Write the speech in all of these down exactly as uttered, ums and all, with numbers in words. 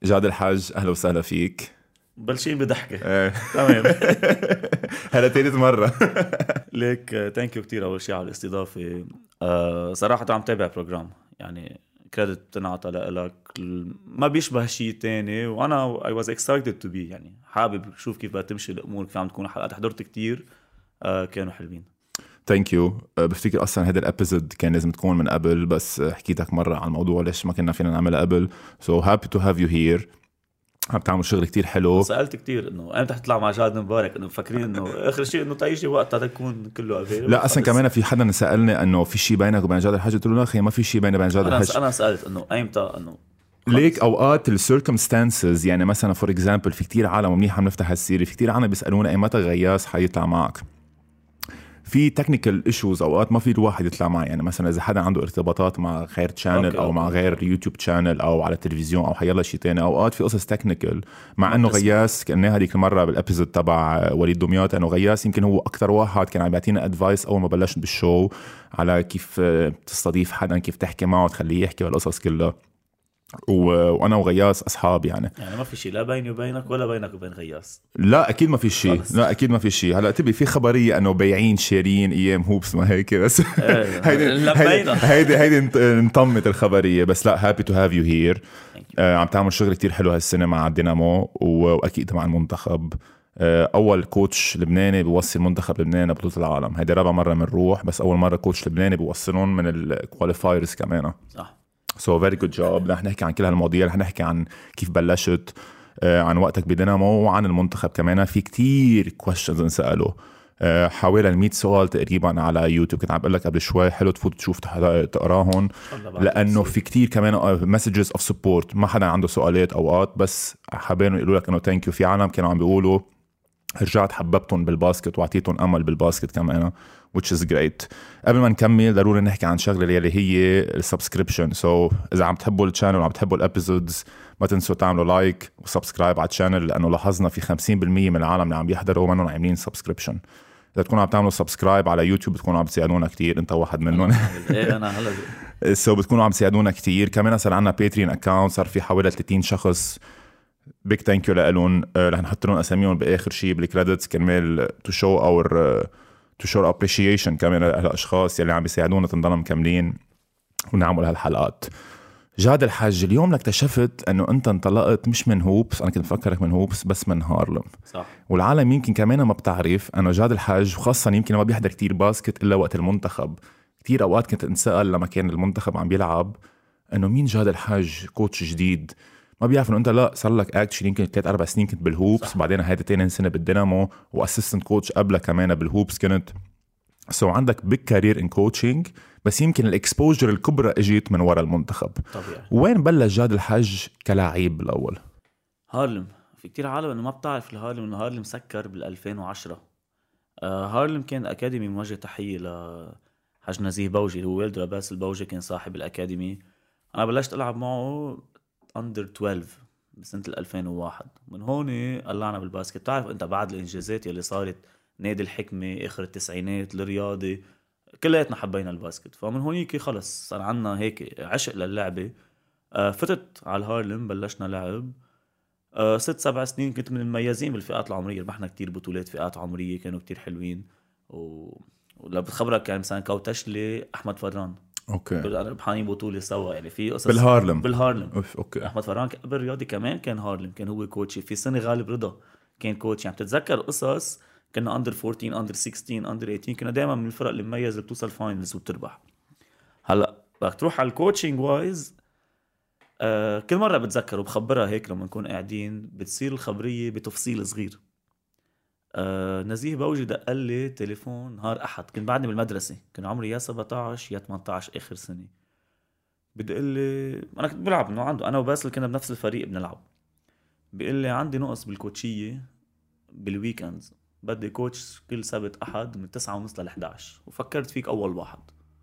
جاد الحاج أهلا وسهلا فيك. بلشين بضحكة. إيه. تمام. هلا تالت مرة. ليك تانكيو كتير أول شيء على الاستضافة. أه صراحة عم تابع بروجرام، يعني كريدت بتنعطى لك، ما بيشبه شيء تاني، وأنا I was excited to be يعني حابب شوف كيف بتمشي الأمور، كيف عم تكون حلقات. حضرت كتير أه كانوا حلوين. ثانك يو. بفتكر اصلا هذا الابيزود كان لازم تكون من قبل، بس حكيتك مره على الموضوع ليش ما كنا فينا نعملها قبل. سو هابي تو هاف يو هير. عم تعمل شغل كتير حلو. سألت كتير انه امتى حتطلع مع جاد مبارك، انه فاكرين انه اخر شيء انه تيجي وقتها تكون كله افيلبل. لا اصلا كمان في حدا سالني انه في شيء بينك وبين جاد الحاج، قلت له لا اخي ما في شيء بيني وبين جاد انا الحج. انا سالت انه امتى، انه ليك اوقات السيركمستانسز، يعني مثلا فور اكزامبل في كتير عالم منيح عم نفتح السيري، في كتير عالم بيسالونا ايمتى غياس حيطلع معك. في تكنيكال ايشوز اوقات ما في الواحد يطلع معي، يعني مثلا اذا حدا عنده ارتباطات مع غير تشانل او مع غير يوتيوب تشانل او على التلفزيون او حيلا شيء تاني، اوقات في قصص تكنيكال. مع انه غياس كنا هذيك المره بالابيزود تبع وليد دمياط، انه غياس يمكن هو اكثر واحد كان عم يعطينا ادفايس اول ما بلشنا بالشو على كيف تستضيف حدا، كيف تحكي معه وتخليه يحكي والقصص كلها. وانا وغياس اصحاب يعني يعني ما في شيء لا بيني وبينك ولا بينك وبين غياس. لا اكيد ما في شيء، لا اكيد ما في شيء. هلا تبي في خبريه انه بياعين شارين ايام هوبس ما هيك بس هيدي هيدي هيدي انطمت الخبريه. بس لا هابي تو هاف يو هير. عم تعمل شغل كتير حلو هالسنه مع الدينامو واكيد مع المنتخب. اول كوتش لبناني بيوصل منتخب لبنان بطولة العالم، هيدي رابع مره بنروح، بس اول مره كوتش لبناني بيوصلون من الكواليفايرز كمان. صح. سو فيري جود جوب. رح نحكي عن كل هالمواضيع، رح نحكي عن كيف بلشت، عن وقتك بدينامو، وعن المنتخب كمان. في كتير questions انسألوا، حوالي مية سؤال تقريبا على يوتيوب. كنت عم بقول لك قبل شوي حلو تفوت تشوف تقراهم، لأنه في كتير كمان messages of support. ما حدا عنده سؤالات أوقات، بس حابين يقولوا لك إنه thank you. في عالم كانوا عم بيقولوا رجعت حببتهم بالباسكت وعطيتهم أمل بالباسكت كمان which is great. قبل ما نكمل ضروري نحكي عن شغلة اللي هي السبسكريبشن. سو so, إذا عم تحبوا الشانل وعم تحبوا الابيزودز ما تنسوا تعملوا لايك وسبسكرايب على الشانل، لأنه لاحظنا في خمسين بالمية من العالم اللي عم بيحضروا ما انهم عاملين سبسكريبشن. إذا تكونوا عم تعملوا سبسكرايب على يوتيوب بتكونوا عم تساعدونا كتير، أنت واحد منهم. إيه أنا هلا سو بتكونوا عم تساعدونا كتير. كمان صار عنا باتريون أكاونت، صار في حوالي ثلاثين شخص. big thank you لألون. رح نحط لهم أساميهم بآخر شيء بالكريدتس كرمال to show our to show appreciation كمان للأشخاص يلي عم بيساعدونا تنضل مكملين ونعمل هالحلقات. جاد الحاج، اليوم اكتشفت أنه أنت انطلقت مش من هوبس، أنا كنت مفكرك من هوبس بس من هارلم. صح. والعالم يمكن كمان ما بتعرف أنه جاد الحاج، وخاصة يمكن ما بيحضر كتير باسكت إلا وقت المنتخب. كتير أوقات كنت انسأل لما كان المنتخب عم بيلعب أنه مين جاد الحاج، كوتش جديد ما بيعرف انه انت لا صار لك اكشلي يمكن ثلاث اربع سنين كنت بالهوبس، بعدين هيدا تاني سنه بالدينامو واسيستنت كوتش قبلها كمان بالهوبس كنت. سو so عندك بيج كارير ان كوتشنج، بس يمكن الاكسبوجر الكبرى اجيت من وراء المنتخب. طبيعي. وين بلش جاد الحج كلاعب بالاول؟ هارلم. في كتير عالم انه ما بتعرف الهارلم، انه هارلم سكر بالألفين وعشرة. آه هارلم كان اكاديمي، موجه تحيه لحج نزيه بوجي، هو والد باسل بوجي كان صاحب الاكاديمي. انا بلشت العب معه اندر اثناشر بسنة ألفين وواحد. من هون قلعنا بالباسكت. تعرف انت بعد الانجازات يلي صارت، نادي الحكمة اخر التسعينات، الرياضي كلياتنا حبينا الباسكت. فمن هونيك خلص صار عنا هيك عشق للعبة. آه فتت على الهارلم، بلشنا لعب. آه ست سبع سنين كنت من المميزين بالفئات العمرية، ربحنا كتير بطولات فئات عمرية كانوا كتير حلوين. و... ولا بتخبرك يعني مثلا كوتشلي أحمد فران، اوكي، ربحانين بطولة سوا، يعني في قصص بالهارلم. بالهارلم. أوف. اوكي. احمد فران قبل رياضي كمان كان هارلم، كان هو كوتشي. في سنه غالب رضا كان كوتش. يعني بتتذكر قصص كنا اندر أربعتاشر اندر ستاشر اندر ثمانية عشر، كنا دائما من الفرق اللي مميزه اللي بتوصل فاينلز وبتربح. هلا بدك تروح على الكوتشنج وايز، آه كل مره بتذكر وبخبرها هيك لما نكون قاعدين بتصير الخبريه بتفصيل صغير. آه نزيه بوجي دق لي تليفون نهار احد، كنت بعدني بالمدرسه، كان عمري يا سبعتاشر يا ثمانية عشر اخر سنه. بدي لي انا كنت بلعب انه عنده، انا وباسل كنا بنفس الفريق بنلعب. بيقول لي عندي نقص بالكوتشيه بالويكندز، بدي كوتش كل سبت احد من تسعة ونص ل إحدى عشر. وفكرت فيك اول واحد.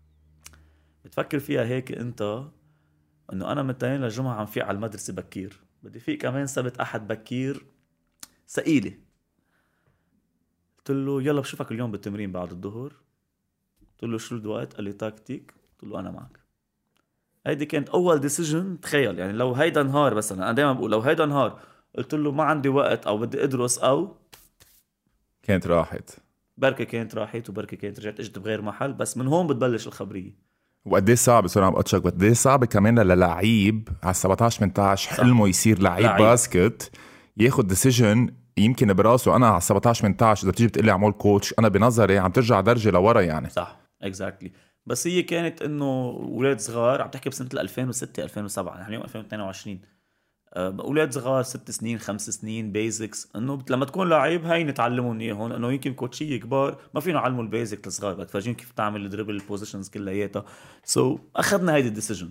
بتفكر فيها هيك انت، انه انا من الاثنين للجمعه عم فيق على المدرسه بكير، بدي فيك كمان سبت احد بكير، ثقيله. قلت له يلا بشوفك اليوم بالتمرين بعد الظهر. قلت له شو الوقت؟ قال لي تاكتيك. قلت له انا معك. هيدي كانت اول ديسيجن. تخيل يعني لو هيدا نهار مثلا، انا دائما بقول لو هيدا نهار قلت له ما عندي وقت او بدي ادرس او كانت راحت. بركة كانت راحت وبركة كانت رجعت اجت بغير محل. بس من هون بتبلش الخبرية. وقد ايه صعب، سوري عم بقطشك، وقد ايه صعب كمان للعيب على سبعتاشر ثمانية عشر حلمه يصير لعيب, لعيب. باسكت، ياخد ديسيجن يمكن براسه. انا على سبعتاشر ثمانية عشر اذا بتيجي بتقلي عمول كوتش، انا بنظري عم ترجع درجه لورا يعني. صح اكزاكتلي. بس هي كانت انه اولاد صغار، عم تحكي بسنه ألفين وستة ألفين وسبعة، نحن اليوم ألفين واثنين وعشرين. أه، اولاد صغار ست سنين خمس سنين بيزكس، انه لما تكون لعيب هاي نتعلمهم اياهم. انه يمكن كوتشيه كبار ما فينا نعلموا البيزك الصغار، بدك تفرجيهم كيف تعمل الدريبل بوزيشنز كلياتها. سو so, اخذنا هيدي الديسيجن.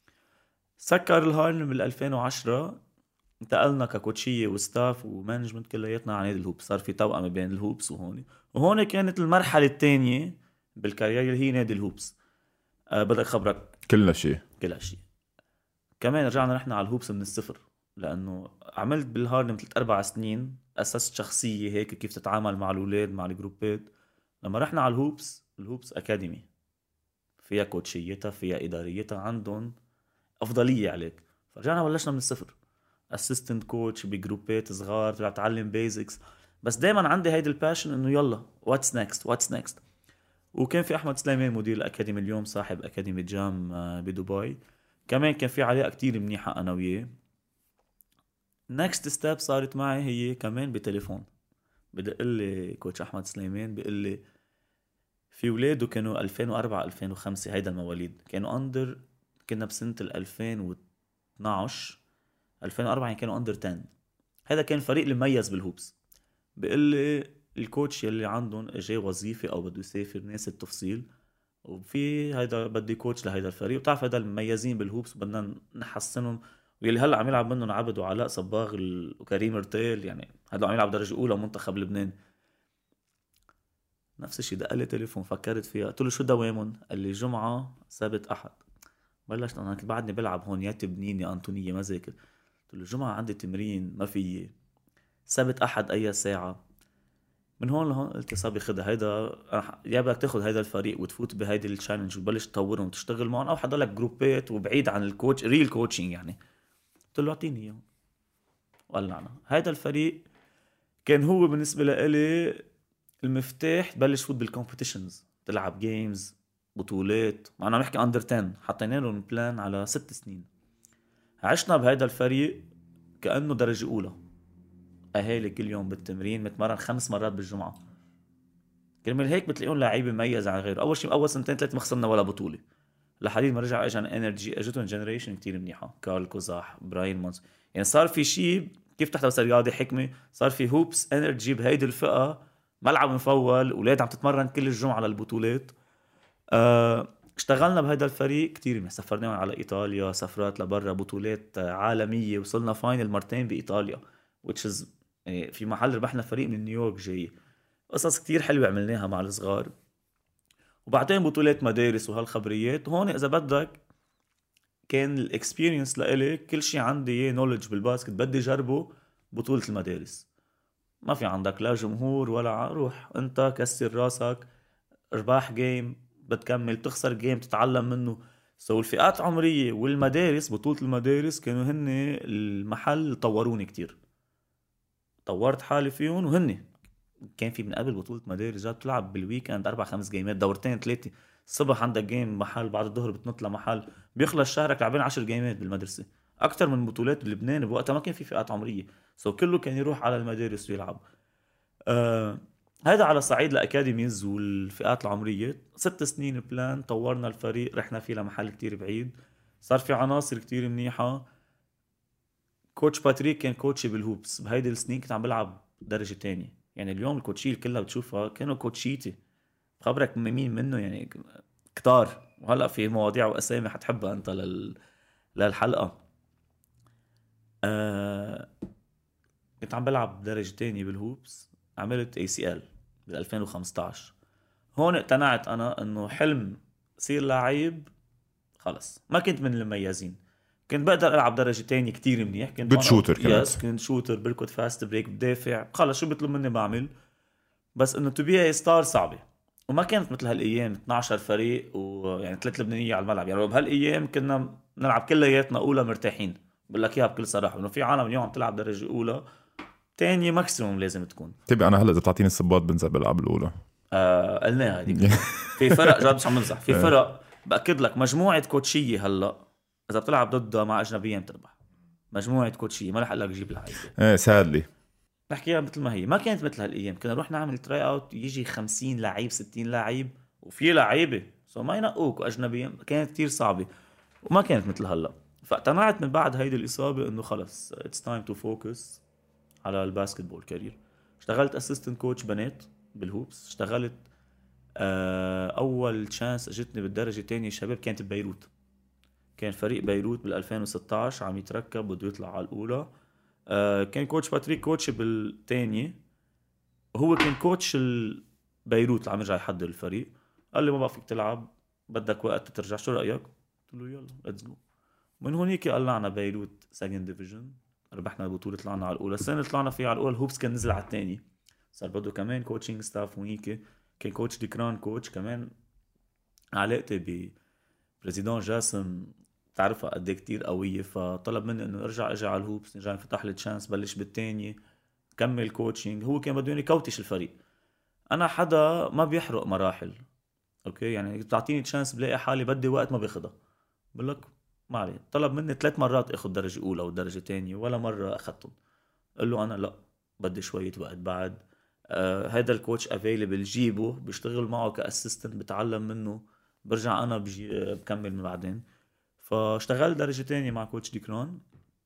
سكر الهارلم بال ألفين وعشرة، انتقلنا ككوتشيه وستاف ومانجمنت كلياتنا عن نادي الهوبس. صار في توأمة بين الهوبس وهون. وهون كانت المرحله الثانيه بالكارير اللي هي نادي الهوبس. أه بدك خبرك كل شيء كل شيء. كمان رجعنا نحن على الهوبس من الصفر، لانه عملت بالهارلم ثلاث اربع سنين اسست شخصيه هيك كيف تتعامل مع الاولاد مع الجروبات. لما رحنا على الهوبس، الهوبس اكاديمي فيها كوتشيتها فيها اداريتها، عندهم افضليه عليك. فرجعنا بلشنا من الصفر، اسيستنت كوتش بجروبات صغار، ترجع تعلم بيزكس. بس دائما عندي هيدي الباشن انه يلا واتس نيكست واتس نيكست. وكان في احمد سليمان مدير الاكاديمي اليوم صاحب اكاديمي جام بدبي، كمان كان في علاقه كتير منيحه انا وياه. نكست ستيب صارت معي هي كمان بتليفون. بدق لي كوتش احمد سليمان بيقول لي في اولاده كانوا ألفين وأربعة ألفين وخمسة هيدا المواليد، كانوا اندر، كنا بسنه ال ألفين واثناشر ألفين وأربعة يعني كانوا اندر عشرة. هذا كان فريق المميز بالهوبس. بيقول لي الكوتش يلي عندهم اجى وظيفه او بده يسافر ناس التفصيل، وفي هيدا بدي كوتش لهيدا الفريق، وتعرف هيدا المميزين بالهوبس بدنا نحسنهم. واللي هلا عم يلعب منهم عبد وعلاء صباغ وكريم رتيل، يعني هذا عم يلعب درجه اولى منتخب لبنان. نفس الشيء دق لي تليفون، فكرت فيها قلت له شو دوامهم؟ قال لي جمعه سبت احد. بلشت انا كنت بعدني بلعب هون يا تبنين يا انطونيه ما ذاكر. قلت له جمعه عندي تمرين ما في، سبت احد اي ساعه. من هون لهون قلت يا صاحبي خدها هيدا، يا بدك تاخذ هيدا الفريق وتفوت بهيدي التشالنج وتبلش تطورهم وتشتغل معهم، او حضرلك جروبات وبعيد عن الكوتش ريل كوتشنج يعني. قلت له اعطيني اياه. ولعنا هيدا الفريق. كان هو بالنسبه لإلي المفتاح تبلش فوت بالكومبيتيشنز، تلعب جيمز بطولات. معنا نحكي اندر عشرة، حطينا لهم بلان على ست سنين. عشنا بهيدا الفريق كأنه درجة أولى، أهالي كل يوم بالتمرين، متمرن خمس مرات بالجمعة. كرمال هيك بتلاقيهم لعيبه مميز عن غيره. اول شيء اول سنتين ثلاثه ما خسرنا ولا بطوله، لحديد ما رجع اجى انرجي، اجتهم جنريشن كتير منيحه، كارل كوزاح، براين مونز. يعني صار في شيء كيف تحت رياضي حكمه، صار في هوبس انرجي بهيدي الفئه، ملعب مفول، اولاد عم تتمرن كل الجمعه للبطولات. أه اشتغلنا بهيدا الفريق كتير منيح، سافرناهم على ايطاليا، سفرات لبرا، بطولات عالميه، وصلنا فاينل مرتين بايطاليا which is يعني في محل ربحنا فريق من نيويورك جاي. قصص كتير حلوة عملناها مع الصغار. وبعدين بطولات مدارس وهالخبريات. هون إذا بدك كان الاكسبيرينس لإلي كل شي عندي نولج بالباسكت بدي جربه. بطولة المدارس ما في عندك لا جمهور ولا روح، انت كسر راسك، ارباح جيم بتكمل، بتخسر جيم تتعلم منه. سو الفئات عمرية والمدارس، بطولة المدارس كانوا هن المحل طوروني كتير، طورت حالي فيهم. وهن كان في من قبل بطولة مدارس جات تلعب بالويكند أربع خمس جيمات، دورتين ثلاثة. الصبح عندك جيم محل، بعد الظهر بتنط لمحل، بيخلص شهرك لعبين عشر جيمات بالمدرسة. أكتر من بطولات بلبنان بوقتها ما كان في فئات عمرية، سو كله كان يروح على المدارس ويلعب. آه هذا على صعيد الأكاديميز والفئات العمرية. ست سنين بلان، طورنا الفريق، رحنا فيه لمحل كتير بعيد، صار في عناصر كتير منيحة. كوتش باتريك كان كوتشي بالهوبس بهيدي السنين، كنت عم بلعب درجة تانية. يعني اليوم الكوتشي كلها بتشوفها كانوا كوتشيتي، بخبرك مين منه يعني كتار. وهلأ في مواضيع وأسامي حتحبها أنت لل... للحلقة. آه... كنت عم بلعب درجة تانية بالهوبس، عملت اي سي ال بال ألفين وخمسطعش. هون اقتنعت أنا أنه حلم صير لعيب خلص. ما كنت من المميزين، كنت بقدر ألعب درجة تانية كتير منيح، كنت بتشوتر كمان. يس كنت شوتر، بركض فاست بريك، بدافع، خلص شو بيطلب مني بعمل. بس انه تبي اي ستار صعبه. وما كانت مثل هالايام اثناشر فريق ويعني ثلاث لبنانيه على الملعب. يعني بهالايام كنا نلعب كلياتنا اولى مرتاحين. بقول لك اياها بكل صراحه انه في عالم اليوم عم تلعب درجه اولى تانية ماكسيموم لازم تكون. تبقى انا هلا اذا بتعطيني الصباط بنزل بالالعاب الاولى. آه قلناها هذيك. في فرق جد مش عم نمزح، في فرق باكد لك مجموعه كوتشيه هلا اذا بتلعب ضدها مع اجنبيين بتربح. مجموعه كوتشيه ما رح اقول لك جيب لعيبه. ايه سادلي بحكيها مثل ما هي، ما كانت مثل هالايام. كنا نروح نعمل تراي اوت يجي خمسين لعيب ستين لعيب وفي لعيبه سو ما ينقوك واجنبيين، كانت كتير صعبه وما كانت مثل هلا. فاقتنعت من بعد هيدي الاصابه انه خلص اتس تايم تو فوكس على الباسكتبول كارير. اشتغلت اسيستنت كوتش بنات بالهوبس. اشتغلت آه اول تشانس اجتني بالدرجه الثانيه شباب كانت ببيروت. كان فريق بيروت بال ألفين وستة عشر عم يتركب بده يطلع على الاولى. آه كان كوتش باتريك كوتش بالثانيه، هو كان كوتش بيروت اللي عم يرجع يحضر الفريق. قال لي ما بقى فيك تلعب، بدك وقت ترجع، شو رايك؟ قلت له يلا ليتس جو. من هونيك قلعنا بيروت سكند ديفيجن، ربحنا البطوله طلعنا على الاولى. السنه اللي طلعنا فيها على الاولى الهوبس كان نزل على الثاني، صار بده كمان كوتشنج ستاف. وهيك كان كوتش ديكران كوتش كمان. علاقتي ب بريزيدون جاسم تعرفها قد ايه كتير قويه، فطلب مني انه ارجع اجي على الهوبس، نرجع نفتح لي تشانس بلش بالثاني كمل كوتشنج. هو كان بده يكوتش الفريق. انا حدا ما بيحرق مراحل اوكي، يعني بتعطيني تشانس بلاقي حالي بدي وقت ما باخدها بقول لك ما عليه. طلب مني ثلاث مرات اخذ درجه اولى او درجه ثانيه ولا مره اخذتهم. قال له انا لا بدي شويه وقت بعد. آه هذا الكوتش افيلبل جيبه بشتغل معه كاسيستنت بتعلم منه، برجع انا بجي بكمل من بعدين. فاشتغل درجه ثانيه مع كوتش ديكران.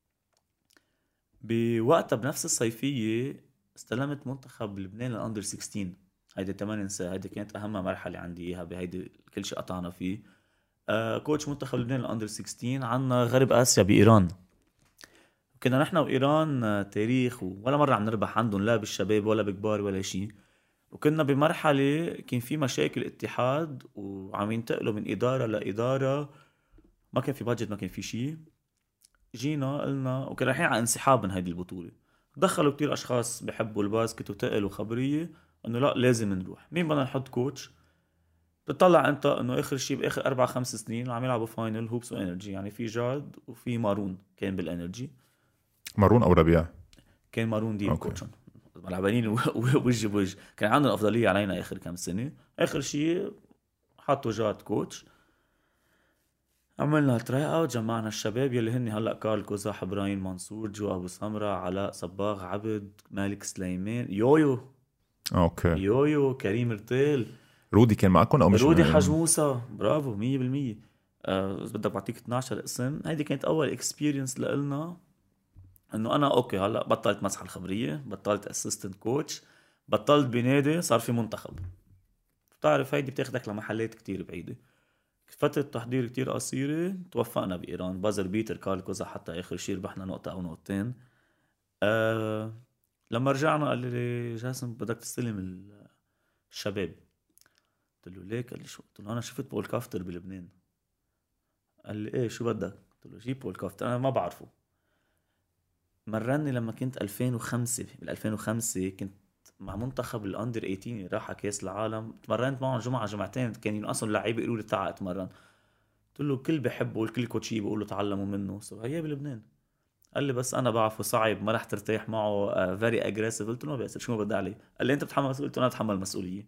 بوقتها بنفس الصيفيه استلمت منتخب لبنان الاندر ستة عشر. هيدي ثمانية ننسى، هيدي كانت اهم مرحله عندي اياها بهيدي كل شيء قطعنا فيه. آه كوتش منتخب لبنان الاندر ستة عشر عنا غرب اسيا بايران. كنا نحن وايران آه تاريخ ولا مره عم نربح عندهم لا بالشباب ولا بكبار ولا شيء. وكنا بمرحله كان في مشاكل اتحاد وعم ينتقلوا من اداره لاداره، ما كان في بادجت ما كان في شيء. جينا قلنا وكنا رايحين على انسحاب من هيدي البطوله. دخلوا كتير اشخاص بحبوا الباسكت وتقلوا خبريه انه لا لازم نروح. مين بدنا نحط كوتش؟ بتطلع انت انه اخر شيء باخر اربع خمس سنين عم يلعبوا فاينل هوبس وانرجي، يعني في جاد وفي مارون كان بالانرجي. مارون او ربيع؟ كان مارون دي كوتشن ملعبانين وجه بوجه، كان عندهم افضليه علينا اخر كم سنه. اخر شيء حطوا جاد كوتش. عملنا تراي اوت، جمعنا الشباب يلي هن هلا كارل كوزاح، ابراهيم منصور، جو ابو سمره، علاء صباغ، عبد، مالك سليمان، يويو اوكي يويو، كريم رتيل، رودي كان معكم او مش؟ رودي حاج موسى. برافو مية بالمية. أه بدك بعطيك اثناشر اسم. هيدي كانت اول اكسبيرينس لنا انه انا اوكي هلا بطلت مسح الخبريه، بطلت اسيستنت كوتش، بطلت بنادي، صار في منتخب. بتعرف هيدي بتاخدك لمحلات كتير بعيده. فترة تحضير كتير قصيرة. توفقنا بإيران، بازر بيتر كارل كوزا حتى آخر شيء ربحنا نقطة أو نقطتين. أه لما رجعنا قال لي جاسم بدك تستلم الشباب. قلت له ليك؟ قال لي شو؟ قلت له أنا شفت بول كافتر بلبنان. قال لي إيه شو بدك؟ قلت له جيب بول كافتر أنا ما بعرفه. مرني لما كنت ألفين وخمسة، بال ألفين وخمسة كنت مع منتخب الاندر ثمانية عشر راح على كاس العالم. تمرنت معهم جمعه جمعتين، كان ينقصوا اللعيبه يقولوا لي تعال اتمرن. قلت له الكل بحبه والكل كوتشي بيقول له تعلموا منه، سو هي بلبنان. قال لي بس انا بعرفه صعب ما رح ترتاح معه فيري اجريسيف. قلت له ما بيأثر شو ما بدي عليه. قال لي انت بتحمل مسؤوليه؟ قلت له انا اتحمل مسؤوليه.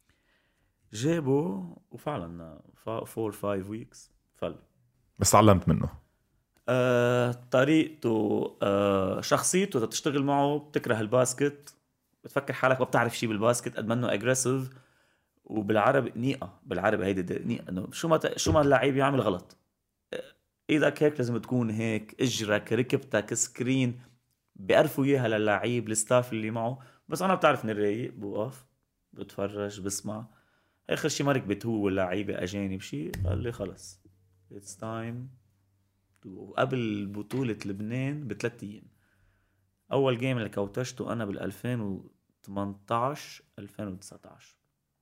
جابه وفعلا فور فايف ويكس فل. بس تعلمت منه آه، طريقته آه، شخصيته. تشتغل معه بتكره الباسكت، بتفكر حالك ما بتعرف شيء بالباسكت قد منه اجريسيف. وبالعربي نيقه، بالعربي هيدي نيقه انه شو ما ت... شو ما اللاعب يعمل غلط ايدك هيك لازم تكون هيك، اجرك ركبتك سكرين بيعرفوا اياها للاعب الستاف اللي معه. بس انا بتعرف اني رايق، بوقف بتفرج بسمع. اخر شيء ما ركبت هو واللاعيبه اجانب شيء، قال لي خلص اتس تايم. وقبل بطوله لبنان بثلاث ايام اول جيم اللي كوتشته انا بال ألفين وثمانية عشر ألفين وتسعة عشر.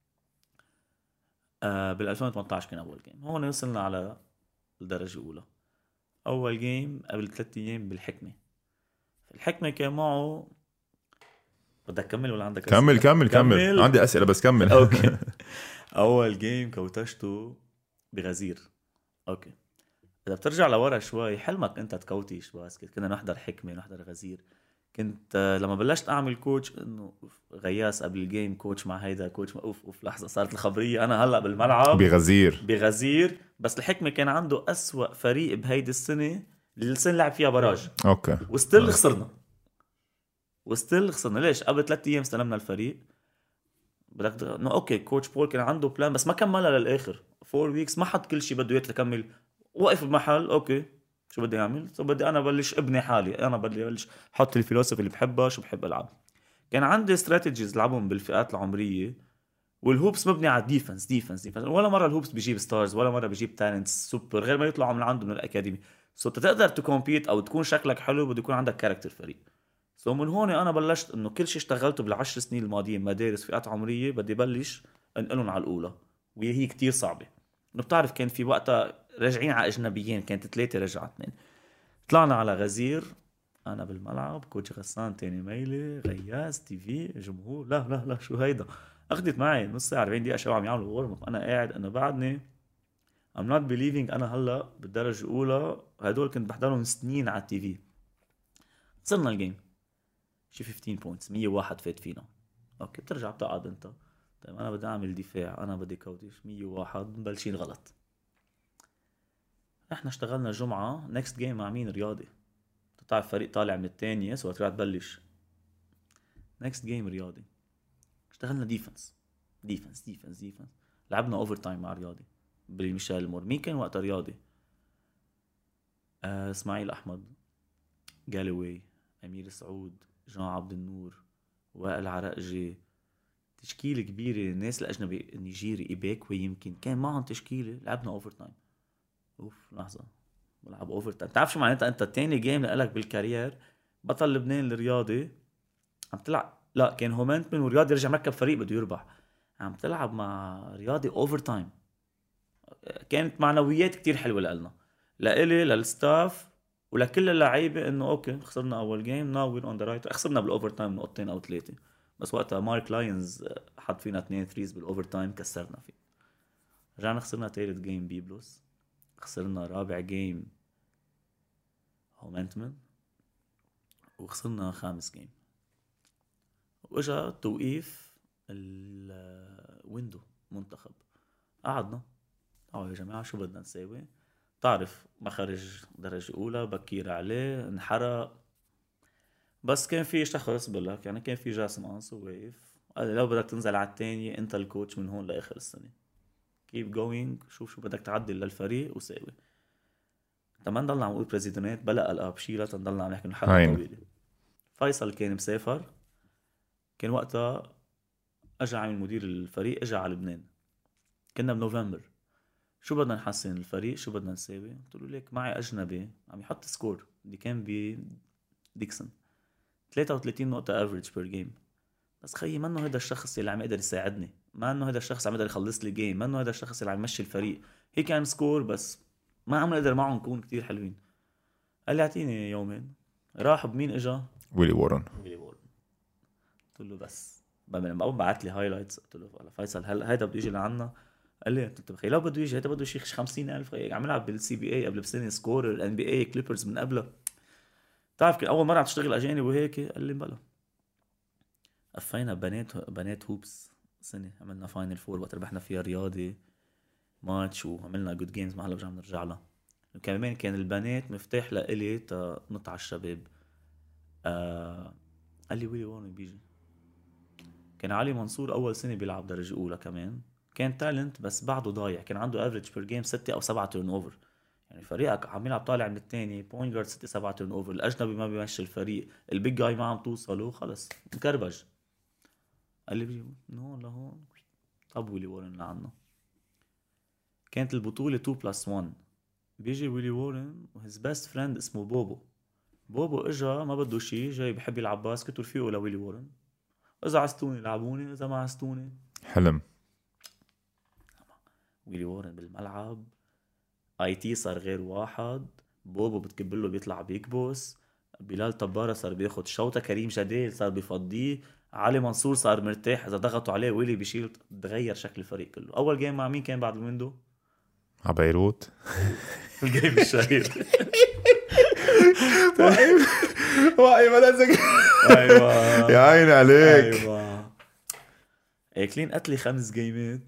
آه بال ألفين وثمانية عشر كان اول جيم. هون وصلنا على الدرجه الاولى. اول جيم قبل ثلاث ايام بالحكمه. الحكمه كان معه. بدك كمل ولا عندك أسئلة؟ كمل كمل كمل, كمل. عندي اسئله بس كمل. اوكي. اول جيم كوتشته بغزير. اوكي اذا بترجع لورا شوي حلمك انت تكوتش باسكت. كنا نحضر حكمه نحضر غزير. كنت آه، لما بلشت اعمل كوتش انه أوف، غياس قبل الجيم كوتش مع هيدا كوتش مع اوف اوف لحظه صارت الخبريه انا هلا بالملعب بغزير بغزير. بس الحكمه كان عنده أسوأ فريق بهيدي السنه اللي السنه لعب فيها براج اوكي وستيل خسرنا وستيل خسرنا. ليش؟ قبل ثلاث ايام استلمنا الفريق. بدك انه اوكي كوتش بول كان عنده بلان بس ما كملها للاخر. فور ويكس ما حط كل شيء بده اياه تكمل. وقف بمحل اوكي شو بدي اعمل؟ طب بدي انا بلش ابني حالي. انا بدي بلش احط الفلسفه اللي بحبها شو بحب العب. كان عندي استراتيجيز لعبهم بالفئات العمريه والهوبس مبني على الديفنس ديفنس ديفنس. ولا مره الهوبس بيجيب ستارز ولا مره بيجيب تالنتس سوبر غير ما يطلعوا من عنده من الاكاديمي. سو تقدر تكومبيت او تكون شكلك حلو بده يكون عندك كاركتر فريق. سو من هون انا بلشت انه كل شيء اشتغلته بالعشر سنين الماضيين مدارس فئات عمريه بدي بلش انقلهم على الاولى. وهي هي كتير صعبه. انه بتعرف كان في وقتها راجعين على اجنبيين كانت ثلاثه رجعت اثنين. طلعنا على غزير انا بالملعب كوتش غسان تاني ميلي غياس تي في جمهور لا لا لا شو هيدا. اخذت معي نص ساعه أربعين دقيقه شباب عم يعملوا ورم انا قاعد انه بعدني I'm not believing انا هلا بالدرجه الاولى. هدول كنت بحضرهم سنين على التي في. صرنا الجيم شي خمستاشر بوينتس مية وواحد فات فينا. اوكي بترجع بتقعد انت. طيب انا بدي اعمل دفاع انا بدي كوتش مية وواحد مبلشين غلط. احنا اشتغلنا الجمعه نكست جيم مع مين؟ رياضي. بتعرف فريق طالع من الثانيه سو ترجع تبلش نكست جيم رياضي. اشتغلنا ديفنس ديفنس ديفنس ديفنس. لعبنا اوفر تايم مع رياضي بالميشيل المور. مين كان وقتها رياضي؟ آه اسماعيل احمد جالوي امير سعود جان عبد النور وائل عرقجي. تشكيله كبيره. الناس الاجنبي النيجيري ايباكوي يمكن كان معهم تشكيله. لعبنا اوفر تايم. اوف لحظه بلعب اوفر تايم. بتعرف شو معناتها؟ انت الثاني جيم لك بالكارير بطل لبنان الرياضي عم تلعب. لا كان هومنتمن ورياضي رجع مركب فريق بده يربح. عم تلعب مع رياضي اوفر تايم. كانت معنويات كتير حلوه لنا لإلي للستاف ولكل اللعيبه انه اوكي خسرنا اول جيم ناو وير اون ذا رايت. خسرنا بالاوفر تايم نقطتين او ثلاثه بس وقتها مارك لاينز حط فينا اثنين ثريز بالاوفر تايم كسرنا فيه. رجعنا خسرنا ثالث جيم بيبلوس. خسرنا رابع جيم هومنتمن وخسرنا خامس جيم. واجا توقيف الويندو منتخب. قعدنا اه يا جماعة شو بدنا نساوي؟ تعرف مخرج درجة أولى بكير عليه انحرق. بس كان في شخص بقولك يعني كان في جاسم أنسو واقف قال لي لو بدك تنزل على التانية انت الكوتش من هون لآخر السنة. keep going شوف شو بدك تعدل للفريق وساوي. ما نضلنا عم نقول بريزيدنات بلا القاب شيلة نضلنا عم نحكي حلقة طويلة. فيصل كان مسافر. كان وقتها اجى عامل مدير الفريق اجى على لبنان. كنا بنوفمبر. شو بدنا نحسن الفريق شو بدنا نساوي؟ قلت له ليك معي اجنبي عم يحط سكور اللي كان ب ديكسون ثلاثة وثلاثين نقطة افريج بير جيم. بس خيي منه هذا الشخص اللي عم يقدر يساعدني. ما انه هذا الشخص عم يقدر يخلص لي جيم. ما انه هذا الشخص اللي عم يمشي الفريق. هي كان سكور بس ما عم نقدر معهم نكون كتير حلوين. قال لي اعطيني يومين. راح بمين اجا؟ ويلي وورن. ويلي وورن. قلت له بس لما اول بعت لي هايلايتس قلت له والله فيصل هل هيدا بده يجي لعنا؟ قال لي انت بتخيل لو بده يجي هيدا بده شيخ خمسين ألف عم يلعب بالسي بي اي قبل بسنه سكور الان بي اي كليبرز من قبله. تعرف كان اول مره عم تشتغل اجانب وهيك. قال لي بلا. قفينا بنات بنات هوبس سنه عملنا فاينل فور وقت ربحنا فيها رياضي ماتش وعملنا جود جيمز. ما هلا برجع بنرجع لها. كمان كان البنات مفتاح لإلي تنط على الشباب. آه قال لي ويلي وورن بيجي. كان علي منصور اول سنه بيلعب درجه اولى كمان. كان تالنت بس بعده ضايع. كان عنده افريج بير جيم ستة او سبعة تيرن اوفر. يعني فريقك عم يلعب طالع من الثاني بوينت جارد ستة سبعة تيرن اوفر. الاجنبي ما بيمشي الفريق. البيج جاي ما عم توصله خلص مكربج. قال لي بيجي من هون لهون. طب ويلي وورن لعنا. كانت البطوله اتنين بلس واحد. بيجي ويلي وورن وهيز بيست فريند اسمه بوبو. بوبو اجا ما بده شيء جاي بحب يلعب باسكت ورفيقه لويلي وورن. اذا عستوني لعبوني اذا ما عستوني حلم. ويلي وورن بالملعب. اي تي صار غير واحد. بوبو بتكبله بيطلع بيكبوس. بلال طبارة صار بياخد شوطة. كريم جديل صار بيفضيه. علي منصور صار مرتاح اذا ضغطوا عليه ويلي بيشيل. تغير شكل الفريق كله. اول جيم مع مين كان بعد الويندو؟ على بيروت الجيم الشهير. واي ما لازم. ايوه يا عيني عليك. ايوه كلين قتلي خمس جيمات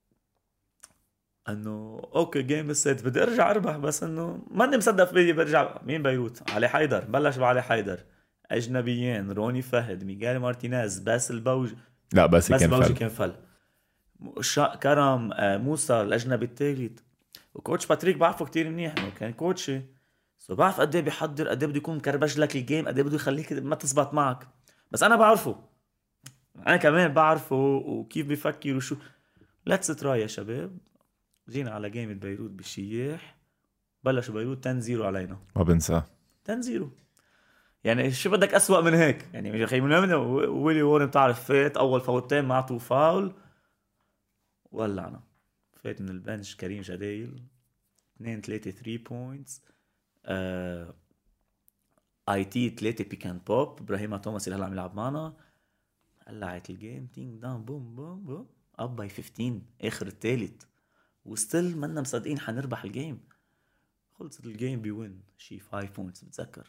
انه اوكي جيم الست بدي ارجع اربح، بس انه ماني مصدق فيي برجع. مين بيروت؟ علي حيدر. بلش بعلي حيدر، اجنبيين روني فهد، ميغال مارتينيز، باسل بوجي. لا بس بس كان بوجي فل. كان فل. شا... كرم آه، موسى الاجنبي الثالث. وكوتش باتريك بعرفه كتير منيح، انه كان كوتشي، سو بعرف قد ايه بيحضر، قد ايه بده يكون مكربج لك الجيم، قد ايه بده يخليك ما تزبط معك. بس انا بعرفه، انا كمان بعرفه وكيف بيفكر وشو. ليتس تراي يا شباب. جينا على جيمة بيروت بالشياح، بلشوا بيروت عشرة صفر علينا. ما بنسى عشرة صفر. يعني شو بدك أسوأ من هيك؟ يعني يا اخي من ويلي وورن بتعرف فات اول فاولتين ما عطوه فاول، ولعنا. فات من البنش كريم جدايل اثنين ثلاثة ثلاثة بوينتس. آه... اي تي ثلاثة بيك اند بوب. ابراهيم توماس اللي هلا عم يلعب معنا قلعت الجيم. تينج داون بوم بوم بوم اب باي خمستاشر اخر الثالث، وستيل منا مصدقين حنربح الجيم. خلصت الجيم بوين شي خمسة بوينتس بتذكر.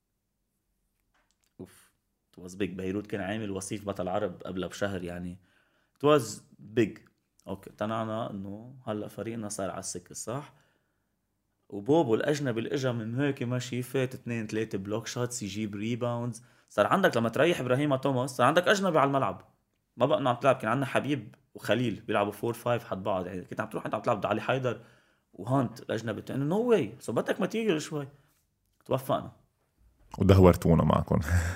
اوف it was big. بيروت كان عامل وصيف بطل عرب قبلها بشهر، يعني it was big. اوكي اقتنعنا انه هلا فريقنا صار على السكه صح. وبوبو الاجنبي اللي اجى من هيك ماشي فات اثنين ثلاثة بلوك شوتس يجيب ريباوندز. صار عندك لما تريح ابراهيم توماس صار عندك اجنبي على الملعب. ما بقى عم تلعب، كان عندنا حبيب وخليل بيلعبوا فور فايف حد بعض. يعني كنت عم تروح انت عم تلعب علي حيدر وهانت الاجنبي، انه نو واي. سو بدك ماتيريال شوي. توفقنا ودهورتونا معكم.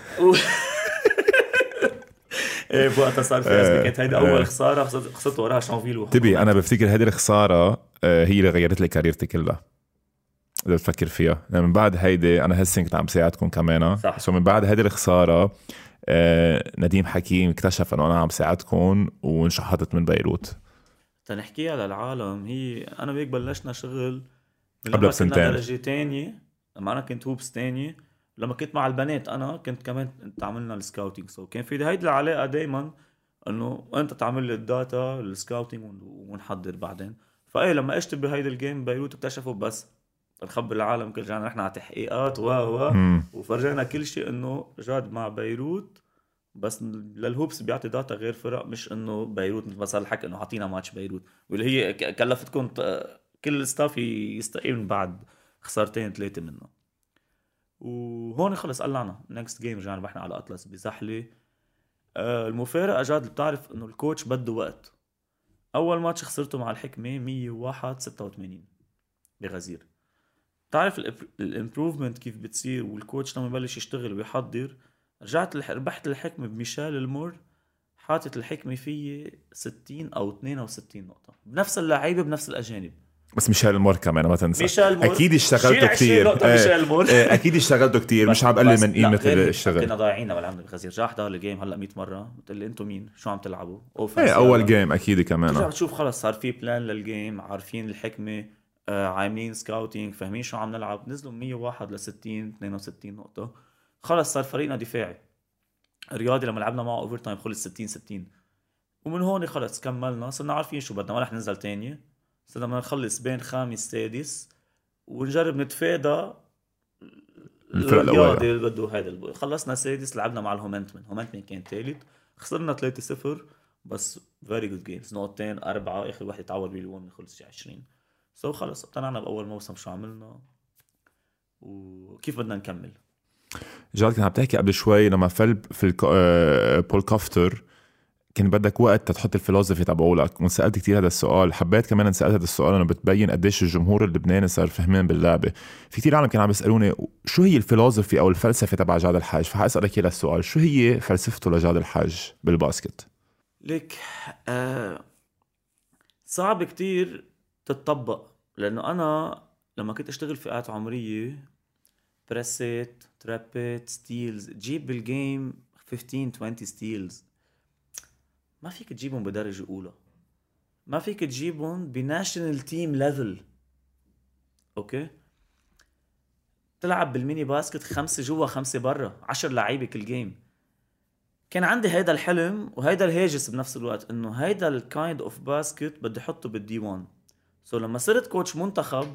ايه بوقتها صار في ازمه. كانت هيدي اول خساره خسرت وراها شانفيل. تبي انا بفتكر هذه الخساره هي اللي غيرت لي كاريرتي كلها اذا بتفكر فيها. من بعد هيدي انا هسه كنت عم ساعدكم كمان. سو من بعد هذه الخساره آه نديم حكيم اكتشف انه انا عم ساعدكم وانشحطت من بيروت. تنحكيها للعالم، هي انا وياك بلشنا شغل قبل بسنتين درجه تانية لما انا كنت هوبس تانية. لما كنت مع البنات انا كنت كمان تعملنا السكاوتينج. سو كان في هيدي العلاقه دايما انه انت تعمل لي الداتا السكاوتينج ونحضر بعدين. فايه لما اجت بهيدي الجيم بيروت اكتشفوا بس نخبر العالم كل جانا نحن على تحقيقات و و وفرجينا كل شيء انه جاد مع بيروت، بس للهوبس بيعطي داتا غير فرق، مش انه بيروت مثل ما صار الحكي انه حاطينا ماتش بيروت واللي هي كلفتكم كل الستاف يستقيل من بعد خسارتين ثلاثه منه. وهون خلص قلعنا نيكست جيم رجعنا ربحنا على اطلس بزحله. آه المفارقه جاد بتعرف انه الكوتش بده وقت. اول ماتش خسرته مع الحكمه مية وواحد ستة وثمانين بغزير. تعرف الامبروفمنت كيف بتصير والكوتش لما يبلش يشتغل ويحضر. رجعت ربحت الحكمه بميشيل المور، حاطت الحكمه فيه ستين او اثنين وستين نقطه بنفس اللعيبه بنفس الاجانب. بس ميشيل المور كمان ما تنسى. ميشيل مور اكيد اشتغلته كثير. اه اكيد اشتغلته كثير. مش عم قلل من قيمه الشغل. كنا ضايعين ولا عم بغزير. رجع احضر الجيم هلا مية مره بتقول لي انتم مين شو عم تلعبوا ايه اول جيم اكيد كمان. رجع بتشوف خلص صار في بلان للجيم، عارفين الحكمه، آه عاملين سكاوتينج، فاهمين شو عم نلعب. نزلوا مية وواحد ل ستين اثنين وستين نقطه. خلص صار فريقنا دفاعي رياضي. لما لعبنا معه اوفر تايم خلص ستين ستين. ومن هون خلص كملنا صرنا عارفين شو بدنا. ما رح ننزل تاني. صرنا بدنا نخلص بين خامس سادس ونجرب نتفادى الرياضي اللي بده هذا. خلصنا سادس لعبنا مع الهومنتمن. هومنتمن كان ثالث. خسرنا ثلاثة صفر بس فيري جود جيمز. نقطتين أربعة آخر واحد تعور باليوم خلص عشرين. سو خلص اقتنعنا بأول موسم شو عملنا وكيف بدنا نكمل. جاد كنت عم تحكي قبل شوي لما فل في بول كافتر كان بدك وقت تحط الفلسفي تبعولك. وسألت كتير هذا السؤال. حبيت كمان نسأل هذا السؤال لأنه بتبين قديش الجمهور اللبناني صار فهمان باللعبة. في كتير عالم كانوا عم يسألوني شو هي الفلسفي أو الفلسفة تبع جاد الحاج. فحأسألك إلى السؤال شو هي فلسفته لجاد الحاج بالباسكت؟ ليك آه صعب كتير تتطبق. لأنه أنا لما كنت أشتغل فئات عمرية بريسيت ترابيت ستيلز جيب بالجيم خمستاشر عشرين ستيلز. ما فيك تجيبهم بدرجة أولى. ما فيك تجيبهم بناشنال تيم ليفل. أوكي تلعب بالميني باسكت خمسة جوا خمسة برا عشر لعيبة كل جيم. كان عندي هيدا الحلم وهيدا الهاجس بنفس الوقت انه هيدا الكايند اوف باسكت بدي احطه بالدي وان. سو لما صرت كوتش منتخب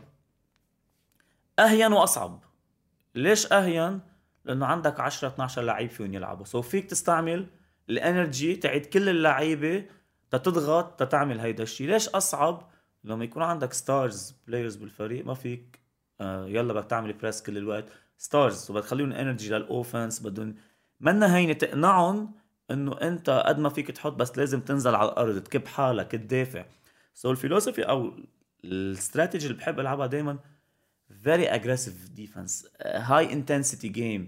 اهين واصعب. ليش اهين؟ لانه عندك عشرة اثناشر لعيب فيهم يلعبوا، سو فيك تستعمل الانرجي تعيد كل اللعيبه تتضغط تتعمل هيدا الشيء. ليش اصعب؟ لما يكون عندك ستارز بلايرز بالفريق ما فيك آه يلا بدك تعمل بريس كل الوقت. ستارز وبدك تخليهم انرجي للاوفنس، بدهم منا هينه تقنعهم انه انت قد ما فيك تحط، بس لازم تنزل على الارض تكب حالك تدافع. سو الفلسفي او الاستراتيجي اللي بحب العبها دائما very aggressive defense, uh, high intensity game.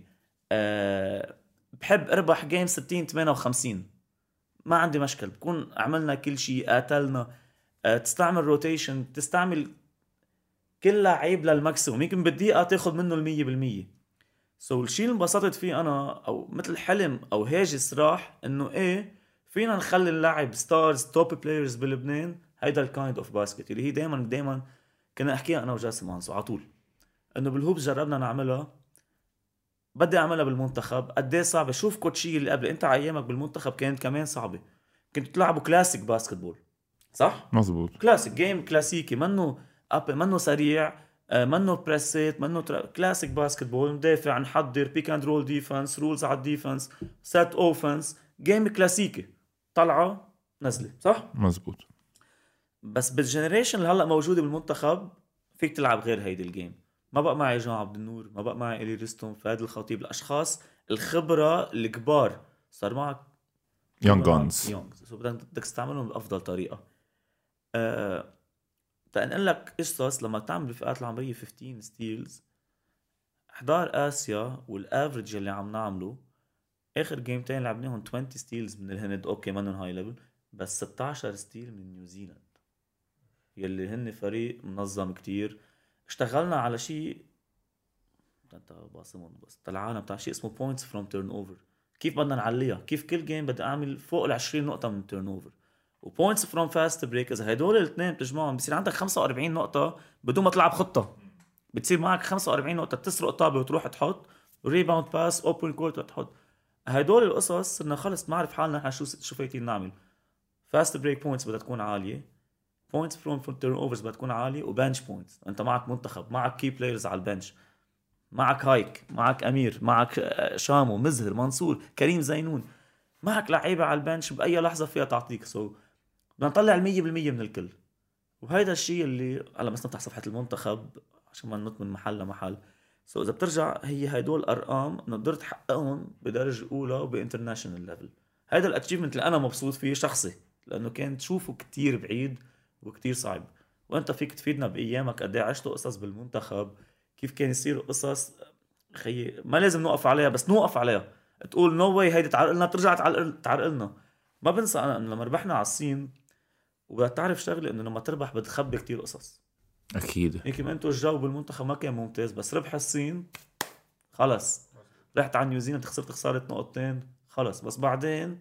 uh, بحب اربح جيم ستين ثمانية وخمسين ما عندي مشكل، بكون عملنا كل شيء قاتلنا. uh, تستعمل روتيشن، تستعمل كل لعيب للماكسيموم، يمكن بالدقيقة تاخد منه المية بالمية. سو so, الشيء اللي انبسطت فيه انا او مثل حلم او هاجس راح انه ايه فينا نخلي اللاعب ستارز توب بلايرز بلبنان. هيدا الكايند اوف باسكت اللي هي دايما دايما كنا احكيها انا وجاسم هانسو على طول، انه بالهوبس جربنا نعملها، بدي اعملها بالمنتخب. قد ايه صعبه. شوف كوتشي اللي قبل انت على ايامك بالمنتخب كانت كمان صعبه، كنتوا تلعبوا كلاسيك باسكتبول صح مزبوط، كلاسيك جيم كلاسيكي، منه اب منه سريع، منه بريسيت، منه ترا... كلاسيك باسكتبول، ندافع نحضر بيك اند رول ديفنس، رولز على الديفنس، سيت اوفنس، جيم كلاسيكي طلعه نزله صح مزبوط. بس بالجنريشن اللي هلا موجوده بالمنتخب فيك تلعب غير هيدي الجيم. ما بقى معي جان عبد النور، ما بقى معي إلي ريستون، فهد الخطيب، الاشخاص الخبره الكبار، صار معك يونغ جونز يونغ سو بدك تستعملهم بافضل طريقه. أه... تنقل لك قصص لما تعمل بالفئات العمريه خمستاشر ستيلز. حضار اسيا والافريج اللي عم نعمله اخر جيمتين لعبناهم عشرين ستيلز من الهند، اوكي منهم هاي ليفل، بس ستاشر ستيل من نيوزيلاند يلي هن فريق منظم كتير. اشتغلنا على شيء انت باصمون بس العالم بتاع شيء اسمه points from turnover، كيف بدنا نعليها، كيف كل جيم بدي اعمل فوق ال عشرين نقطه من turnover. و points from fast break اذا هدول الاثنين بتجمعهم بصير عندك خمسة وأربعين نقطه بدون ما تلعب خطه، بتصير معك خمسة وأربعين نقطه تسرق طابه وتروح تحط ريباوند باس اوبن كورت وتحط. هدول القصص صرنا خلص نعرف حالنا احنا شو شو فايتين نعمل. فاست بريك بوينتس بدها تكون عاليه، بوينتس فروم تيرن اوفرز بدها تكون عاليه، وبنش بوينتس انت معك منتخب، معك كي بلايرز على البنش، معك هايك، معك امير، معك شامو، مزهر، منصور، كريم زينون، معك لعيبه على البنش باي لحظه فيها تعطيك. سو so, بدنا نطلع المية بالمية من الكل. وهيدا الشيء اللي على بس نفتح صفحه المنتخب عشان ما ننط من محل لمحل. سو so, اذا بترجع هي هدول الارقام نقدر تحققهم بدرجه اولى وبانترناشونال ليفل. هيدا الاتشيفمنت اللي انا مبسوط فيه شخصي، لانه كان تشوفه كتير بعيد وكتير صعب. وانت فيك تفيدنا بايامك قد ايه عشتوا قصص بالمنتخب، كيف كان يصير قصص خيي ما لازم نوقف عليها بس نوقف عليها، تقول نو واي هيدي تعرق لنا، ترجع تعرق لنا. ما بنسى انا انه لما ربحنا على الصين، وبدك تعرف شغله انه لما تربح بتخبي كتير قصص. اكيد يمكن انتوا الجو بالمنتخب ما كان ممتاز، بس ربح الصين خلص رحت على نيوزيلندا خسرت خساره نقطتين خلص، بس بعدين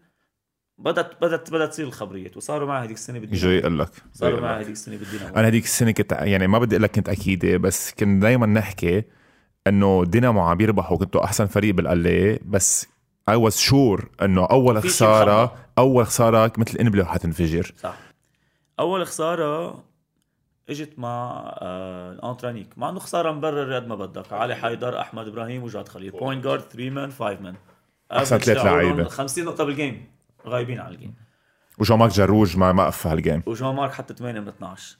بدت بدت بدت تصير الخبريات. وصاروا معي هذيك السنه بدي جاي اقول لك صاروا معي هذيك السنه بدي انا هذيك السنه كنت يعني ما بدي اقول لك كنت اكيده، بس كنا دائما نحكي انه دينامو عم يربحوا كنتوا احسن فريق بالقلة، بس I was sure انه اول خساره اول خساره مثل انبلو حتنفجر. صح. اول خساره اجت مع آه الانترانيك، مع انه خساره مبرر قد ما بدك، علي حيدر، احمد ابراهيم، وجاد خليل، بوينت جارد ثري مان فايف مان، احسن ثلاث لعيبه، خمسين نقطه بالجيم غايبين على الجيم. وجون مارك جروج ما ما قفل الجيم، وجون مارك حتى ثمانية من اثناشر.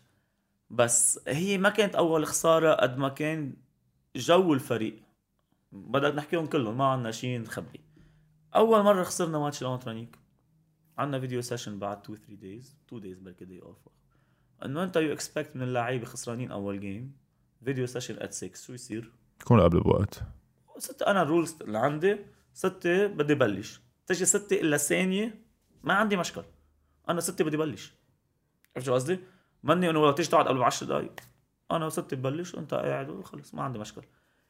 بس هي ما كانت اول خساره قد ما كان جو الفريق، بدأت نحكيهم كلهم ما عنا شيء نخبي. اول مره خسرنا ماتش الانترانيك عنا فيديو سيشن بعد تو ثري دايز تو دايز بركي داي اوف، انه انت يو اكسبكت من اللاعبين خسرانين اول جيم فيديو سيشن ات ستة شو يصير؟ يكون قبل بوقت ستة. انا الرولز اللي عندي ستة بدي بلش، تجي ستة الا ثانيه ما عندي مشكل، انا ستة بدي بلش. عرفت شو قصدي؟ مني انه لو تيجي تقعد قبل بعشر دقايق، انا ستة ببلش وانت قاعد وخلص ما عندي مشكل.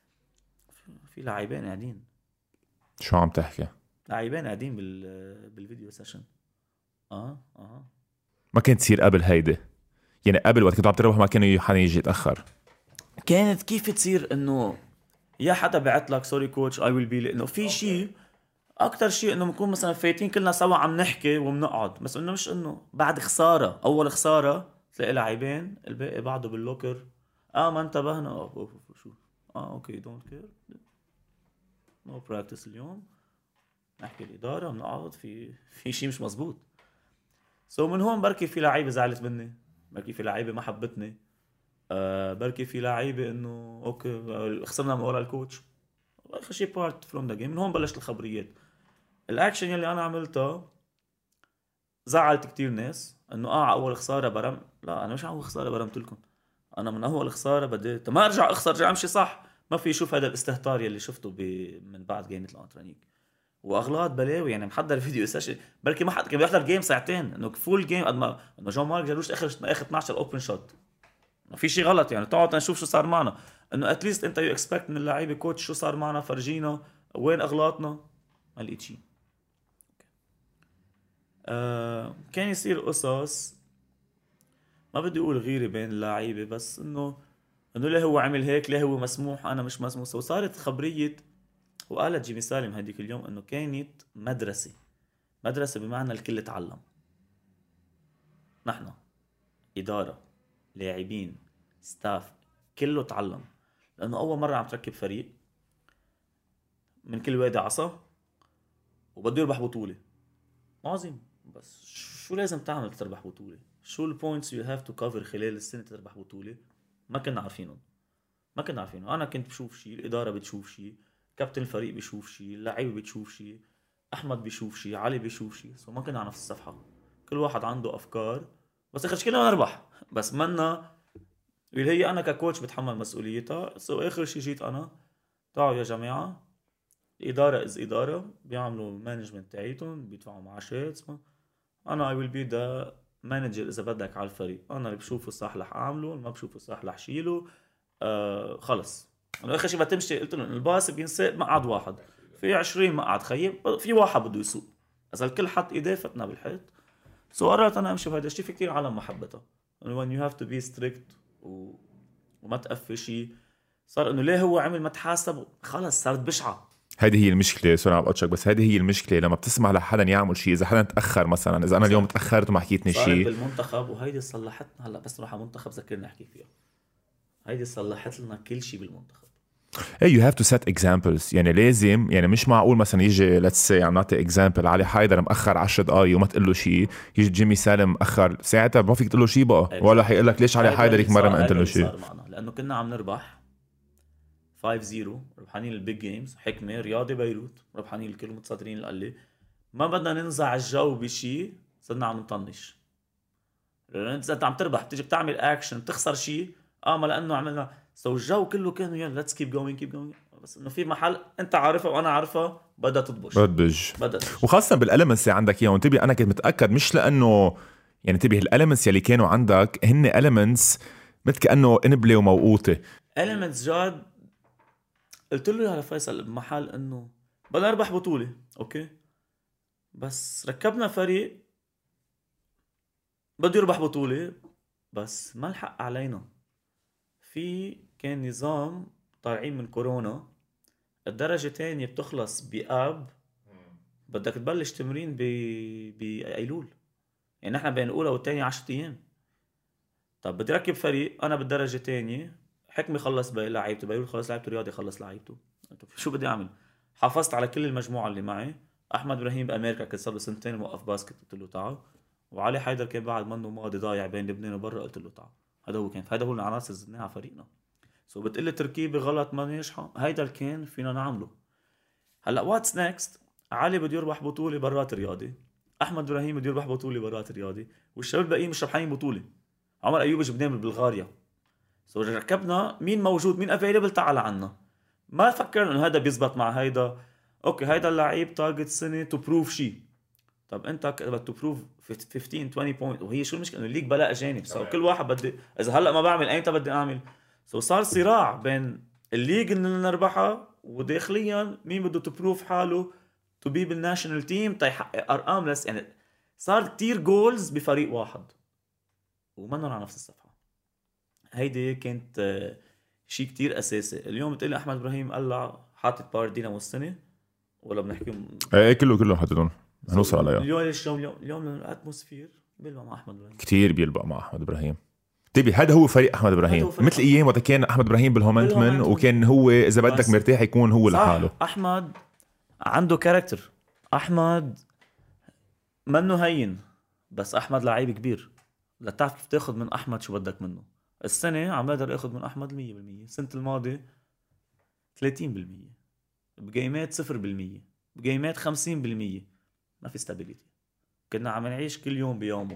في لاعبين قاعدين. شو عم تحكي؟ لاعبين قاعدين بال بالفيديو سيشن. اه اه ما كانت تصير قبل هيدي، يعني قبل وقت كنت عم تروح ما كانوا حدا يجي يتاخر. كانت كيف تصير انه يا حدا بعت لك سوري كوتش اي ويل بي، لانه في شيء اكتر شيء انه بنكون مثلا فايتين كلنا سوا عم نحكي وبنقعد، بس انه مش انه بعد خساره اول خساره تلاقي لاعبين الباقي بعده باللوكر اه ما انتبهنا اه أوف أوف شو اه اوكي دونت كير نو براكتس اليوم نحكي الاداره بنقعد في في شيء مش مزبوط. سو so من هون بركي في لعيبه زعلت مني، بركي في لعيبه ما حبتني، آه بركي في لعيبه انه اوكي خسرنا من ورا الكوتش، اخر شيء بارت فروم ذا جيم. من هون بلشت الخبريات. الاكشن يلي انا عملته زعلت كتير ناس انه اه اول خساره برم، لا انا مش اول خساره برمت لكم، انا من اول خساره بديت ما ارجع اخسر ارجع امشي صح. ما في شوف هذا الاستهتار يلي شفته ب... من بعد جيمة الانترانيك واغلاط بلاوي. يعني محضر فيديو سيشن بركي ما حد كان بيحضر جيم ساعتين انه فول جيم قد ما انه جون مارك جالوش اخر اخر اثناشر اوبن شوت. ما في شيء غلط يعني تقعد نشوف شو صار معنا، انه اتليست انت يو اكسبكت من اللعيبه كوتش شو صار معنا فرجينا وين اغلاطنا. ما لقيت شيء. آه كان يصير قصص ما بدي اقول غيره بين اللعيبه بس انه انه ليه هو عمل هيك ليه هو مسموح انا مش مسموح. وصارت خبريه. وقالت جيمي سالم هديك اليوم انه كانت مدرسه مدرسه بمعنى الكل تعلم. نحن اداره لاعبين ستاف كله تعلم، لانه اول مره عم تركب فريق من كل وادي عصا وبده يربح بطوله. عظيم بس شو لازم تعمل تربح بطوله؟ شو البوينتس يو هاف تو كفر خلال السنه تربح بطوله؟ ما كنا عارفينهم ما كنا عارفينهم. انا كنت بشوف شيء، الاداره بتشوف شيء، كابتن الفريق بيشوف شيء، اللعيبه بتشوف شيء، احمد بيشوف شيء، علي بيشوف شيء. سو ما كنا على نفس الصفحه، كل واحد عنده افكار بس اخر شيء كلنا نربح. بس منا اللي هي انا ككوتش بتحمل مسؤوليتها. سو اخر شيء جيت انا تعالوا يا جماعه الاداره از اداره بيعملوا المانجمنت تاعيتهم بيدفعوا معاشات. انا اي ويل بي ذا مانجر اذا بدك على الفريق. انا اللي بشوفه صح رح اعمله، ما بشوفه صح رح شيله. آه خلص انا اخر شيء بتمشي قلت لهم الباص بينساق مقعد واحد في عشرين مقعد خيب في واحد بده يسوق. اذا الكل حط ايديه فتنا بالحيط. سو قررت انا امشي بهذا الشيء. في كتير عالم ما حبتها انه when you have to be strict و... وما تقفل شيء. صار انه ليه هو عمل ما تحاسب خلص صارت بشعه. هذه هي المشكله. سوري عم بقطعك بس هذه هي المشكله لما بتسمح لحدا يعمل شيء. اذا حدا تاخر مثلا، اذا انا اليوم تاخرت وما حكيتني شيء بالمنتخب وهيدي صلحتنا. هلا بس نروح على منتخب ذكرنا نحكي فيها. هيدي صلحت لنا كل شيء بالمنتخب. Hey, you have to set examples. يعني لازم يعني مش معقول مثلا يجي let's say عم نعطي example علي حيدر مأخر عشر دقايق وما تقول له شيء، يجي جيمي سالم مأخر ساعتها ما فيك تقول له شيء بقى ولا حيقول لك ليش علي حيدر هيك مرة ما قلت له شيء. لأنه كنا عم نربح خمسة صفر ربحانين البيج جيمز. حكمة رياضي بيروت ربحانين الكل متصدرين القلة. ما بدنا ننزع الجو بشيء صرنا عم نطنش. لأن أنت عم تربح بتيجي بتعمل أكشن تخسر شيء اه ما لأنه عملنا سو الجو كله كان يلا let's keep going keep going. بس انه في محل انت عارفها وانا عارفها بدها تضبش بدج بدها وخاصه بالالمنتس اللي عندك اياهم. انتبه انا كنت متاكد مش لانه يعني انتبه الالمنتس اللي كانوا عندك هن اليمنتس مثل كانه انبله وموقوته. اليمنتس جاد قلت له يا فيصل بمحل انه بدنا نربح بطوله اوكي بس ركبنا فريق بده يربح بطوله بس ما الحق علينا. في كان نظام طالعين من كورونا الدرجة تانية بتخلص بآب بدك تبلش تمرين بأيلول. يعني نحن بين الأولى والتانية عشرة أيام. طب بدي ركب فريق أنا بالدرجة تانية حكمي خلص بلعيبته بيقول خلص لعيبته رياضي خلص لعيبته. شو بدي أعمل؟ حافظت على كل المجموعة اللي معي. أحمد إبراهيم بأمريكا كنت صار له سنتين موقف باسكت قلت له تعال. وعلي حيدر كان بعد منه ماضي ضايع بين لبنان وبرا قلت له تعال. هذا هو كان هذا هو العناصر زدناها على فريقنا. سو بتقلي تركيبة غلط ما ناجحة هيدا اللي كان فينا نعمله. هلا واتس نيكست؟ علي بده يربح بطولة برات الرياضي، أحمد إبراهيم بده يربح بطولة برات الرياضي، والشباب الباقيين مش ربحانين بطولة. عمر أيوب جبناه من بلغاريا. سو ركبنا مين موجود مين افيلبل تعال عنا. ما فكرنا انه هذا بيزبط مع هيدا. اوكي هيدا اللعيب تارجت سنه تو بروف شيء. طب انت بدك تو بروف خمستاشر عشرين بوينت وهي شو المشكله انه الليج بلا اجانب. سو كل واحد بدي اذا هلا ما بعمل ايمتى بدي اعمل. سو صار صراع بين الليج اللي نربحها وداخليا مين بده تو بروف حاله تو بي بالناشونال تيم تيحقق ارقام. لس يعني صار كتير جولز بفريق واحد ومنن على نفس الصفحه. هيدي كانت شيء كتير اساسي. اليوم بتقلي احمد ابراهيم قلع حاطط بار دينامو السنه ولا بنحكي ايه كله كله حاططهم هنوصل عليها. اليوم اليوم اليوم الاتموسفير بيلبق مع احمد ابراهيم كتير بيلبق مع احمد ابراهيم. تبي هذا هو فريق احمد ابراهيم، فريق مثل ايام وقت كان احمد ابراهيم بالهومنتمن بالهومنتمن. وكان هو اذا بدك مرتاح يكون هو لحاله. احمد عنده كاركتر، احمد منه هين، بس احمد لعيب كبير، لا تعرف كيف تاخذ من احمد شو بدك منه. السنه عم بقدر اخذ من احمد مية بالمية، السنه الماضيه ثلاثين بالمية، بجيمات صفر بالمية، بجيمات خمسين بالمية. ما في ستابيليتي، كنا عم نعيش كل يوم بيومه.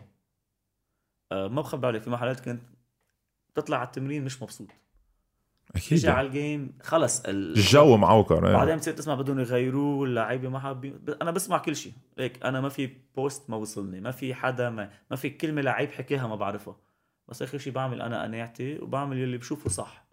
أه ما بخبر عليك، في محلات كنت تطلع على التمرين مش مبسوط، اكيد تيجي على الجيم خلص الجو معوكر. بعدين بتصير تسمع بدهم يغيروه، اللعيبه ما حابين. انا بسمع كل شيء هيك، انا ما في بوست ما وصلني، ما في حدا ما, ما في كلمه لعيب حكيها ما بعرفها، بس اخر شيء بعمل انا قناعتي وبعمل يلي بشوفه صح.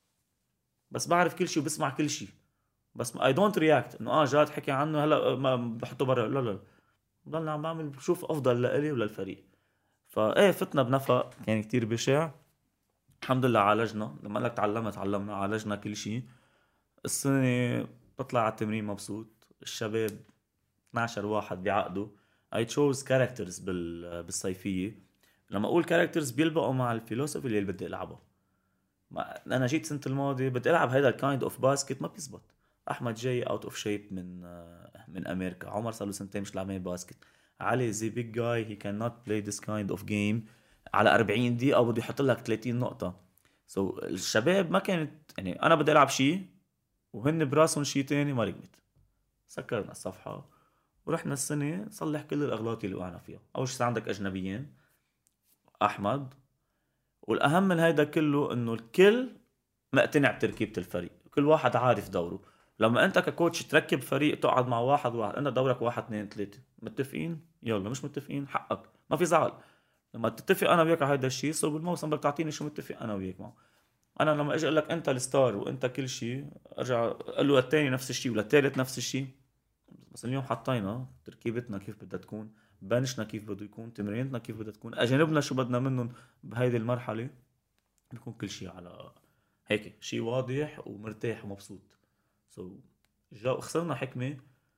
بس بعرف كل شيء وبسمع كل شيء، بس اي دونت رياكت انه اه جاد حكي عنه هلا ما بحطه برا، لا لا، ضلنا عم بعمل بشوف افضل لإلي وللفريق. فايه فتنا بنفق كان كتير بشع. الحمد لله عالجنا، لما لك تعلمنا تعلمنا عالجنا كل شيء. السنة بطلع على التمرين مبسوط، الشباب اثناشر واحد بيعقدوا. I chose characters بال... بالصيفية. لما أقول characters بيلبقوا مع الفيلوسوفي اللي بدي ألعبه. ما... أنا جيت سنة الماضي بدي ألعب هيدا الكايند أوف باسكت، ما بيزبط. أحمد جاي out of shape من من أمريكا، عمر صار له سنتين مش لاعبين باسكت، علي زي big guy he cannot play this kind of game. على أربعين دقيقة بده يحط لك ثلاثين نقطة. so الشباب ما كانت يعني أنا بدي ألعب شيء وهن براسهم شيء تاني، ما رقمت. سكرنا الصفحة ورحنا السنة نصلح كل الأغلاط اللي وقعنا فيها. أول شيء عندك أجنبيين، أحمد، والأهم من هيدا كله إنه الكل مقتنع بتركيبة الفريق، كل واحد عارف دوره. لما أنت ككوتش تركب فريق تقعد مع واحد واحد، أنت دورك واحد اثنين ثلاثة، متفقين يلا، مش متفقين حقك، ما في زعل. لما تتفق أنا وياك على هيدا الشيء صار بالموسم بدك تعطيني شو متفق أنا وياك معه. انا لما اجي اقول لك انت الستار وانت كل شيء، ارجع اقول له الثاني نفس الشيء ولا الثالث نفس الشيء. بس اليوم حطينا تركيبتنا كيف بدها تكون، بنشنا كيف بده يكون، تمرينتنا كيف بدها تكون، اجانبنا شو بدنا منهم بهيدي المرحله، بيكون كل شيء على هيك شيء واضح ومرتاح ومبسوط. سو so, جو خسرنا حكمه.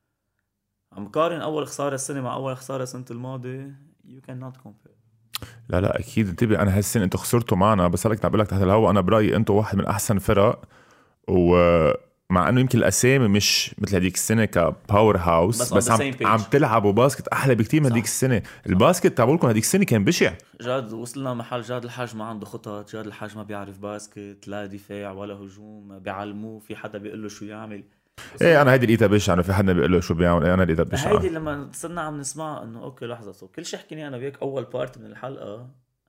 عم قارن اول خساره السنه مع اول خساره سنه الماضي، you cannot compare. لا لا اكيد. انتبه انا هالسنه انتوا خسرتوا معنا، بس هلك بقول لك تحت الهواء انا برايي انتوا واحد من احسن فرق، ومع انه يمكن الاسامي مش مثل هديك السنه كباور هاوس، بس, بس عم, عم تلعبوا باسكت احلى بكتير من هديك السنه. الباسكت تبعولكم هديك السنه كان بشع. جاد وصلنا محل جاد الحاج ما عنده خطط، جاد الحاج ما بيعرف باسكت، لا دفاع ولا هجوم، بيعلموه في حدا بيقول له شو يعمل. ايه انا هيدي لقيتها بشع، انه في حدا بيقول له شو بيعمل. ايه انا لقيتها بشع. هيدي لما صرنا عم نسمع انه اوكي لحظه، صو كل شيء حكيني انا وياك اول بارت من الحلقه،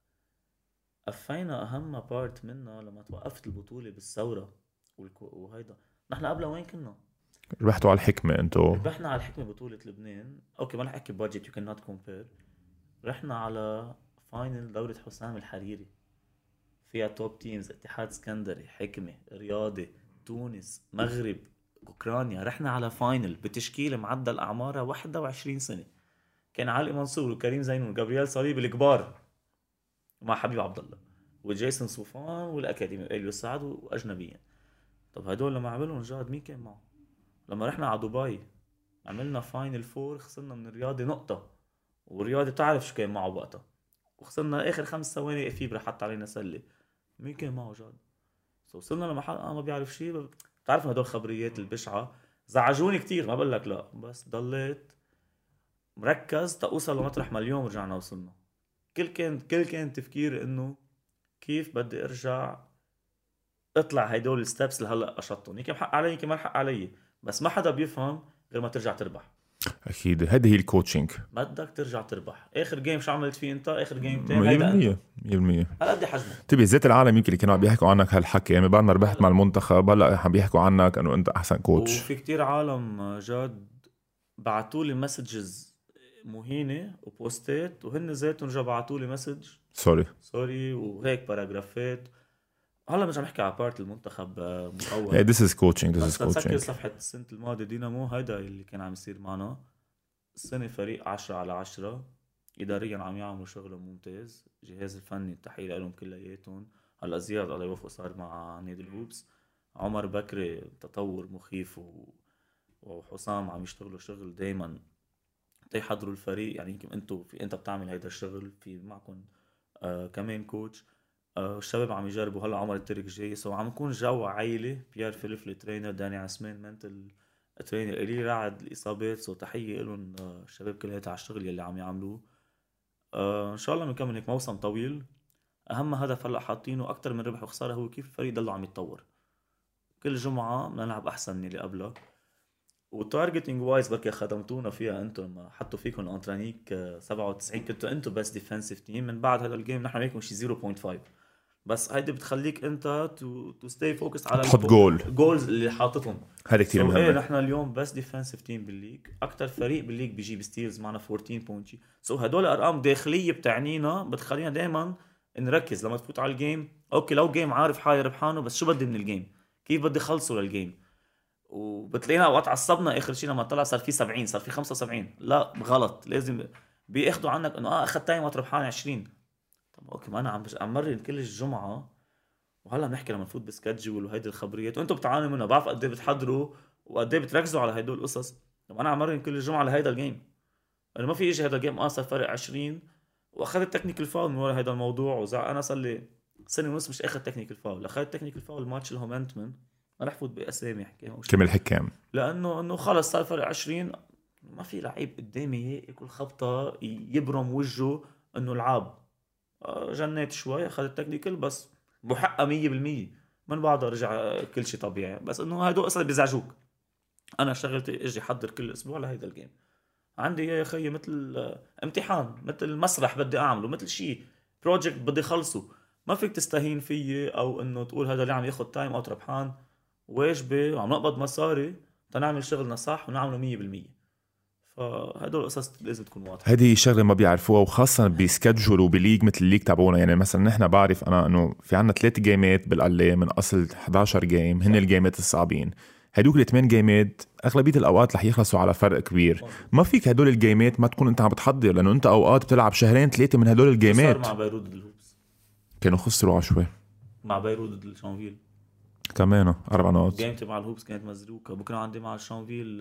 قفينا اهم بارت منها لما توقفت البطوله بالثوره وهيدا. نحن قبل وين كنا؟ ربحتوا على الحكمه انتو. ربحنا على الحكمه بطوله لبنان. اوكي ما رح احكي بادجت، يو كان نوت كومبير. رحنا على فاينل دوره حسام الحريري فيها توب تيمز، اتحاد اسكندري، حكمه، رياضي، تونس، مغرب، اوكرانيا. رحنا على فاينل بتشكيله معدل اعمارها واحد وعشرين سنه، كان علي منصور وكريم زينون وجابرييل صليب الكبار مع حبيب عبد الله وجيسون صوفان والاكاديمي اليو سعد واجنبيين. طب هدول لما عملهم جاد مين كان معه؟ لما رحنا على دبي عملنا فاينل فور، خسرنا من الرياضي نقطه، والرياضي تعرف شو كان معه وقتها، وخسرنا اخر خمس ثواني فيبرا حط علينا سله. مين كان معه جاد؟ وصلنا لمحل اه ما بيعرف شيء. بتعرف هدول خبريات البشعه زعجوني كتير، ما بقول لك لا، بس ضليت مركز تأوصل لمطرح ما اليوم رجعنا وصلنا. كل كان كل كان تفكير انه كيف بدي ارجع اطلع هيدول الستبس اللي هلا قشطتهم. يمكن حق علي يمكن ما حق علي، بس ما حدا بيفهم غير ما ترجع تربح. اكيد هذه هي الكوتشنج، بدك ترجع تربح. اخر جيم شو عملت فيه انت؟ اخر جيم تاني هيدا مية بالمية. هلا قد حجمه. تبي زيت العالم يمكن اللي كانوا عم بيحكوا عنك هالحكي، يعني بعد ما ربحت مع المنتخب هلا عم بيحكوا عنك انه انت احسن كوتش. وفي كتير عالم جاد بعتوا لي مسجز مهينه وبوستات، وهن ذاتهم رجعوا بعتوا لي مسج سوري سوري وهيك باراجرافات. هلا مش عم بحكي على بارت المنتخب مطول. hey, this is coaching this is coaching. تسكر صفحة السنة الماضية دينامو، هيدا اللي كان عم يصير معنا. السنة فريق عشرة على عشرة، إداريا عم يعملوا شغل ممتاز، جهاز الفني التحية لهم كلياتهم. هلا زياد الله يوفقه صار مع نادي الهوبس، عمر بكري تطور مخيف و... وحسام عم يشتغلوا شغل دايما تيحضروا الفريق. يعني يمكن انتوا في انت بتعمل هيدا الشغل، في معكم آه كمان كوتش. آه، الشباب عم يجربوا. هلا عمر الترك جاي، سو عم يكون جو عائلي. بيير فيليف الترينر، داني عثمان منتل الترينر الي رعد الاصابات. سو تحيه لهم الشباب كلها على الشغل يلي عم يعملوه. آه ان شاء الله بنكمل هيك موسم طويل. اهم هدف هلا حاطينه اكثر من ربح وخساره هو كيف الفريق ضل عم يتطور. كل جمعه بدنا نلعب احسن من اللي قبلها. وتارجتنج وايز بركي خدمتونا فيها انتم لما حطوا فيكم الانترانيك سبعة وتسعين، كنتوا انتم بس ديفنسيف تيم. من بعد هذا الجيم نحن هيك شي صفر فاصلة خمسة، بس هيدي بتخليك انت تو تو ستي فوكس على تحط جول جولز اللي حاططهم. هذا كثير so مهم. ايه نحن اليوم بس ديفنسيف تيم بالليج، اكثر فريق بالليج بيجيب ستيلز معنا أربعتاشر بوينت. سو هدول ارقام داخليه بتعنينا، بتخلينا دائما نركز لما تفوت على الجيم. اوكي لو جيم عارف حالي ربحانه، بس شو بدي من الجيم، كيف بدي خلصه للجيم. وبتلاقينا اوقات عصبنا اخر شيء لما طلع صار في سبعين، صار في خمسة وسبعين. لا غلط، لازم بياخدوا عنك انه اه اخذت تايم ربحان عشرين. طب اوكي ما انا عم عم مرن كل الجمعه، وهلا بنحكي لما نفوت بسكادجول وهيدي الخبريات وانتم بتعانوا منها. بعرف قد ايه بتحضروا وقد ايه بتركزوا على هدول القصص. طب انا عم مرن كل الجمعه لهيدا الجيم، انا ما في يجي هذا الجيم اه صار فرق عشرين واخذت تكنيكال فاول من ورا هذا الموضوع. وزع انا صار لي سنه ونص مش اخذ تكنيكال فاول، اخذت تكنيكال فاول الماتش الهومنتمن. ما رح فوت باسامي حكينا كم الحكام، لانه انه خلص صار فرق عشرين. ما في لعيب قدامي ياكل خبطه يبرم وجهه انه لعاب. جنيت شوي اخذ التكنيكال بس بحقها مية بالمية. من بعدها رجع كل شيء طبيعي. بس انه هدول اصلا بيزعجوك. انا شغلتي اجي احضر كل اسبوع لهيدا الجيم. عندي يا اخي مثل امتحان، مثل مسرح بدي اعمله، مثل شيء بروجكت بدي خلصه. ما فيك تستهين فيي او انه تقول هذا اللي عم ياخد تايم اوت ربحان. واجبي وعم نقبض مصاري تنعمل شغلنا صح ونعمله مية بالمية. فهدول القصص لازم تكون واضحه. هذه شغله ما بيعرفوها، وخاصه بسكادجول وبليج مثل الليج تبعونا. يعني مثلا نحن بعرف انا انه في عنا ثلاث جيمات بالقلة من اصل إحدى عشر جيم، هن الجيمات الصعبين. هدوك الثمان جيمات اغلبيه الاوقات رح يخلصوا على فرق كبير. ما فيك هدول الجيمات ما تكون انت عم بتحضر، لانه انت اوقات بتلعب شهرين ثلاثه من هدول الجيمات. صار مع بيروت ضد الهوبس، كانوا خسروا عشوائي مع بيروت ضد الشانفيل كمان اربع نقاط. جيمتي مع الهوبس كانت مزروكه. بكره عندي مع الشانفيل.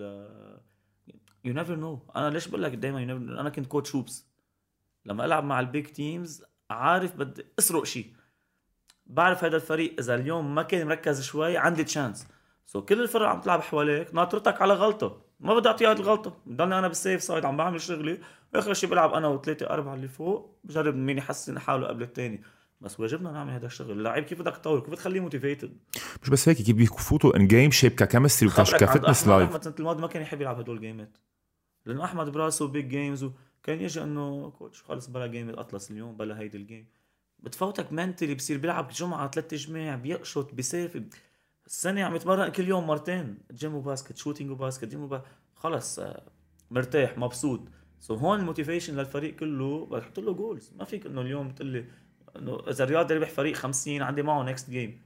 يو نيفر نو. انا ليش بقول لك دائما يو نيفر. انا كنت كوتش هوبس، لما العب مع البيج تيمز عارف بدي اسرق شيء. بعرف هذا الفريق اذا اليوم ما كان مركز شوي عندي تشانس. سو كل الفرق عم تلعب حواليك ناطرتك على غلطه، ما بدي اعطيها الغلطه. بضلني انا بالسيف سايد عم بعمل شغلي، واخر شيء بلعب انا وثلاثه اربعه اللي فوق، بجرب مين يحسن حاله قبل الثاني. بس واجبنا نعمل هذا الشغل. اللاعب كيف بدك تطور، كيف تخليه موتيفيتد. مش بس هيك، كيف بيفوتوا ان جيم شيب ككيمستري وكفتنس لايف. احمد سنه الماضي ما كان يحب يلعب هدول الجيمات، لانه احمد براسه بيج جيمز، وكان يجي انه كوتش خلص بلا جيم الاطلس اليوم، بلا هيدي الجيم. بتفوتك منتلي، بصير بيلعب جمعه ثلاث جماع، بيقشط بيسافر. السنه عم يتمرن كل يوم مرتين، جيم وباسكت، شوتينج وباسكت، جيم وباسكت. خلص مرتاح مبسوط. سو هون الموتيفيشن للفريق كله بتحط له جولز. ما فيك انه اليوم تقول لي انه اذا الرياضي ربح فريق خمسين عندي معه نيكست جيم.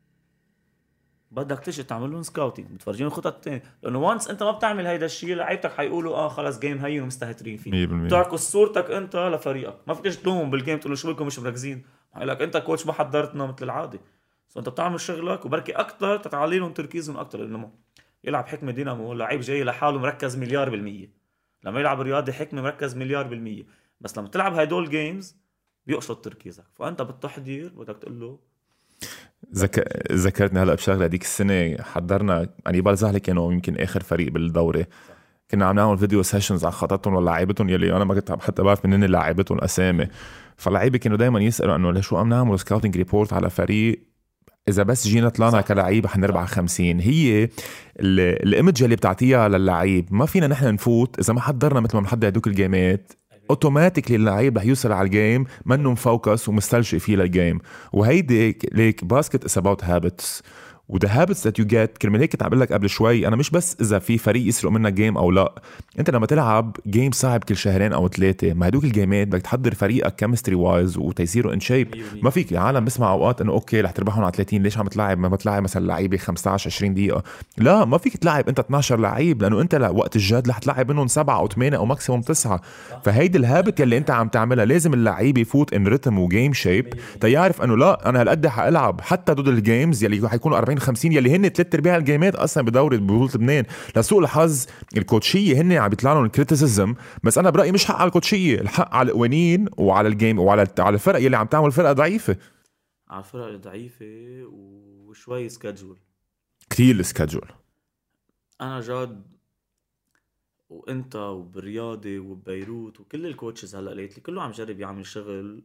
بدك تيجي تعمل لهم سكاوتينج، بتفرجيهم خطط تاني، لانه وانس انت ما بتعمل هيدا الشيء لعيبتك حيقولوا اه خلص جيم هين ومستهترين فيه. بتعكس صورتك انت لفريقك. ما فيك تلومهم بالجيم تقول له شو بكم مش مركزين. بقول لك انت كوتش ما حضرتنا مثل العاده. سو انت بتعمل شغلك وبركي اكثر تتعلي لهم تركيزهم اكثر. لانه يلعب حكمه دينامو لعيب جاي لحاله مركز مليار بالمية. لما يلعب رياضي حكمه مركز مليار بالمية. بس لما تلعب هدول جيمز بيقشط تركيزك. فانت بالتحضير بدك تقول له. ذك... ذكرتني هلا بشغله. هذيك السنه حضرنا يعني بالزهله كانوا يمكن اخر فريق بالدوري، كنا عم نعمل فيديو سيشنز على خططهم ولاعيبتهم يلي انا ما كنت حتى بعرف منين لاعيبتهم الاسامي. فاللعيبه كانوا دائما يسالوا انه ليش شو عم نعمل سكاوتنج ريبورت على فريق اذا بس جينا طلعنا كلاعب حنربح خمسين. هي الايمج اللي بتعطيها للعيب. ما فينا نحن نفوت اذا ما حضرنا مثل ما بنحضر هدوك الجيمات اوتوماتيكلي اللعيب رح يوصل على الجيم منه مفوكس ومستلجئ فيه للجيم. وهيدي ليك باسكت is about habits و the habits that you get. كرمال هيك كنت عم بقول لك قبل شوي انا مش بس اذا في فريق يسرق منك جيم او لا. انت لما تلعب جيم صعب كل شهرين او ثلاثه، ما هدوك الجيمات بدك تحضر فريقك كيمستري وايز وتيصيروا ان شيب. ما فيك العالم بسمع اوقات انه اوكي رح تربحون على ثلاثين، ليش عم تلعب ما بتلعب مثلا لعيبه خمسة عشر عشرين دقيقه. لا ما فيك تلعب انت اثني عشر لعيب، لانه انت وقت الجد رح تلعب منهم سبعه او ثمانيه او ماكسيموم تسعه. فهيدي الهابت يلي انت عم تعملها لازم اللعيب يفوت ان ريتم وجيم شيب تيعرف انه لا انا هالقد حالعب حتى ضد الجيمز يلي حيكونوا أربعين خمسين يلي هن ثلاث ارباع الجيمات اصلا بدوري بطوله لبنان. لسوء الحظ الكوتشيه هن عم بيطلعوا لهم الكريتيسيزم، بس انا برايي مش حق على الكوتشيه، الحق على القوانين وعلى الجيم وعلى على الفرق يلي عم تعمل فرقه ضعيفه. على الفرق الضعيفة وشوي سكادجول كتير السكادجول. انا جاد وانت وبالرياضة وببيروت وكل الكوتشز هلا ليتلي كله عم جرب يعمل شغل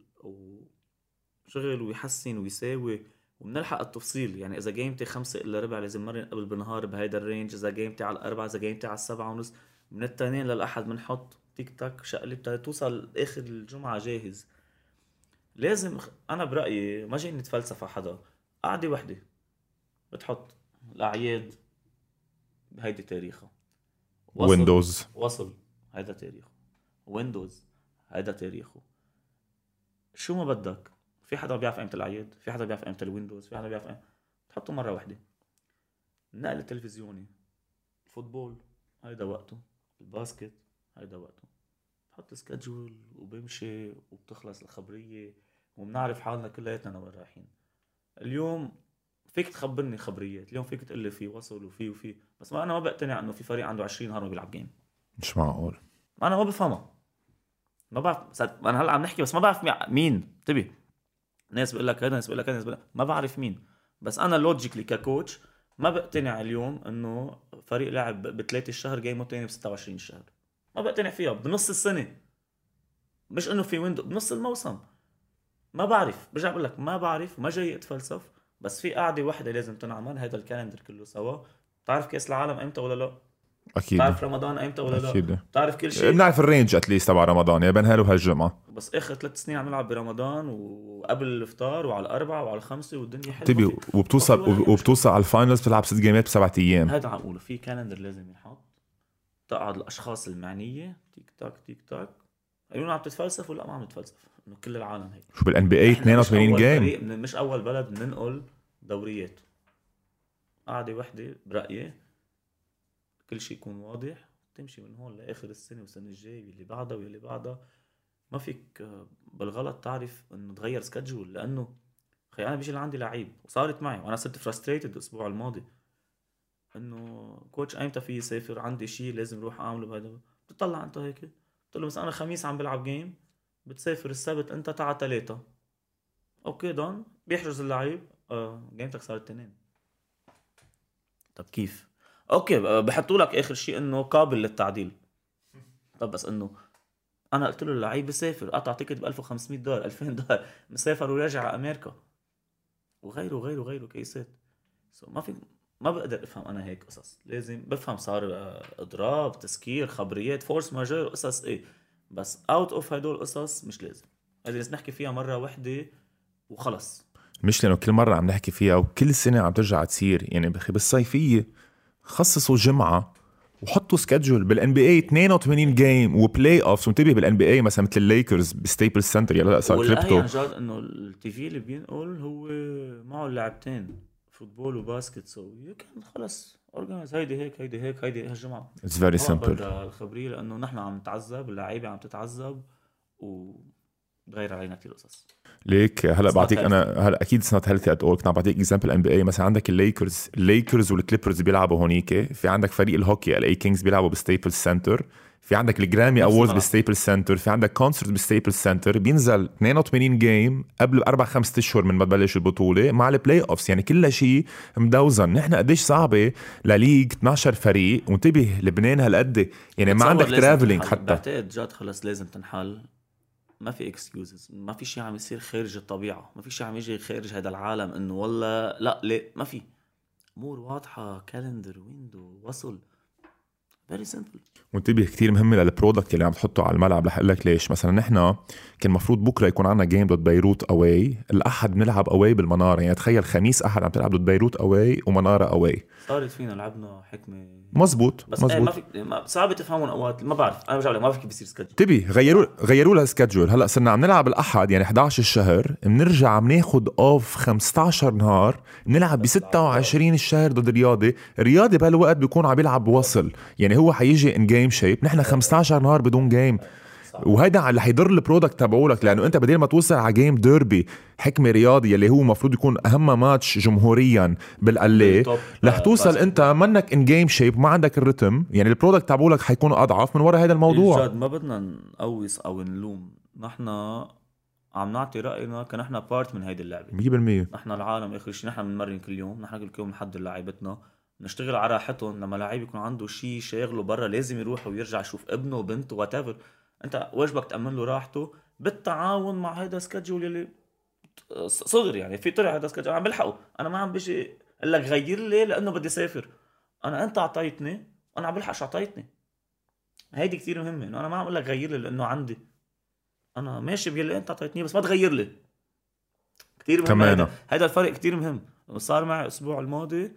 وشغل ويحسن ويساوي وبنلحق التفصيل. يعني اذا جيمتي خمسة الا ربع لازم مرن قبل بالنهار بهيدا الرينج، اذا جيمتي على الاربعة، اذا جيمتي على السبعة ونص، من التانين للاحد بنحط تيك تاك شقلب توصل اخر الجمعة جاهز. لازم انا برأيي ما جاي نتفلسف على حدا، قاعدة وحدة بتحط الاعياد هيدي تاريخها، ويندوز وصل هيدا تاريخه، ويندوز هيدا تاريخه، شو ما بدك. في حدا بيعرف قيمة الأعياد، في حدا بيعرف قيمة الويندوز، في حدا بيعرف قيمة، تحطه مرة واحدة. النقل التلفزيوني، الفوتبول هيدا وقته، الباسكت هيدا وقته، تحط سكادجول وبمشي وبتخلص الخبرية وبنعرف حالنا كلياتنا وين رايحين. اليوم فيك تخبرني خبريات، اليوم فيك تقلي في وصل وفي وفي، بس ما أنا ما بقتنع إنه في فريق عنده عشرين نهار ما بيلعب جيم. مش معقول، أنا ما بفهمها، ما بعرف. أنا هلا عم نحكي بس ما بعرف مين. تبي ناس بيقول لك هذا، ناس بيقول لك هذا، ناس بيقول لك ما بعرف مين. بس أنا لوجيكلي ككوتش ما بقتنع اليوم إنه فريق لعب بثلاثة الشهر جيمه تاني بستة وعشرين الشهر، ما بقتنع فيها. بنص السنة، مش إنه في ويندو، بنص الموسم. ما بعرف، برجع بقول لك ما بعرف، ما جاي اتفلسف، بس في قاعدة واحدة لازم تنعمل. هذا الكالندر كله سوا. تعرف كأس العالم امتى ولا لا؟ اكيد. تعرف رمضان امتى ولا أكيد. لا؟ تعرف كل شيء. بنعرف الرينج اتليست تبع رمضان، يا بين هالو هالجمعة. بس اخر ثلاث سنين عم نلعب برمضان وقبل الافطار وعلى الاربعة وعلى الخمسة والدنيا حلوة. تبي وبتوصل وبتوصل على الفاينلز بتلعب ست جيمات بسبعة ايام. هذا عم اقوله، في كالندر لازم ينحط، تقعد الاشخاص المعنية تيك تاك تيك تاك. قالوا عم تتفلسف ولا ما عم تتفلسف؟ انه كل العالم هيك. شو بالان بي اي اثنين وثمانين جيم، مش اول بلد بننقل دوريات. قاعدة وحدة برأيي كل شيء يكون واضح، تمشي من هون لاخر السنة والسنة الجاية واللي بعدها واللي بعدها. ما فيك بالغلط تعرف انه تغير سكادجول، لانه خي انا بيجي لعندي لعيب وصارت معي وانا صرت فرستريتد الاسبوع الماضي انه كوتش ايمتى في يسافر، عندي شيء لازم اروح اعمله بهذا. بتطلع انت هيك بتقول له بس انا خميس عم بلعب جيم، بتسافر السبت انت تعا ثلاثة، اوكي دون بيحجز اللعيب. آه جيمتك صارت تنين. طب كيف؟ اوكي بحطوا لك اخر شيء انه قابل للتعديل. طب بس انه انا قلت له اللعيب بسافر، قطع تيكت ب ألف وخمسمية دولار ألفين دولار، مسافر وراجع على امريكا وغيره وغيره وغيره كيسات. سو ما في، ما بقدر افهم انا هيك قصص. لازم بفهم صار اضراب، تسكير، خبريات، فورس ماجور، قصص ايه، بس اوت اوف هدول القصص مش لازم. هذه لازم نحكي فيها مره واحده وخلص. مش لانه كل مره عم نحكي فيها وكل سنه عم ترجع تصير. يعني بخي بالصيفيه خصصوا جمعه وحطوا سكادجول. بالان بي اي اثنين وثمانين جيم وبلاي اوفز. وانتبه بالان بي اي مثلا مثل الليكرز بستيبل سنتر يلا صار كريبتو. والأهين جاد انه التي في اللي بينقل هو معه اللعبتين فوتبول وباسكت، سو كان خلص اورجانيز هيدي هيك هيدي هيك هيدي هالجمعه. اتس فيري سمبل. الخبريه لانه نحن عم نتعذب، اللعيبه عم تتعذب وتغير علينا كثير قصص. ليك هلا بعطيك انا هلا اكيد سنت هيلثي ات اول. كنت عم بعطيك اكزامبل ان بي اي مثلا. عندك الليكرز الليكرز والكليبرز بيلعبوا هونيك. في عندك فريق الهوكي الاي كينجز بيلعبوا بستيبل سنتر. في عندك الجرامي اووردز بستيبل سنتر. في عندك كونسرت بستيبل سنتر. بينزل اثنين وثمانين جيم قبل اربع خمسة اشهر من ما تبلش البطوله مع البلاي اوفز. يعني كل شيء مدوزن. نحن قديش صعبه لليج اثناشر فريق. وانتبه لبنان هالقد يعني ما عندك ترافلينج حتى. بعتقد جد خلص لازم تنحل. ما في اكسكيوزز، ما في شيء عم يصير خارج الطبيعه، ما في شيء عم يجي خارج هذا العالم انه والله لا لا ما في. امور واضحه، كالندر، ويندو، وصل، فيري سمبل. وانتبه كتير مهم للبرودكت اللي عم تحطه على الملعب. رح اقول لك ليش. مثلا نحن كان مفروض بكره يكون عنا جيم ضد بيروت اواي، الاحد بنلعب اواي بالمناره. يعني تخيل خميس احد عم تلعب ضد بيروت اواي ومناره اواي. صارت فينا لعبنا حكمه مزبوط. بس مزبوط. ايه ما في ما صعب تفهمون اوقات. ما بعرف انا برجع لك ما في كيف بيصير سكادجول. تبي غيروا غيروا لها سكادجول. هلا صرنا عم نلعب الاحد يعني احد عشر الشهر، بنرجع عم ناخد اوف خمسة عشر نهار، نلعب ب ستة وعشرين الشهر ضد رياضي. رياضي بهالوقت بيكون عم بيلعب بوصل، يعني هو حيجي ان جيم شيب. نحن خمسة عشر نهار بدون جيم، وهيدا اللي حيضر البرودكت تبعولك. لانه انت بدل ما توصل على جيم ديربي حكمه رياضي اللي هو مفروض يكون اهم ماتش جمهوريا بالقلة، رح توصل انت منك ان جيم شيب ما عندك الرتم. يعني البرودكت تبعولك حيكون اضعف من وراء هذا الموضوع. جد ما بدنا نقوس او نلوم. نحن عم نعطي راينا كنحن بارت من هيدي اللعبه. مية بالمية نحن العالم اخر شيء نحن بنمرن كل يوم، نحن كل يوم نحضر لعيبتنا، نشتغل على راحتهم. لما لعيب يكون عنده شيء شاغله برا لازم يروح ويرجع يشوف ابنه وبنته واتيفر، انت واجبك تامن له راحته بالتعاون مع هيدا سكادجول اللي صغر. يعني في طلع هذا سكادجول عم بلحقه، انا ما عم بيجي اقول لك غير لي لانه بدي اسافر. انا انت اعطيتني، انا عم بلحق شو اعطيتني. هيدي كتير مهمه، انه انا ما عم اقول لك غير لي لانه عندي، انا ماشي باللي انت اعطيتني بس ما تغير لي. كتير مهم كمان. هيدا هيدا الفرق كتير مهم. صار معي الاسبوع الماضي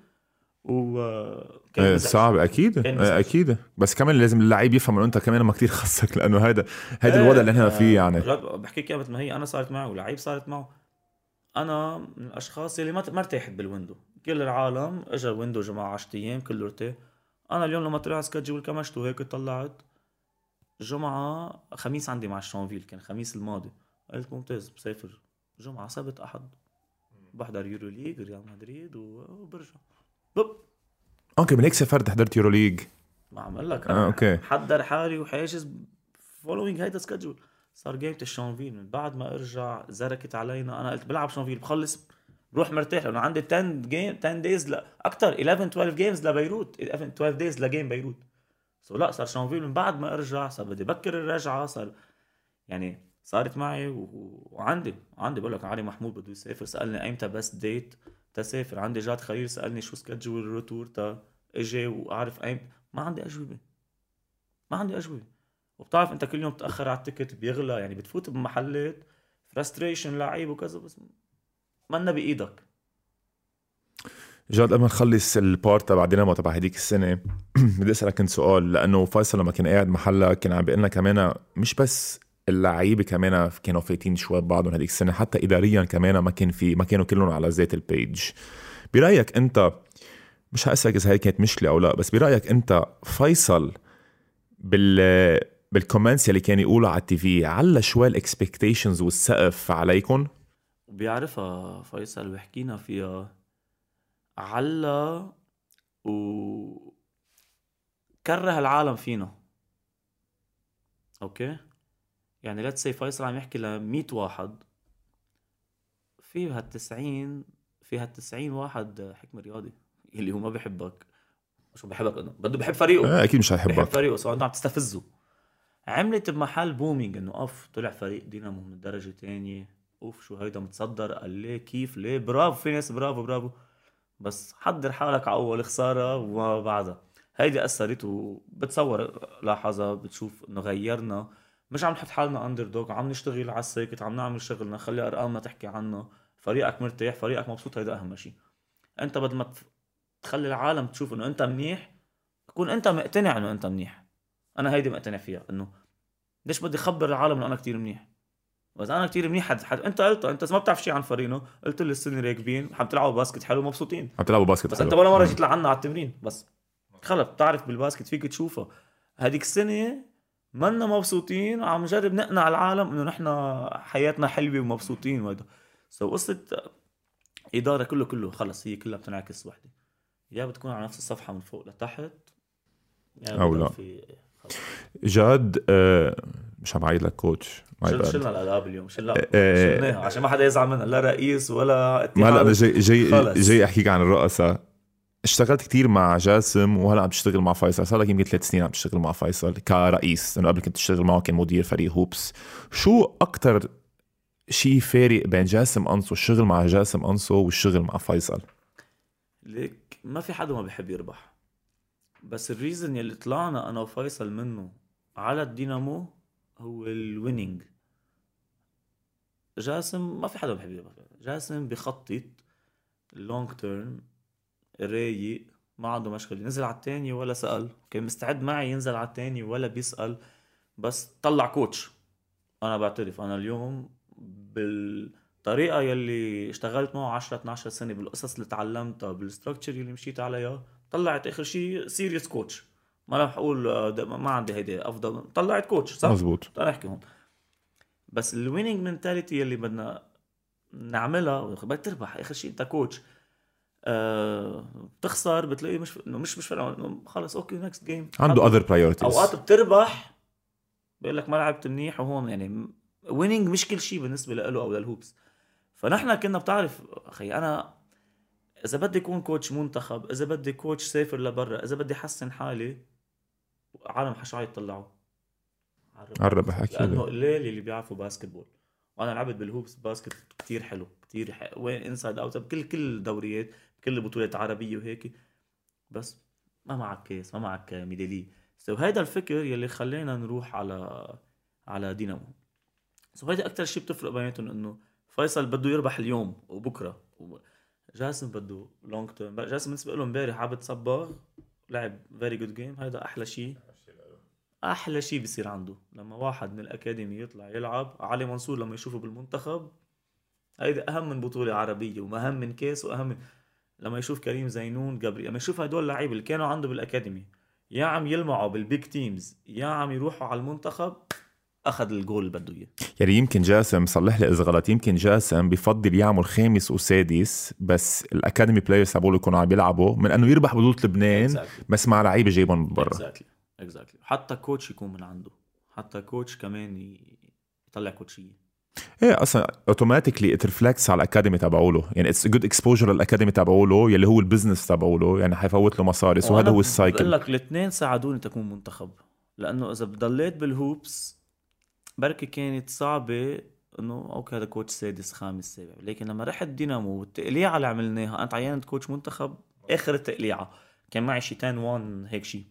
وكان آه، مزعج. صعب اكيد. كان آه، مزعج. اكيد، بس كمان لازم اللعيب يفهم انه انت كمان ما كتير خصك، لانه هذا هذا ايه الوضع اللي احنا فيه آه، يعني. رد- بحكيك اياها مثل ما هي، انا صارت معي ولعيب صارت معه. انا من الاشخاص اللي ما ما ارتاحت بالويندو. كل العالم اجى الويندو جماعه عشرة ايام كله ارتاح. انا اليوم لما طلع سكادجول كمشت وهيك طلعت جمعه خميس عندي مع الشانفيل، كان خميس الماضي. قلت ممتاز بسافر جمعه سبت احد، بحضر يورو ليج ريال مدريد وبرجع بب. اوكي، من هيك سافرت حضرت يورو ليج. ما عم اقول لك آه، انا أوكي. محضر حالي وحاجز فولوينج هيدا سكادجول. صار جيمة الشانفيل من بعد ما ارجع زركت علينا. انا قلت بلعب شانفيل بخلص بروح مرتاح، لانه عندي عشرة جيم عشرة دايز لا اكثر احدعش اثناشر جيمز لبيروت، احدعش اثناشر دايز لجيم بيروت. سو لا صار شانفيل من بعد ما ارجع صار بدي بكر الرجعه. صار يعني صارت معي و... وعندي عندي بقول لك علي محمود بده يسافر، سالني ايمتى بس ديت تسافر. عندي جاد خليل سالني شو سكادجول الروتور تا اجي واعرف ايمتى. ما عندي اجوبه، ما عندي اجوبه. وبتعرف انت كل يوم تاخر على التيكت بيغلى، يعني بتفوت بمحلات فرستريشن لعيب وكذا، بس منا بايدك. جاد قبل ما نخلص البارت تبع دينامو تبع هديك السنه بدي اسالك كنت سؤال، لانه فيصل لما كان قاعد محلك كان عم بيقول لنا كمان مش بس اللعيبه كمان كانوا فايتين شوي ببعضهم هديك السنه، حتى اداريا كمان ما كان في ما كانوا كلهم على ذات البيج. برايك انت، مش هسألك اذا هي كانت مشكله او لا، بس برايك انت فيصل بال بالكومنتس اللي كان يقولوا على التي في على شوي الاكسبكتيشنز والسقف عليكم؟ وبيعرفها فيصل وحكينا فيها على و كره العالم فينا. اوكي يعني لا تسي فيصل عم يحكي ل مية واحد، في هالتسعين في هالتسعين واحد حكم رياضي اللي هو ما بيحبك. شو بيحبك انه بده بحب فريقه. آه، اكيد مش بحب هيحبك. فريقه سواء انت عم تستفزه. عملت بمحل بومينج انه اوف طلع فريق دينامو من الدرجه تانية، اوف شو هيدا متصدر، قال ليه كيف ليه برافو. في ناس برافو برافو، بس حضر حالك على اول خساره وما بعدها. هيدي اثرت. وبتصور لاحظها بتشوف انه غيرنا، مش عم نحط حالنا اندر دوغ، عم نشتغل على الساكت، عم نعمل شغلنا، خلي ارقامنا تحكي عنه. فريقك مرتاح، فريقك مبسوط، هيدا اهم شيء. انت بدل ما تخلي العالم تشوف انه انت منيح، تكون انت مقتنع انه انت منيح. انا هيدي مقتنع فيها، انه ليش بدي اخبر العالم انه انا كتير منيح؟ بس انا كتير منيح. حد, حد انت قلت انت ما بتعرف شيء عن فريقنا، قلت لي السنه راكبين عم تلعبوا باسكت حلو مبسوطين، عم تلعبوا باسكت بس حلو. انت ولا مره جيت لعنا على التمرين. بس خلص بتعرف بالباسكت فيك تشوفها. هذيك السنه منا مبسوطين، عم نجرب نقنع العالم انه نحن حياتنا حلوه ومبسوطين. وهذا سو قصه اداره كله كله خلص هي كلها بتنعكس وحده، يا بتكون على نفس الصفحه من فوق لتحت يا أو بضل لا. في خلص. جاد آه، مش عم بعيد لك كوتش. شل شلنا الالعاب اليوم شلنا آه، شلناها عشان ما حدا يزعل منها، لا رئيس ولا ما هلا انا اتحاد. جاي جاي خلص. جاي احكيك عن الرؤساء. اشتغلت كتير مع جاسم وهلا عم تشتغل مع فيصل، صار لك يمكن ثلاث سنين عم تشتغل مع فيصل كرئيس، لانه قبل كنت تشتغل معه كان مدير فريق هوبس. شو اكتر شيء فارق بين جاسم أنصو، الشغل مع جاسم أنصو والشغل مع فيصل؟ ليك ما في حدا ما بيحب يربح، بس الريزن يلي طلعنا انا وفيصل منه على الدينامو هو الوينينج. جاسم ما في حدا بيحب يربح، جاسم بخطط اللونج تيرم رايق، ما عنده مشكلة. نزل على التاني ولا سأل، كان مستعد معي ينزل على التاني ولا بيسأل، بس طلع كوتش. انا بعترف انا اليوم بالطريقة يلي اشتغلت معه عشرة اثناشر سنة، بالقصص اللي تعلمتها، بالستركتشر اللي مشيت عليها، طلعت اخر شيء سيريس كوتش. ما رح اقول ما عندي هيدي افضل، طلعت كوتش صح. مزبوط. تعال نحكي هون. بس الويننج منتاليتي يلي بدنا نعملها، بدك تربح اخر شيء، انت كوتش. أه بتخسر بتلاقي مش مش مش فرق، خلص اوكي نكست جيم. عنده other priorities. اوقات بتربح بيقول لك ما لعبت منيح، وهون يعني وينينج مش كل شيء بالنسبه له او للهوبس. فنحن كنا بتعرف اخي انا اذا بدي اكون كوتش منتخب، اذا بدي كوتش سافر لبرا، اذا بدي احسن حالي، عالم حشا يطلعوا عرب حكي لانه له. قليل اللي بيعرفوا باسكتبول. وانا لعبت بالهوبس باسكت كتير حلو كتير ح... وين انسايد اوت بكل كل الدوريات كل البطولات العربيه وهيك، بس ما معك كيس ما معك ميداليه. سو هيدا الفكر يلي خلينا نروح على على دينامو. سو هيدا اكثر شيء بتفرق بيناتهم، انه فيصل بده يربح اليوم وبكره، جاسم بده لونج تيرم. جاسم بالنسبه له امبارح عبد صبا لعب فيري جود جيم، هيدا احلى شيء احلى شيء بيصير عنده لما واحد من الاكاديمي يطلع يلعب. علي منصور لما يشوفه بالمنتخب هيدا اهم من بطوله عربيه واهم من كاس واهم من... لما يشوف كريم زينون جابري، لما يشوف هدول اللعيبه اللي كانوا عنده بالاكاديمي يا عم يلمعوا بالبيج تيمز يا عم يروحوا على المنتخب، اخذ الجول اللي بده اياه. يعني يمكن جاسم صلح لي اذا غلط، يمكن جاسم بفضل يعمل خامس وسادس بس الاكاديمي بلايرز تبعوله يكونوا عم يلعبوا من انه يربح بطوله لبنان exactly. بس مع لعيبه جايبهم من برا. اكزاكتلي اكزاكتلي حتى كوتش يكون من عنده، حتى كوتش كمان ي- يطلع كوتشيه. ايه اصلا اوتوماتيكلي اترفلكس على الاكاديمي تبعوله، يعني اتس جود اكسبوجر للاكاديمي تبعوله يلي هو البزنس تبعوله، يعني حيفوت له مصاري. سو هذا هو بقول السايكل. لك الاثنين ساعدوني تكون منتخب، لانه اذا ضليت بالهوبس بركي كانت صعبه انه اوكي هذا كوتش سادس خامس سابع، لكن لما رحت دينامو والتقليعه اللي عملناها انا تعينت كوتش منتخب اخر التقليعه، كان معي شي عشرة واحد هيك شيء.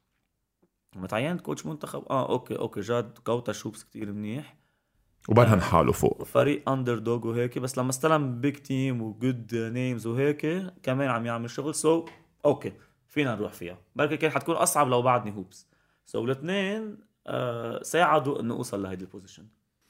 لما تعينت كوتش منتخب اه اوكي اوكي جاد كوتا شوبس كتير منيح وبرهن حاله فوق وفريق اندر دوغ وهيك، بس لما استلم بيج تيم وجود نيمز وهيك كمان عم يعمل شغل. سو so, اوكي فينا نروح فيها. بركي كانت حتكون اصعب لو بعدني هوبس. سو so, الاثنين آه ساعدوا انه اوصل لهيدي البوزيشن.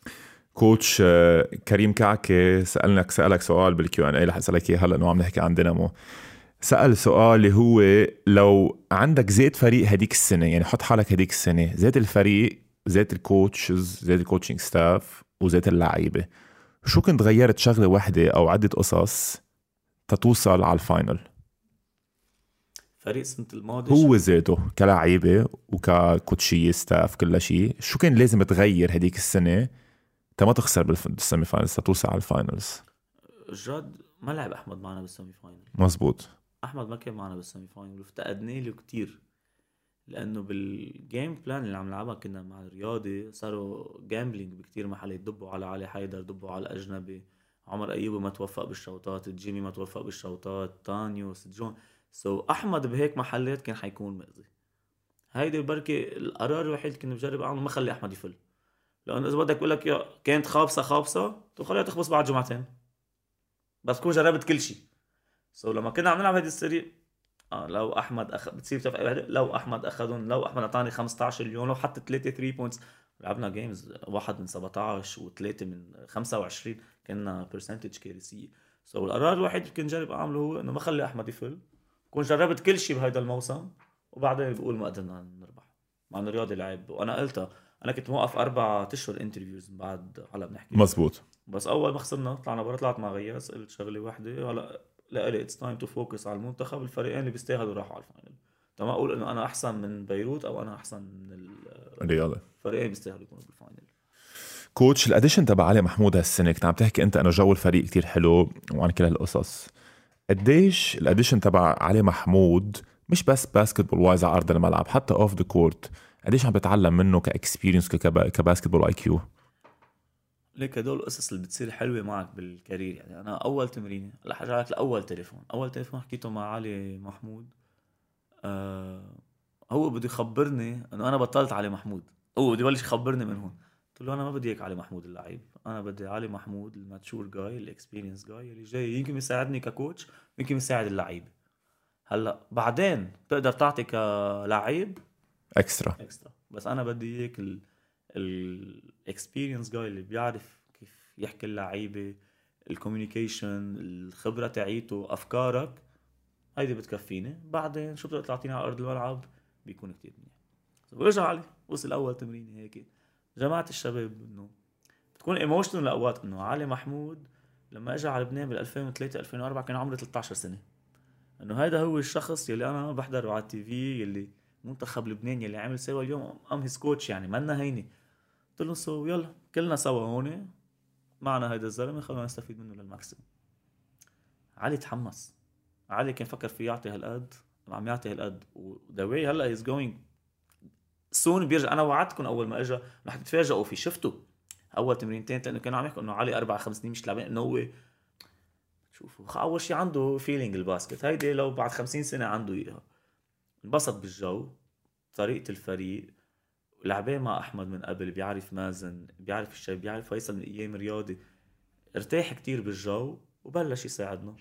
كوتش آه، كريم كعكة سألنك سألك سؤال بالكيو ان اي رح اسألك اياه هلا انه عم نحكي عن دينامو. سأل سؤال اللي هو لو عندك زيت فريق هديك السنة، يعني حط حالك هديك السنة زيت الفريق زيت الكوتشز زيت الكوتشنج ستاف وزيت اللعيبة، شو كنت غيرت شغلة واحدة او عدة قصص تتوصل على الفاينل؟ فريق سنة الماضي هو ذاته كلاعيبة وككوتشية ستاف كل شيء، شو كان لازم تغير هديك السنة تما تخسر بالسيمي فاينلز تتوصل على الفاينلز؟ جاد ما لعب احمد معنا بالسيمي فاينل. مزبوط. احمد ما كان معنا بالسيمي فاينل وافتقدناه له كتير، لانه بالجيم بلان اللي عم نلعبها كنا مع الرياضي صاروا جامبلينج بكتير محلات، دبوا على علي حيدر دبوا على الاجنبي، عمر ايوب ما توفق بالشوطات، جيمي ما توفق بالشوطات، تانيوس جون. سو so, احمد بهيك محلات كان حيكون مأذي. هيدي بركي القرار الوحيد كنا بجرب اعمله ما خلي احمد يفل، لانه اذا بدك بقول لك يا كانت خابصه خابصه تو خليها تخبص بعد جمعتين، بس كون جربت كل شيء. سو so, لما كنا عم نلعب هذه السري آه لو احمد اخذ بتصير تفق، لو احمد اخذهم، لو احمد اعطاني خمسة عشر اليوم، لو حتى ثلاثة ثري بوينتس. لعبنا جيمز واحد من سبعتعش وثلاثة من خمسة وعشرين، كنا برسنتج كارثيه. سو so, القرار الوحيد اللي كنت جرب اعمله هو انه ما خلي احمد يفل، كون جربت كل شيء بهذا الموسم وبعدين بقول ما قدرنا نربح. مع انه الرياضي لعب وانا قلتها، انا كنت موقف اربع اشهر انترفيوز بعد هلا بنحكي مزبوط. بس اول ما خسرنا طلعنا برا طلعت مع غياس قلت شغله واحده هلا لقلي اتس تايم تو فوكس على المنتخب. الفريقين اللي بيستاهلوا راحوا على الفاينل. تمام اقول انه انا احسن من بيروت او انا احسن من الرياضه، الفريقين بيستاهلوا يكونوا بالفاينل. كوتش الاديشن تبع علي محمود هالسنه كنت عم تحكي انت انه جو الفريق كتير حلو وعن كل هالقصص، قديش الاديشن تبع علي محمود مش بس باسكتبول وايز على ارض الملعب حتى اوف ذا كورت، قديش عم بتعلم منه كاكسبيرينس كباسكتبول اي كيو؟ ليك هدول القصص اللي بتصير حلوه معك بالكارير. يعني انا اول تمرين رح ارجع لك لاول تليفون، اول تليفون حكيته مع علي محمود آه هو بده يخبرني انه انا بطلت علي محمود، هو بده يبلش يخبرني من هون. قلت له انا ما بدي اياك علي محمود اللعيب، انا بدي علي محمود الماتشور جاي الاكسبيرينس جاي اللي جاي يمكن يساعدني ككوتش يمكن يساعد اللعيب. هلا بعدين تقدر تعطي كلاعب اكسترا اكسترا، بس انا بدي اياك ال الاكسبيرينس جاي اللي بيعرف كيف يحكي اللعيبه، الكوميونيكيشن، الخبره تاعيته، افكارك، هيدي بتكفيني. بعدين شو بتقدر تعطيني على ارض الملعب بيكون كتير منيح. ورجع علي وصل اول تمرين هيك جماعه الشباب انه بتكون ايموشنال لاوقات انه علي محمود لما اجى على لبنان بال ألفين وثلاثة ألفين وأربعة كان عمره ثلاثة عشر سنه، انه هذا هو الشخص يلي انا بحضره على التي في يلي منتخب لبنان يلي عمل سوا اليوم ام هيز كوتش، يعني منا هيني. قلت له سو يلا كلنا سوا هون معنا هيدا الزلمه، خلونا نستفيد منه للماكسيموم. علي تحمس، علي كان فكر فيه يعطي هالقد، عم يعطي هالقد، ودوي هلا هيز جوينج سون بيرجع. انا وعدتكم اول ما اجى رح تتفاجئوا فيه. شفتوا اول تمرينتين لانه كانوا عم يحكوا انه علي اربع خمس سنين مش لاعبين، انه هو شوفوا اول شيء عنده فيلينج الباسكت، هيدي لو بعد خمسين سنه عنده اياها. انبسط بالجو، طريقه الفريق، لعبه مع احمد من قبل، بيعرف مازن، بيعرف الشيء، بيعرف فيصل من ايام رياضي، ارتاح كتير بالجو وبلش يساعدنا.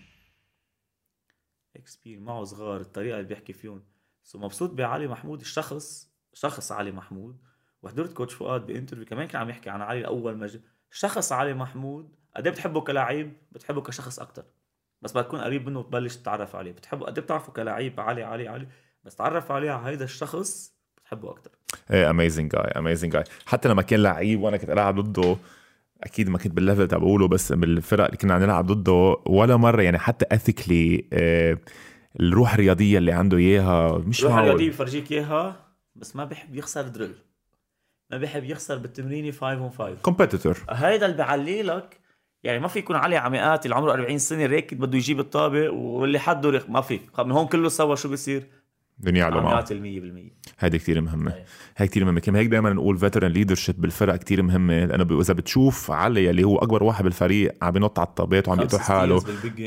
اكسبير معه صغار، الطريقه اللي بيحكي فيهم. سو مبسوط بعلي محمود الشخص، شخص علي محمود. وحضرت كوتش فؤاد بانترفيو كمان كان عم يحكي عن علي اول ما جه. شخص علي محمود قد ايه بتحبه كلاعب، بتحبه كشخص اكتر، بس بدك تكون قريب منه وتبلش تتعرف عليه. بتحبه قد ايه بتعرفه كلاعب، علي علي علي بس تعرف عليه على هيدا الشخص بتحبه اكتر. ايه اميزنج جاي اميزنج جاي. حتى لما كان لعيب وانا كنت العب ضده، اكيد ما كنت بالليفل تبعوله، بس بالفرق اللي كنا عم نلعب ضده ولا مره يعني حتى اثيكلي آه الروح الرياضيه اللي عنده اياها مش الروح معقول. الرياضيه بفرجيك اياها، بس ما بيحب يخسر درل، ما بيحب يخسر بالتمرين خمسة on خمسة. كومبيتيتور هيدا اللي بيعلي لك. يعني ما في يكون علي عميقات اللي عمره أربعين سنه ريكت بده يجيب الطابه واللي حده رخ، ما في. من هون كله سوا شو بيصير؟ دنيا على معه. عميقات المية بالمية. هيدي كتير مهمة. هاي كتير مهمة. كم هيك دائما نقول veteran leadership بالفرق كتير مهمة، لأنه إذا بتشوف علي اللي هو أكبر واحد بالفريق عم بينط على الطابات وعم يقطع حاله،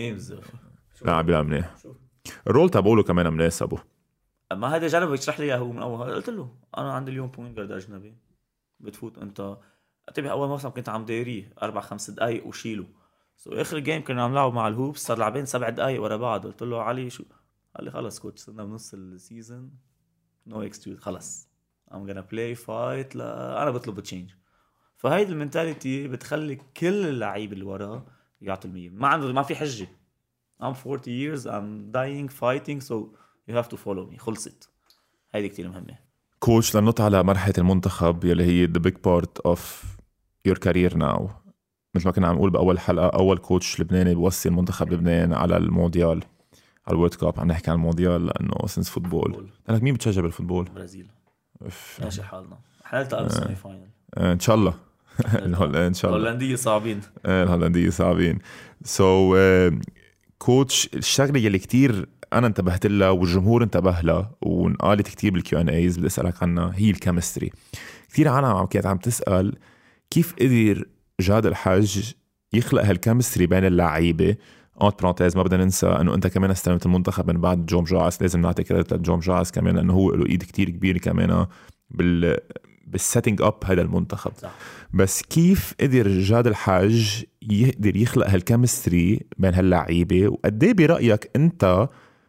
لا عم بيلعب منيح. الرول تبعوله كمان مناسبه. ما هذا جرب يشرح لي هو من أول. قلت له أنا عندي اليوم بوينت جارد أجنبي، بتفوت أنت. انتبه أول موسم كنت عم دايريه أربع خمس دقايق وشيله. سو آخر جيم كنا عم نلعب مع الهوبس، صار لاعبين سبع دقايق ورا بعض. قلت له علي شو؟ قال لي خلص كوتش صرنا بنص السيزون، نو اكسكيوز، خلص I'm gonna play fight. لا أنا بطلب تشينج. فهيدي المنتاليتي بتخلي كل اللعيب اللي وراه يعطي المية. ما عنده، ما في حجة. I'm forty years I'm dying fighting so you have to follow me. خلصت. هيدي كتير مهمة. كوتش لنط على مرحلة المنتخب يلي هي the big part of your career now. مثل ما كنا عم نقول بأول حلقة، أول كوتش لبناني بيوصي المنتخب لبنان على المونديال، على الورد كاب. عم نحكي عن المونديال لأنه سنس فوتبول. لأنك مين بتشجع بالفوتبول؟ برازيل. ماشي حالنا. حالتها بالسيمي فاينل. إن شاء الله. إن شاء الله. الهولندية صعبين. الهولندية صعبين. سو كوتش، الشغلة يلي كتير أنا انتبهت لها والجمهور انتبه لها ونقالت كتير بالكيو ان ايز بدي أسألك عنها، هي الكيمستري. كتير عالم عم كانت عم تسأل كيف قدر جاد الحاج يخلق هالكيمستري بين اللعيبة. اونت برانتيز ما بدنا ننسى انه انت كمان استلمت المنتخب من بعد جوم جاس، لازم نعطي كريدت لجوم جاس كمان لانه هو له ايد كتير كبير كمان بال بالسيتنج اب هذا المنتخب. صح. بس كيف قدر جاد الحاج يقدر يخلق هالكيمستري بين هاللعيبة؟ وقد ايه برأيك انت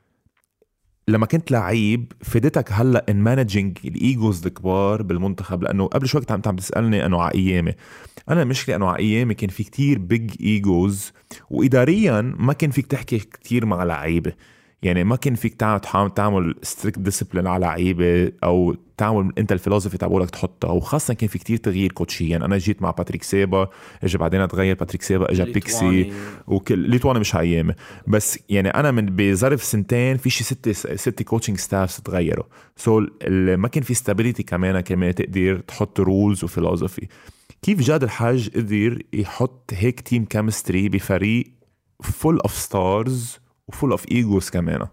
لما كنت لعيب فدتك هلا ان مانجينج الايجوز الكبار بالمنتخب؟ لانه قبل شوي كنت عم تسالني انه على ايامي انا المشكله انه على ايامي كان في كتير بيج ايجوز، واداريا ما كان فيك تحكي كتير مع لعيبه. يعني ما كان فيك تعمل تعمل ستريكت ديسيبلين على لعيبه او تعمل انت الفلسفه تبعولك تحطها. وخاصه كان في كتير تغيير كوتشيا. انا جيت مع باتريك سيبا، اجى بعدين تغير باتريك سيبا، اجى بيكسي وكل ليتواني مش هايامي. بس يعني انا من بظرف سنتين في شي ستة ستة كوتشنج ستافز تغيروا. سو ما كان في ستابيليتي كمان كمان تقدر تحط رولز وفلسفي. كيف جاد الحاج قدر يحط هيك تيم كيمستري بفريق فول اوف ستارز وفول اوف ايجوز كمان؟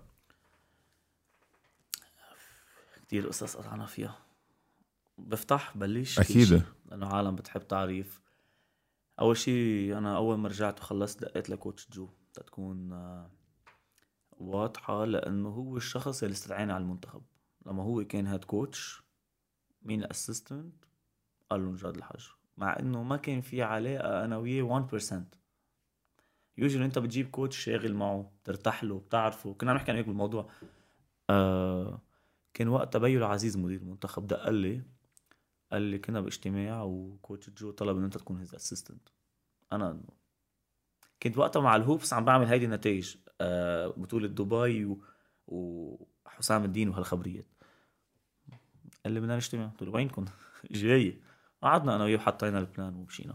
كتير قصص قطعنا فيها. بفتح بلش اكيد لانه عالم بتحب تعريف. اول شيء انا اول ما رجعت وخلصت دقيت لكوتش جو تكون واضحه، لانه هو الشخص اللي استدعاني على المنتخب. لما هو كان هاد كوتش، مين الاسيستنت؟ قال له جاد الحاج، مع انه ما كان في علاقه انا وياه واحد بالمية. يوجد انت بتجيب كوتش شاغل معه ترتاح له بتعرفه. كنا نحكي عن هيك بالموضوع. آه كان وقت تبيل عزيز مدير المنتخب دق قال لي قال لي كنا باجتماع وكوتش جو طلب ان انت تكون هيز اسيستنت. انا كنت وقتها مع الهوبس عم بعمل هيدي النتائج، آه بطولة دبي و... وحسام الدين وهالخبريات. قال لي بدنا نجتمع. قلت له وينكم؟ جاي. قعدنا انا وياه وحطينا البلان ومشينا.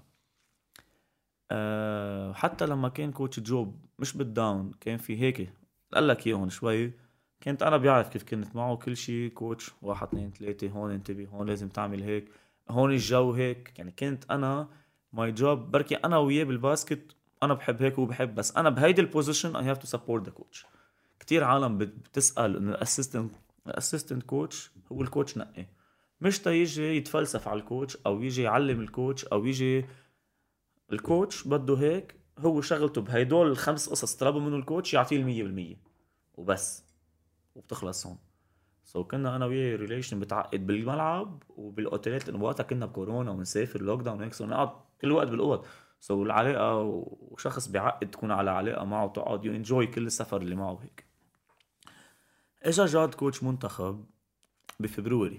أه حتى لما كان كوتش جوب مش بالداون كان في هيك قال لك اياهم شوي، كنت انا بيعرف كيف كنت معه كل شيء. كوتش واحد اثنين ثلاثة، هون انتبه، هون لازم تعمل هيك. هون الجو هيك. يعني كنت انا ماي جوب بركي انا وياه بالباسكت، انا بحب هيك وبحب، بس انا بهيدي البوزيشن اي هاف تو سبورت ذا كوتش. كتير عالم بت- بتسال انه الاسيستنت الاسيستنت كوتش هو الكوتش نقي، مش تيجي يتفلسف على الكوتش او يجي يعلم الكوتش او يجي. الكوتش بده هيك، هو شغلته بهيدول الخمس قصص طلبوا منه الكوتش يعطيه المية بالمية وبس، وبتخلص هون. سو so كنا انا وياه ريليشن بتعقد بالملعب وبالاوتيلات، لانه وقتها كنا بكورونا ونسافر لوك داون هيك، سو نقعد كل وقت بالاوض. سو so العلاقه، وشخص بيعقد تكون على علاقه معه وتقعد يو انجوي كل السفر اللي معه هيك. اجا جاد كوتش منتخب بفبروري،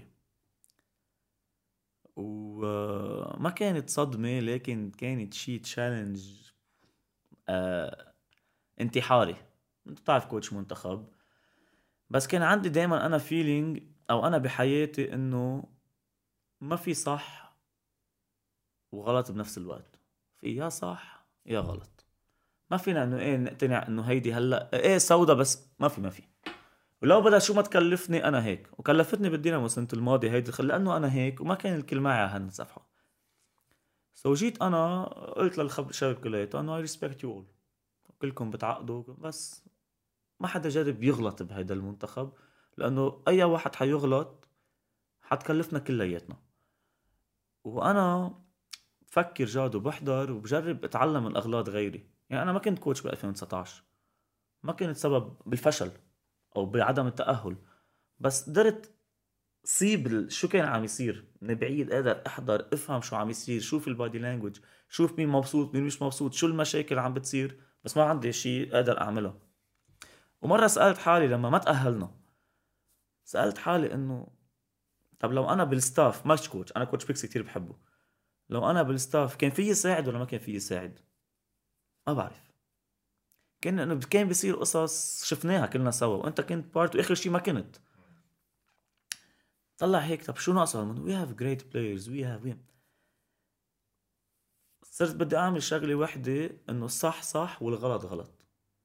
وما كانت صدمة لكن كانت شي تشالنج آه انتحاري. انت بتعرف كوتش منتخب، بس كان عندي دايما انا فيلينج او انا بحياتي انه ما في صح وغلط بنفس الوقت، في يا صح يا غلط. ما فينا انه ايه نقتنع انه هيدي هلا ايه سودا، بس ما في ما في. ولو بدها شو ما تكلفني انا هيك، وكلفتني بالدينامو السنه الماضيه هيدي لانه انا هيك، وما كان الكل معي على هالصفحه. سو جيت انا قلت للشباب كلياتهم انه اي ريسبكت يو اول، كلكم بتعقدوا، بس ما حدا جرب يغلط بهيدا المنتخب، لانه اي واحد حيغلط حتكلفنا كلياتنا. وانا بفكر جاد وبحضر وبجرب اتعلم من اغلاط غيري. يعني انا ما كنت كوتش ب ألفين وتسعطعش، ما كنت سبب بالفشل او بعدم التاهل، بس قدرت صيب شو كان عم يصير من بعيد، قادر احضر افهم شو عم يصير، شوف البادي لانجوج، شوف مين مبسوط مين مش مبسوط، شو المشاكل عم بتصير، بس ما عندي شيء قادر اعمله. ومرة سألت حالي لما ما تأهلنا، سألت حالي انه طب لو انا بالستاف ماش كوتش، انا كوتش بيكس كتير بحبه، لو انا بالستاف كان في يساعد ولا ما كان في يساعد؟ ما بعرف. كان انه كان بيصير قصص شفناها كلنا سوا وانت كنت بارت واخر شيء ما كنت. طلع هيك طب شو ناقصه؟ وي هاف جريت بلايرز وي هاف. صرت بدي اعمل شغله وحده انه الصح صح والغلط غلط،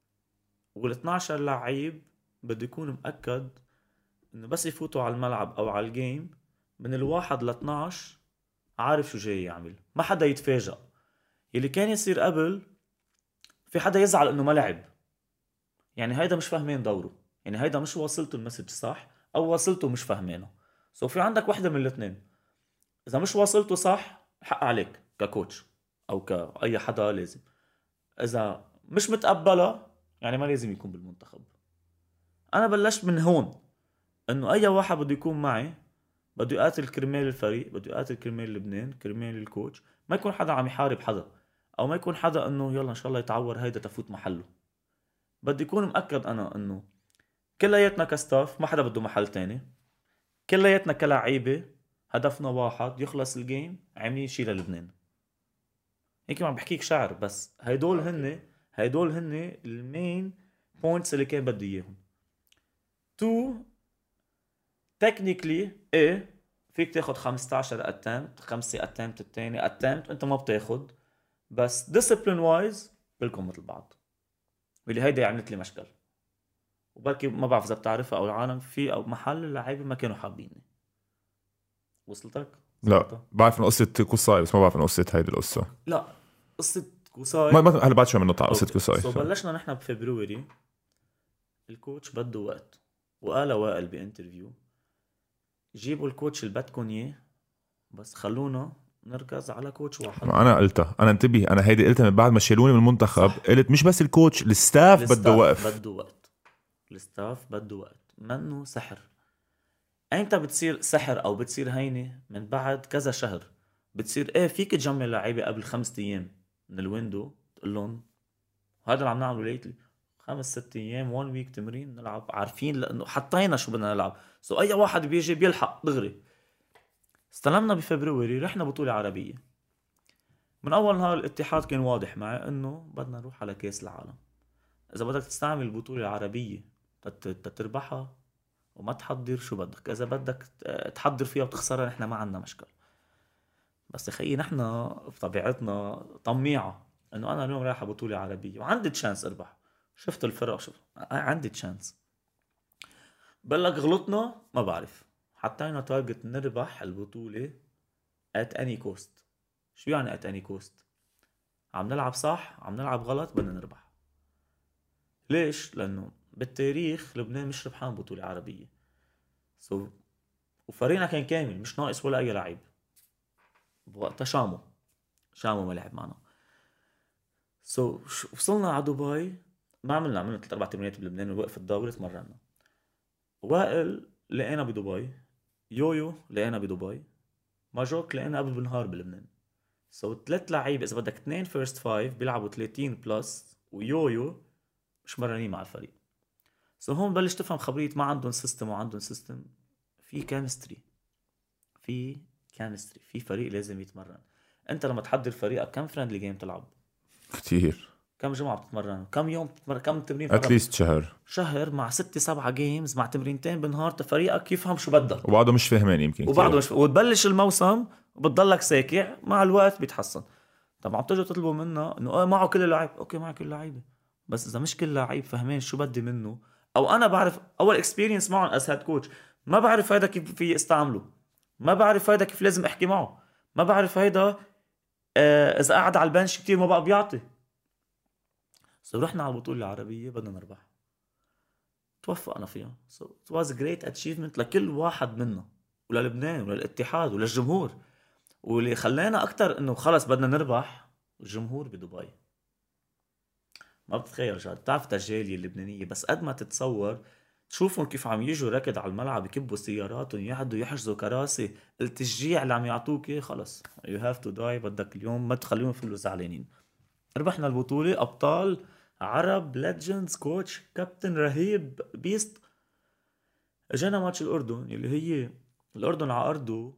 وال12 لعيب بده يكون مأكد انه بس يفوتوا على الملعب او على الجيم من الواحد ل اثناشر عارف شو جاي يعمل، ما حدا يتفاجأ. يلي كان يصير قبل في حدا يزعل انه ما لعب، يعني هيدا مش فاهمين دوره، يعني هيدا مش واصلته المسج صح او واصلته مش فاهمينه. سو في عندك وحده من الاثنين، اذا مش واصلته صح حق عليك ككوتش او كأي حدا لازم، اذا مش متقبلها يعني ما لازم يكون بالمنتخب. انا بلشت من هون انه اي واحد بده يكون معي بده يقاتل كرمال الفريق، بده يقاتل كرمال لبنان، كرمال الكوتش، ما يكون حدا عم يحارب حدا، او ما يكون حدا انه يلا ان شاء الله يتعور هيدا تفوت محله. بدي يكون مأكد انا انه كلياتنا كستاف ما حدا بده محل تاني، كلياتنا كلاعيبه هدفنا واحد يخلص الجيم عاملين شي للبنان. هيك ما عم بحكيك شعر، بس هيدول هن هيدول هن المين بوينتس اللي كان بدي اياهم. تو تكنيكلي ايه فيك تاخد خمستاشر اتمت، خمسة اتمت التاني اتمت انت ما بتاخد، بس ديسيبلين وايز كلكم مثل بعض، واللي هيدا عملت لي مشكل. وبركي ما بعرف اذا بتعرفها او العالم، في او محل اللعيبه ما كانوا حابيني. وصلتك؟ لا صلتها؟ بعرف من قصة كوساي بس ما بعرف من قصة هيدي القصة. لا قصه ما كوساي. ما هلا بعد شوي من نطلع قصة اوكي كوساي. سو بلشنا نحن بفبروري، الكوتش بده وقت، وقال وائل بانترفيو جيبوا الكوتش اللي بدكم اياه، بس خلونا نركز على كوتش واحد. انا قلتها، انا انتبه، انا هيدي قلتها من بعد ما شالوني من المنتخب. صح. قلت مش بس الكوتش، الستاف بده الستاف وقف. بده وقت، الستاف بده وقت، منه سحر. ايمتى بتصير سحر او بتصير هينه؟ من بعد كذا شهر بتصير ايه فيك تجمع لعيبه قبل خمسة ايام من الويندو تقول لهم هذا اللي عم نعمله ليتلي، خمس ست ايام وان ويك تمرين نلعب، عارفين لانه حطينا شو بدنا نلعب. سو اي واحد بيجي بيلحق دغري. استلمنا بفبروري، رحنا بطولة عربية. من اول نهار الاتحاد كان واضح معي انه بدنا نروح على كاس العالم. اذا بدك تستعمل البطولة العربية تتربحها وما تحضر شو بدك، اذا بدك تحضر فيها وتخسرها نحن ما عندنا مشكل. بس يا نحن بطبيعتنا طميعة انه انا اليوم رايحة بطولة عربية وعندي تشانس اربح. شفت الفرق، شوف عندي تشانس. بلك غلطنا ما بعرف، حطينا تارجت نربح البطولة at any cost. شو يعني at any cost؟ عم نلعب صح، عم نلعب غلط، بدنا نربح. ليش؟ لأنه بالتاريخ لبنان مش ربحان بطولة عربية. so وفريقنا كان كامل، مش ناقص ولا أي لعيب. بوقتها شامو شامو ما لعب معنا. so وصلنا على دبي، ما عملنا عملنا ثلاث أربع تمرينات بلبنان ووقف الدورة تمرنا. وائل لقينا بدبي، يويو لقينا بدبي، ماجوك لقينا قبل بنهار بلبنان. سو so, ثلاث لعيبه اذا بدك اثنين فيرست فايف بيلعبوا ثلاثين بلس، ويويو مش مرنين مع الفريق. سو so, هون بلش تفهم خبريه ما عندهم سيستم وعندهم سيستم. في كيمستري في كيمستري في فريق لازم يتمرن. انت لما تحضر فريقك كم فريندلي جيم تلعب؟ كتير. كم جمعه بتتمرن؟ كم يوم بتتمرن؟ كم تمرين؟ اتليست شهر شهر مع ستة سبعة جيمز مع تمرينتين بالنهار، فريقك يفهم شو بدك. وبعده مش فاهمين يمكن وبعده مش ف... وتبلش الموسم وبتضلك ساكع، مع الوقت بيتحسن. طبعا عم تيجوا تطلبوا منا انه اه معه كل اللعيبه، اوكي معه كل اللعيبه، بس اذا مش كل لعيب فهمين شو بدي منه، او انا بعرف اول اكسبيرينس معهم از هيد كوتش، ما بعرف هيدا كيف في استعمله، ما بعرف هيدا كيف لازم احكي معه، ما بعرف هيدا آه اذا قاعد على البنش كتير ما بقى بيعطي. سو رحنا على البطوله العربيه بدنا نربح، توفقنا فيها. so it was a great achievement لكل واحد منا، وللبنان وللاتحاد وللجمهور. واللي خلانا اكتر انه خلص بدنا نربح الجمهور بدبي. ما بتتخيل جاد، بتعرف الجاليه اللبنانيه بس قد ما تتصور تشوفهم كيف عم يجوا ركض على الملعب يكبوا سياراتهم يقعدوا يحجزوا كراسي، التشجيع اللي عم يعطوك خلص you have to die، بدك اليوم ما تخليهم يفلوا زعلانين. ربحنا البطوله ابطال عرب، ليجندز، كوتش، كابتن رهيب، بيست. اجانا ماتش الاردن اللي هي الاردن على ارضه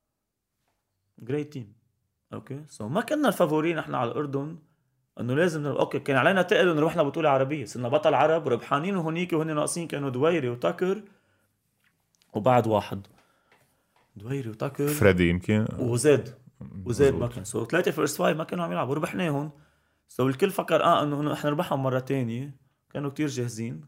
جريت تيم. اوكي سو so, ما كنا الفافورين احنا على الاردن انه لازم نر... اوكي كان علينا تقل انه رحنا بطوله عربيه، صرنا بطل عرب وربحانين، وهنيك وهن ناقصين كانوا دويري وتاكر وبعد واحد دويري وتاكر فريدي يمكن وزاد وزاد ما كان. سو so, ثلاثه فيرست فايف ما كانوا عم يلعبوا وربحناهم. سو so, الكل فكر اه انه احنا نربحهم مره تانية، كانوا كتير جاهزين.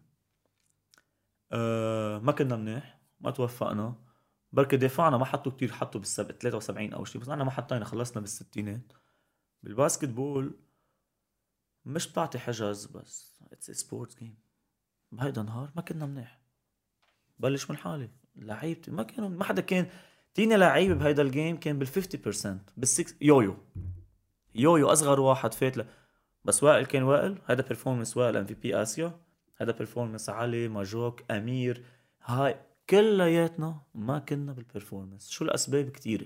آه ما كنا منيح، ما توفقنا، بركي دفاعنا ما حطوا كتير، حطوا بالسبع ثلاثة وسبعين او شيء، بس احنا ما حطينا، خلصنا بالستينات. بالباسكت بول مش بتعطي حجز، بس اتس سبورتس جيم. بهيدا النهار ما كنا منيح، بلش من حالي لعيبتي ما كانوا، ما حدا كان تيني لعيب بهيدا الجيم كان بالفيفتي برسنت بالسكس. يويو يويو اصغر واحد فات ل... بس وائل كان وائل، هذا بيرفورمنس وائل ام في بي اسيا، هذا بيرفورمنس علي، ماجوك، امير، هاي كلياتنا ما كنا بالبرفورمنس. شو الاسباب؟ كتيره.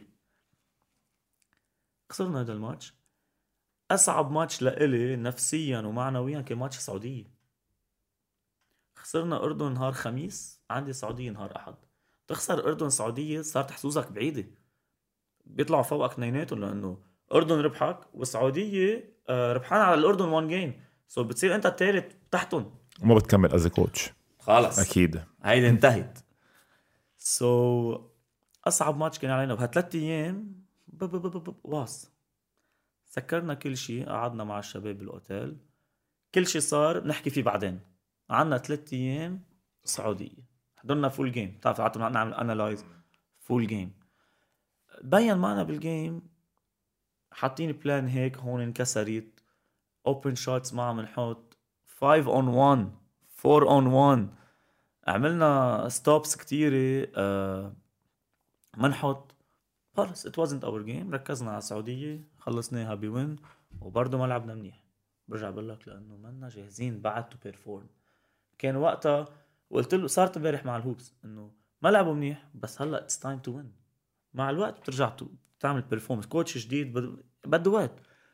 خسرنا هذا الماتش. اصعب ماتش لإلي نفسيا ومعنويا كان ماتش السعوديه. خسرنا اردن نهار خميس، عندي سعوديه نهار احد. تخسر اردن سعوديه صارت حظوظك بعيده، بيطلعوا فوقك اثنيناتهم، لانه اردن ربحك والسعوديه ربحان على الاردن وان جيم. سو بتصير انت الثالث تحتهم وما بتكمل از كوتش خلص، اكيد هيدي انتهت. سو so, اصعب ماتش كان علينا بهالثلاث ايام. واص سكرنا كل شيء، قعدنا مع الشباب بالاوتيل، كل شيء صار بنحكي فيه بعدين. عنا ثلاث ايام سعوديه، حضرنا فول جيم، بتعرف قعدنا نعمل انالايز فول جيم. بين معنا بالجيم حاطين بلان هيك، هون انكسرت اوبن شوتس ما عم نحط، خمسة on واحد أربعة on واحد، عملنا ستوبس كتيرة آه ما نحط. خلص it wasn't our game. ركزنا على السعودية، خلصناها بوين، وبرضه ما لعبنا منيح. برجع بقول لك لأنه منا جاهزين بعد to perform. كان وقتها وقلت له، صارت امبارح مع الهوبس انه ما لعبوا منيح، بس هلا it's time to win. مع الوقت بترجع تعمل performance. كوتش جديد بده وقت.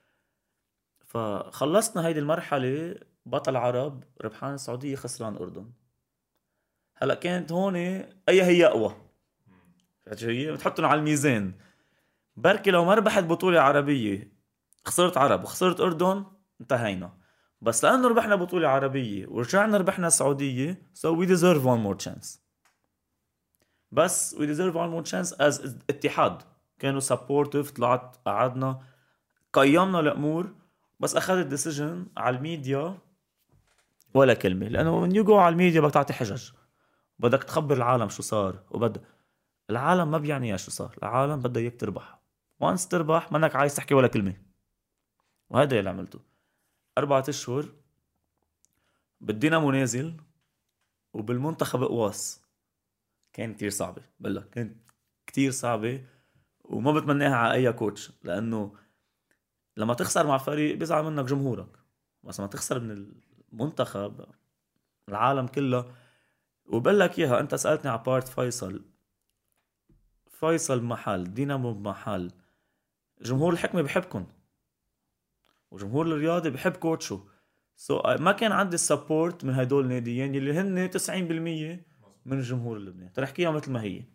فخلصنا هيدي المرحلة بطل عرب، ربحان السعودية، خسران أردن. هلأ كانت هون أي هي أقوى، بتحطنا على الميزان. بركي لو ما ربحت بطولة عربية، خسرت عرب وخسرت أردن، انتهينا. بس لأنه ربحنا بطولة عربية ورجعنا ربحنا السعودية، so we deserve one more chance. بس we deserve one more chance as اتحاد. كانوا supportive، طلعت قعدنا قيمنا الأمور، بس أخذت ديسيجن على الميديا ولا كلمة. لأنه من يجوا على الميديا بدك تعطي حجج، بدك تخبر العالم شو صار، وبد العالم ما بيعني شو صار، العالم بدها إياك تربح، وانس تربح منك عايز تحكي ولا كلمة. وهذا اللي عملته. أربعة أشهر بالدينامو نازل وبالمنتخب قواس. كان كتير صعبة بلا كانت كتير صعبة وما بتمناها على أي كوتش، لأنه لما تخسر مع فريق بيزعل منك جمهورك، بس لما تخسر من المنتخب العالم كله. وبقلك إياها أنت سألتني على بارت فيصل. فيصل بمحل، دينامو بمحل، جمهور الحكمة بحبكن وجمهور الرياضة بحب كوتشو. سو so, ما كان عندي السبورت من هدول الناديين اللي هن تسعين بالمية من الجمهور اللبناني. تنحكيها مثل ما هي.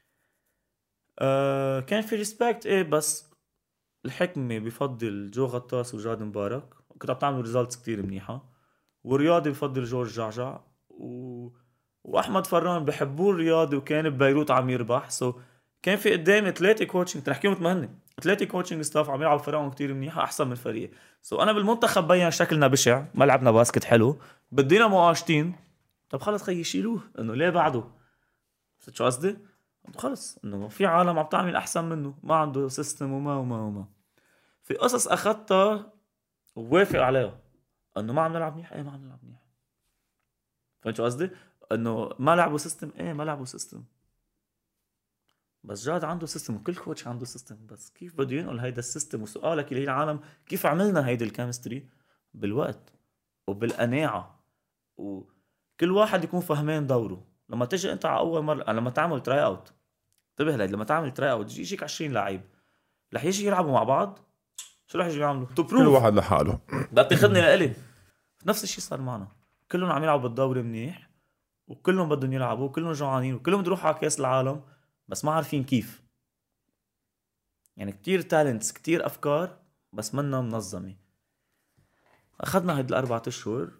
أه كان في ريسبكت ايه، بس الحكمة بفضل جو غطاس وجاد مبارك، كنت عم تعملوا ريزالتس كتير منيحة. والرياضي بفضل جورج جعجع و... واحمد فران بحبوه الرياضي، وكان ببيروت عم يربح. سو so, كان في قدامي ثلاثة كوتشنج، تنحكيهم متمهنة ثلاثة كوتشنج ستاف عم يلعبوا فرقهم كتير منيحة أحسن من فريق. سو so, أنا بالمنتخب بيّن شكلنا بشع، ما لعبنا باسكت حلو، بدينا مقاشتين. طب خلص خي يشيلوه، إنه ليه بعده؟ شو قصدي؟ خلص إنه في عالم عم تعمل أحسن منه، ما عنده سيستم وما وما وما في قصص أخذتها ووافق عليها. إنه ما عم نلعب منيح، إيه ما عم نلعب منيح. فهمت شو قصدي؟ إنه ما لعبوا سيستم، إيه ما لعبوا سيستم. بس جاد عنده سيستم وكل كوتش عنده سيستم، بس كيف بده ينقل هيدا السيستم؟ وسؤالك اللي هي العالم كيف عملنا هيدا الكيمستري؟ بالوقت وبالقناعة، وكل واحد يكون فهمان دوره. لما تجي انت على اول مرة، لما تعمل تراي اوت، انتبه لهيدا، لما تعمل تراي اوت يجيك عشرين لعيب رح يجي يلعبوا مع بعض، شو رح يجي يعملوا؟ كل واحد لحاله. بدك تاخذني لإلي. نفس الشيء صار معنا، كلهم عم يلعبوا بالدوري منيح، وكلهم بدهم يلعبوا، وكلهم جوعانين، وكلهم بده يروحوا على كاس العالم، بس ما عارفين كيف. يعني كتير تالنتس، كتير أفكار، بس منا منظمة. أخذنا هيد الأربعة أشهر،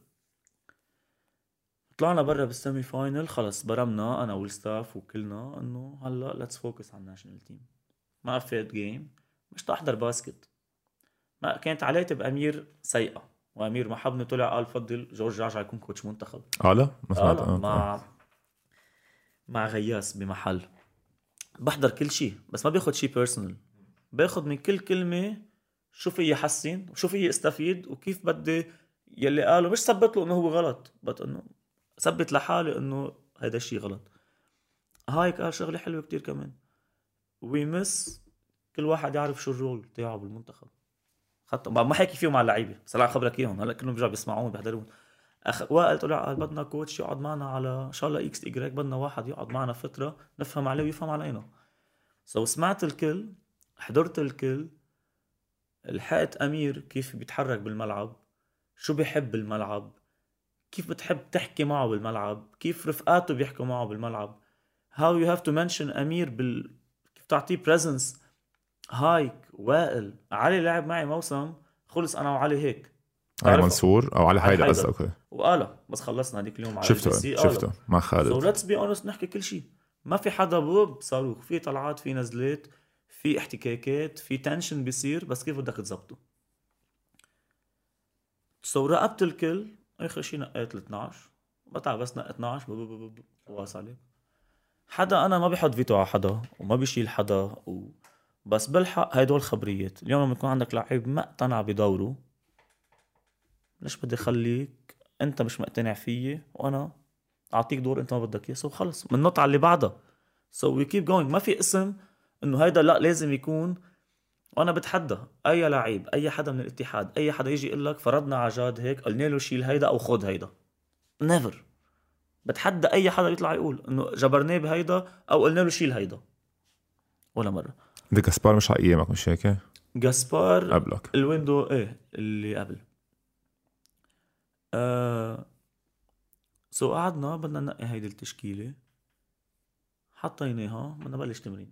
طلعنا برا بالسيمي فاينل، خلص برمنا أنا والستاف وكلنا إنه هلا ليتس فوكس على الناشنال تيم. ما أفيت جيم، مش تحضر باسكت. ما كانت علاقتي بأمير سيئة، وأمير محبني طلع قال فضل جورج جعجع يكون كوتش منتخب. آه لا ما سمعت. آه مع مع غياس بمحل. بحضر كل شيء بس ما بياخد شيء بيرسونال، باخد من كل كلمة شو في يحسن وشو في استفيد وكيف بدي يلي قاله. مش ثبت له انه هو غلط، بس انه ثبت لحالي انه هيدا الشيء غلط. هاي قال شغلة حلوة كتير كمان، ويمس كل واحد يعرف شو الرول تاعه بالمنتخب. حتى ما حكي فيهم مع اللعيبة، بس هلا خبرك اياهم، هلا كلهم بيرجعوا بيسمعون بيحضرون. أخ... وقال طلع قال بدنا كوتش يقعد معنا على ان شاء الله اكس ايجريك، بدنا واحد يقعد معنا فترة نفهم عليه ويفهم علينا. سو سمعت الكل، حضرت الكل، لحقت أمير كيف بيتحرك بالملعب، شو بيحب بالملعب، كيف بتحب تحكي معه بالملعب، كيف رفقاته بيحكوا معه بالملعب. how you have to mention أمير بال... كيف تعطيه presence. هايك وائل علي لعب معي موسم خلص أنا وعلي هيك. علي منصور أو علي حيدر قصدك؟ وقاله بس خلصنا هذيك اليوم على شفته شفته مع خالد. so let's be honest نحكي كل شيء، ما في حدا بوب صاروخ، في طلعات، في نزلات، في احتكاكات، في تنشن بيصير، بس كيف بدك تزبطه. سو راقبت الكل، اخر شيء نقيت ال اثناشر، بتاع بس نقيت اثناشر واس عليك. حدا انا ما بحط فيتو على حدا وما بيشيل حدا و... بس بالحق هيدول خبريات. اليوم لما يكون عندك لعيب ما اقتنع بدوره، ليش بدي خليك انت مش مقتنع فيي وانا اعطيك دور انت ما بدك اياه؟ سو خلص من نط على اللي بعدها. سو وي كيب جوينج. ما في اسم انه هيدا لا لازم يكون. وانا بتحدى اي لعيب، اي حدا من الاتحاد، اي حدا يجي يقول لك فرضنا على جاد هيك، قلنا له شيل هيدا او خد هيدا، نيفر. بتحدى اي حدا يطلع يقول انه جبرناه بهيدا او قلنا له شيل هيدا، ولا مره. دي جاسبار مش على ايامك مش هيك؟ جاسبار قبلك الويندو ايه اللي قبل. آه... سو قعدنا بدنا ننقي هيدي التشكيله، حطيناها بدنا نبلش تمرين.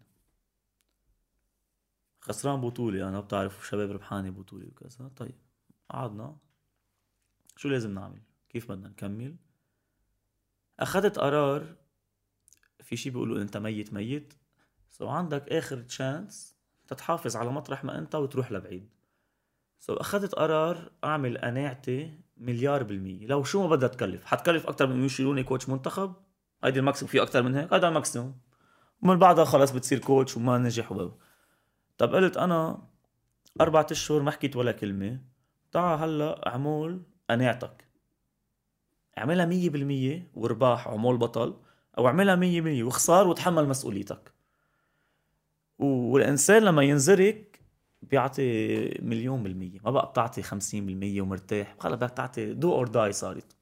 خسران بطولة أنا، بتعرف شباب ربحاني بطولة وكذا. طيب قعدنا شو لازم نعمل، كيف بدنا نكمل. أخذت قرار، في شي بيقولوا أنت ميت ميت، سو عندك آخر تشانس تتحافظ على مطرح ما أنت وتروح لبعيد. سو أخذت قرار أعمل قناعتي مليار بالمية، لو شو ما بدها تكلف. حتكلف أكتر من يشيلوني كوتش منتخب، هيدي الماكسيموم، في أكتر من هيك هذا الماكسيموم، ومن بعدها خلاص بتصير كوتش وما نجح وبابا. طب قلت انا اربعة اشهر ما حكيت ولا كلمة، تعا هلا اعمل قناعتك، اعملها مية بالمية ورباح عمول بطل، او اعملها مية بالمية وخسار وتحمل مسؤوليتك. والإنسان لما ينزرك بيعطي مليون بالمية، ما بقى بتعطي خمسين بالمية ومرتاح، خلص بدك تعطي دو اور داي. صارت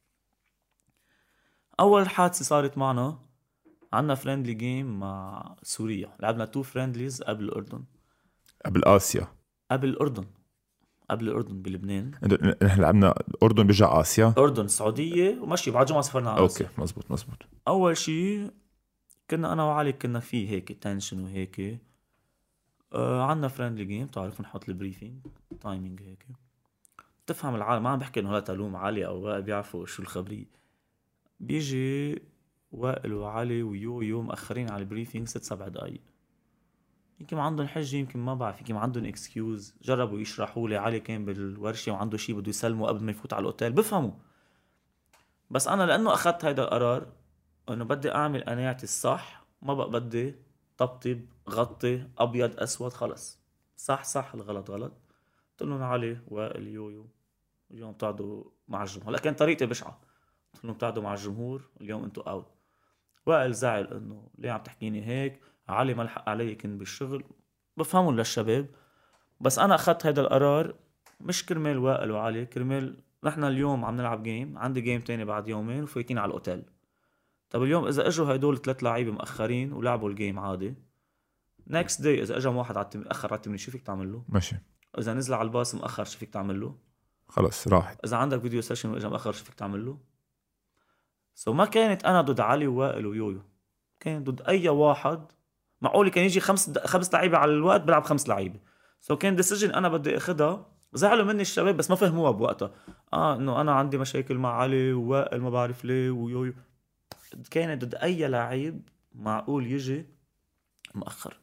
أول حادثة صارت معنا، عنا فريندلي جيم مع سوريا، لعبنا تو فريندليز قبل الأردن. قبل آسيا؟ قبل الأردن، قبل الأردن بلبنان. نحن لعبنا الأردن بيرجع آسيا، أردن السعودية ومشي بعد جمعة سافرنا على آسيا. أوكي مزبوط مزبوط. أول شي كنا أنا وعلي كنا فيه هيك تنشن وهيك. آه عنا فريندلي جيم، تعرف نحط البريفينج تايمينج هيك، تفهم العالم. ما عم بحكي انه هلا تلوم علي او وائل بيعرفوا شو الخبرية. بيجي وائل وعلي ويو يو مأخرين على البريفينج ست سبع دقايق. يمكن ما عندهم حجة، يمكن ما بعرف، يمكن ما عندهم اكسكيوز. جربوا يشرحوا لي، علي كان بالورشة وعنده شيء بده يسلمه قبل ما يفوت على الاوتيل، بفهموا. بس انا لانه اخذت هيدا القرار انه بدي اعمل قناعتي الصح، ما بقى بدي طبطب غطي ابيض اسود، خلص صح صح الغلط غلط. قلت لهم علي وائل يويو اليوم بتقعدوا مع الجمهور. هلا كان طريقتي بشعه، قلت لهم بتقعدوا مع الجمهور اليوم انتوا اوت. وائل زعل انه ليه عم تحكيني هيك، علي ما الحق علي كنت بالشغل، بفهموا للشباب. بس انا اخذت هذا القرار مش كرمال وائل وعلي، كرمال نحن اليوم عم نلعب جيم، عندي جيم تاني بعد يومين وفايتين على الاوتيل. طب اليوم اذا اجوا هدول ثلاث لعيبه مأخرين ولعبوا الجيم عادي، نكست داي اذا اجى واحد على التم... اخر على التمرين، شو فيك تعمل له؟ ماشي. اذا نزل على الباص مأخر، شو فيك تعمل له؟ خلص راحت. اذا عندك فيديو سيشن واجا مأخر، شو فيك تعمل له؟ سو ما كانت انا ضد علي ووائل ويويو، كان ضد اي واحد. معقول كان يجي خمس د... خمس لعيبه على الوقت بلعب خمس لعيبه. سو كان ديسيجن انا بدي اخدها. زعلوا مني الشباب بس ما فهموها بوقتها، اه انه انا عندي مشاكل مع علي ووائل ما بعرف ليه ويويو. كانت ضد اي لعيب معقول يجي مأخر.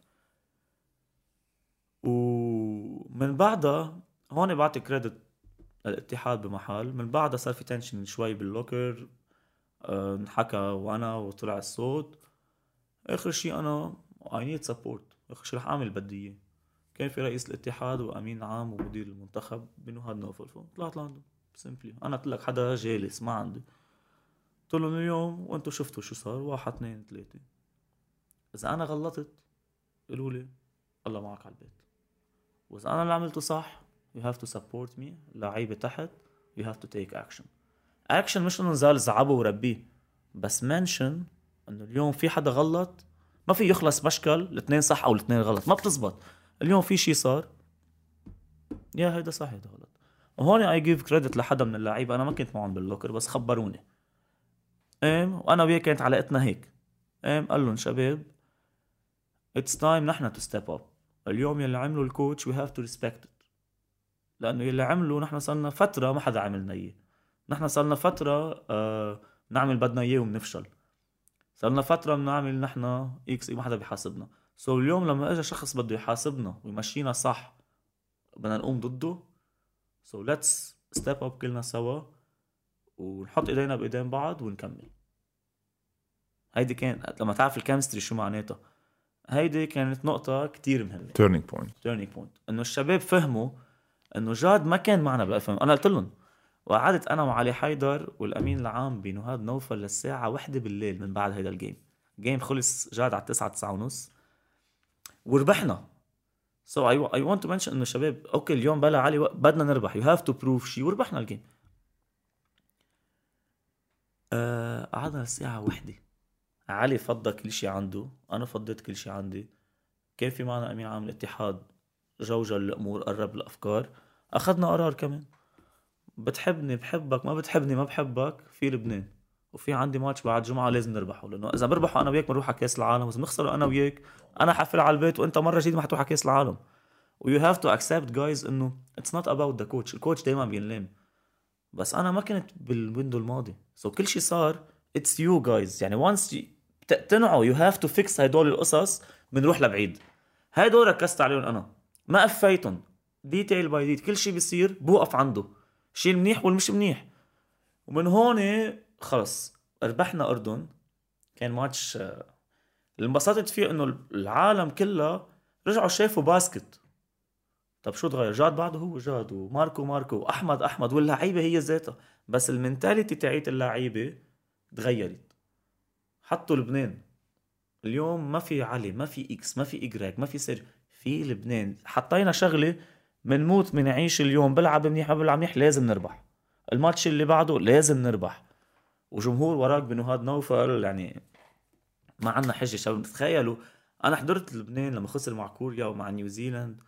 ومن بعدها هون بعطي كريدت الاتحاد بمحل. من بعدها صار في تنشن شوي باللوكر، أه نحكى وانا وطلع الصوت. اخر شيء انا I need support، اخر شيء رح اعمل بديه. كان في رئيس الاتحاد وامين عام ومدير المنتخب بنهاد نوفل، طلعت لعندهم سيمبلي. انا قلت لك حدا جالس ما عندي، قلت لهم اليوم وانتم شفتوا شو صار، واحد اثنين ثلاثه. اذا انا غلطت قولوا لي الله معك على البيت، واذا انا اللي عملته صح you have to support me. لعيبه تحت you have to take action. action مش انه نزال زعبه وربيه، بس منشن انه اليوم في حدا غلط. ما في يخلص مشكل الاثنين صح او الاثنين غلط، ما بتزبط. اليوم في شيء صار، يا هيدا صح هيدا غلط. وهون اي جيف كريدت لحدا من اللعيبه، انا ما كنت معهم باللوكر بس خبروني. ام وانا وياه كانت علاقتنا هيك. ام قال لهم شباب it's time نحن to step up. اليوم يلي عملوا الكوتش we have to respect it، لانه يلي عملوا نحن صلنا فتره ما حدا عملنا اياه. نحن صلنا فتره آه نعمل بدنا اياه وبنفشل. صلنا فتره بنعمل نحن اكس ما حدا بيحاسبنا. سو so اليوم لما اجى شخص بده يحاسبنا ويمشينا صح بدنا نقوم ضده. سو so let's step up كلنا سوا ونحط ايدينا بايدين بعض ونكمل. هيدي كان لما تعرف الكيمستري شو معناتها، هيدي كانت نقطة كتير مهمة. turning point turning point انه الشباب فهموا انه جاد ما كان معنا بالفهم. انا قلت لهم، وقعدت انا وعلي حيدر والامين العام بنهاد نوفل للساعة واحدة بالليل من بعد هيدا الجيم. جيم خلص جاد على تسعة تسعة ونص وربحنا. so I, I want to mention انه الشباب اوكي اليوم بلا علي بدنا نربح، you have to prove شي، وربحنا الجيم. أه قعدنا الساعة واحدة، علي فضى كل شي عنده، انا فضيت كل شي عندي. كان في معنا امين عام الاتحاد جوجل الامور، قرب الافكار، اخذنا قرار كمان. بتحبني بحبك، ما بتحبني ما بحبك، في لبنان وفي عندي ماتش بعد جمعة لازم نربحه. لانه اذا بربحوا انا وياك بنروح على كاس العالم، واذا بنخسر انا وياك انا حفل على البيت وانت مرة جديدة ما حتروح على كاس العالم. و you have to accept guys انه it's not about the coach. الكوتش دايما بينلام، بس انا ما كنت بالويندو الماضي. سو so كل شي صار it's you guys. يعني once تقتنعوا you have to fix هدول القصص بنروح لبعيد. هدول ركزت عليهم انا، ما قفيتهم ديتيل باي ديت. كل شي بيصير بوقف عنده، شي المنيح والمش منيح. ومن هون خلص ربحنا أردن. كان ماتش اللي انبسطت فيه انه العالم كله رجعوا شافوا باسكت. طب شو تغير؟ جاد بعده هو جاد، وماركو ماركو، واحمد احمد، واللعيبه هي ذاتها، بس المنتاليتي تاعيت اللعيبه تغيرت. حطوا لبنان اليوم، ما في علي، ما في اكس، ما في اجراك، ما في سير، في لبنان. حطينا شغله منموت منعيش اليوم، بلعب منيح بلعب منيح لازم نربح، الماتش اللي بعده لازم نربح، وجمهور وراك بنهاد نوفل. يعني ما عنا حجه شباب. تخيلوا انا حضرت لبنان لما خسر مع كوريا ومع نيوزيلاند،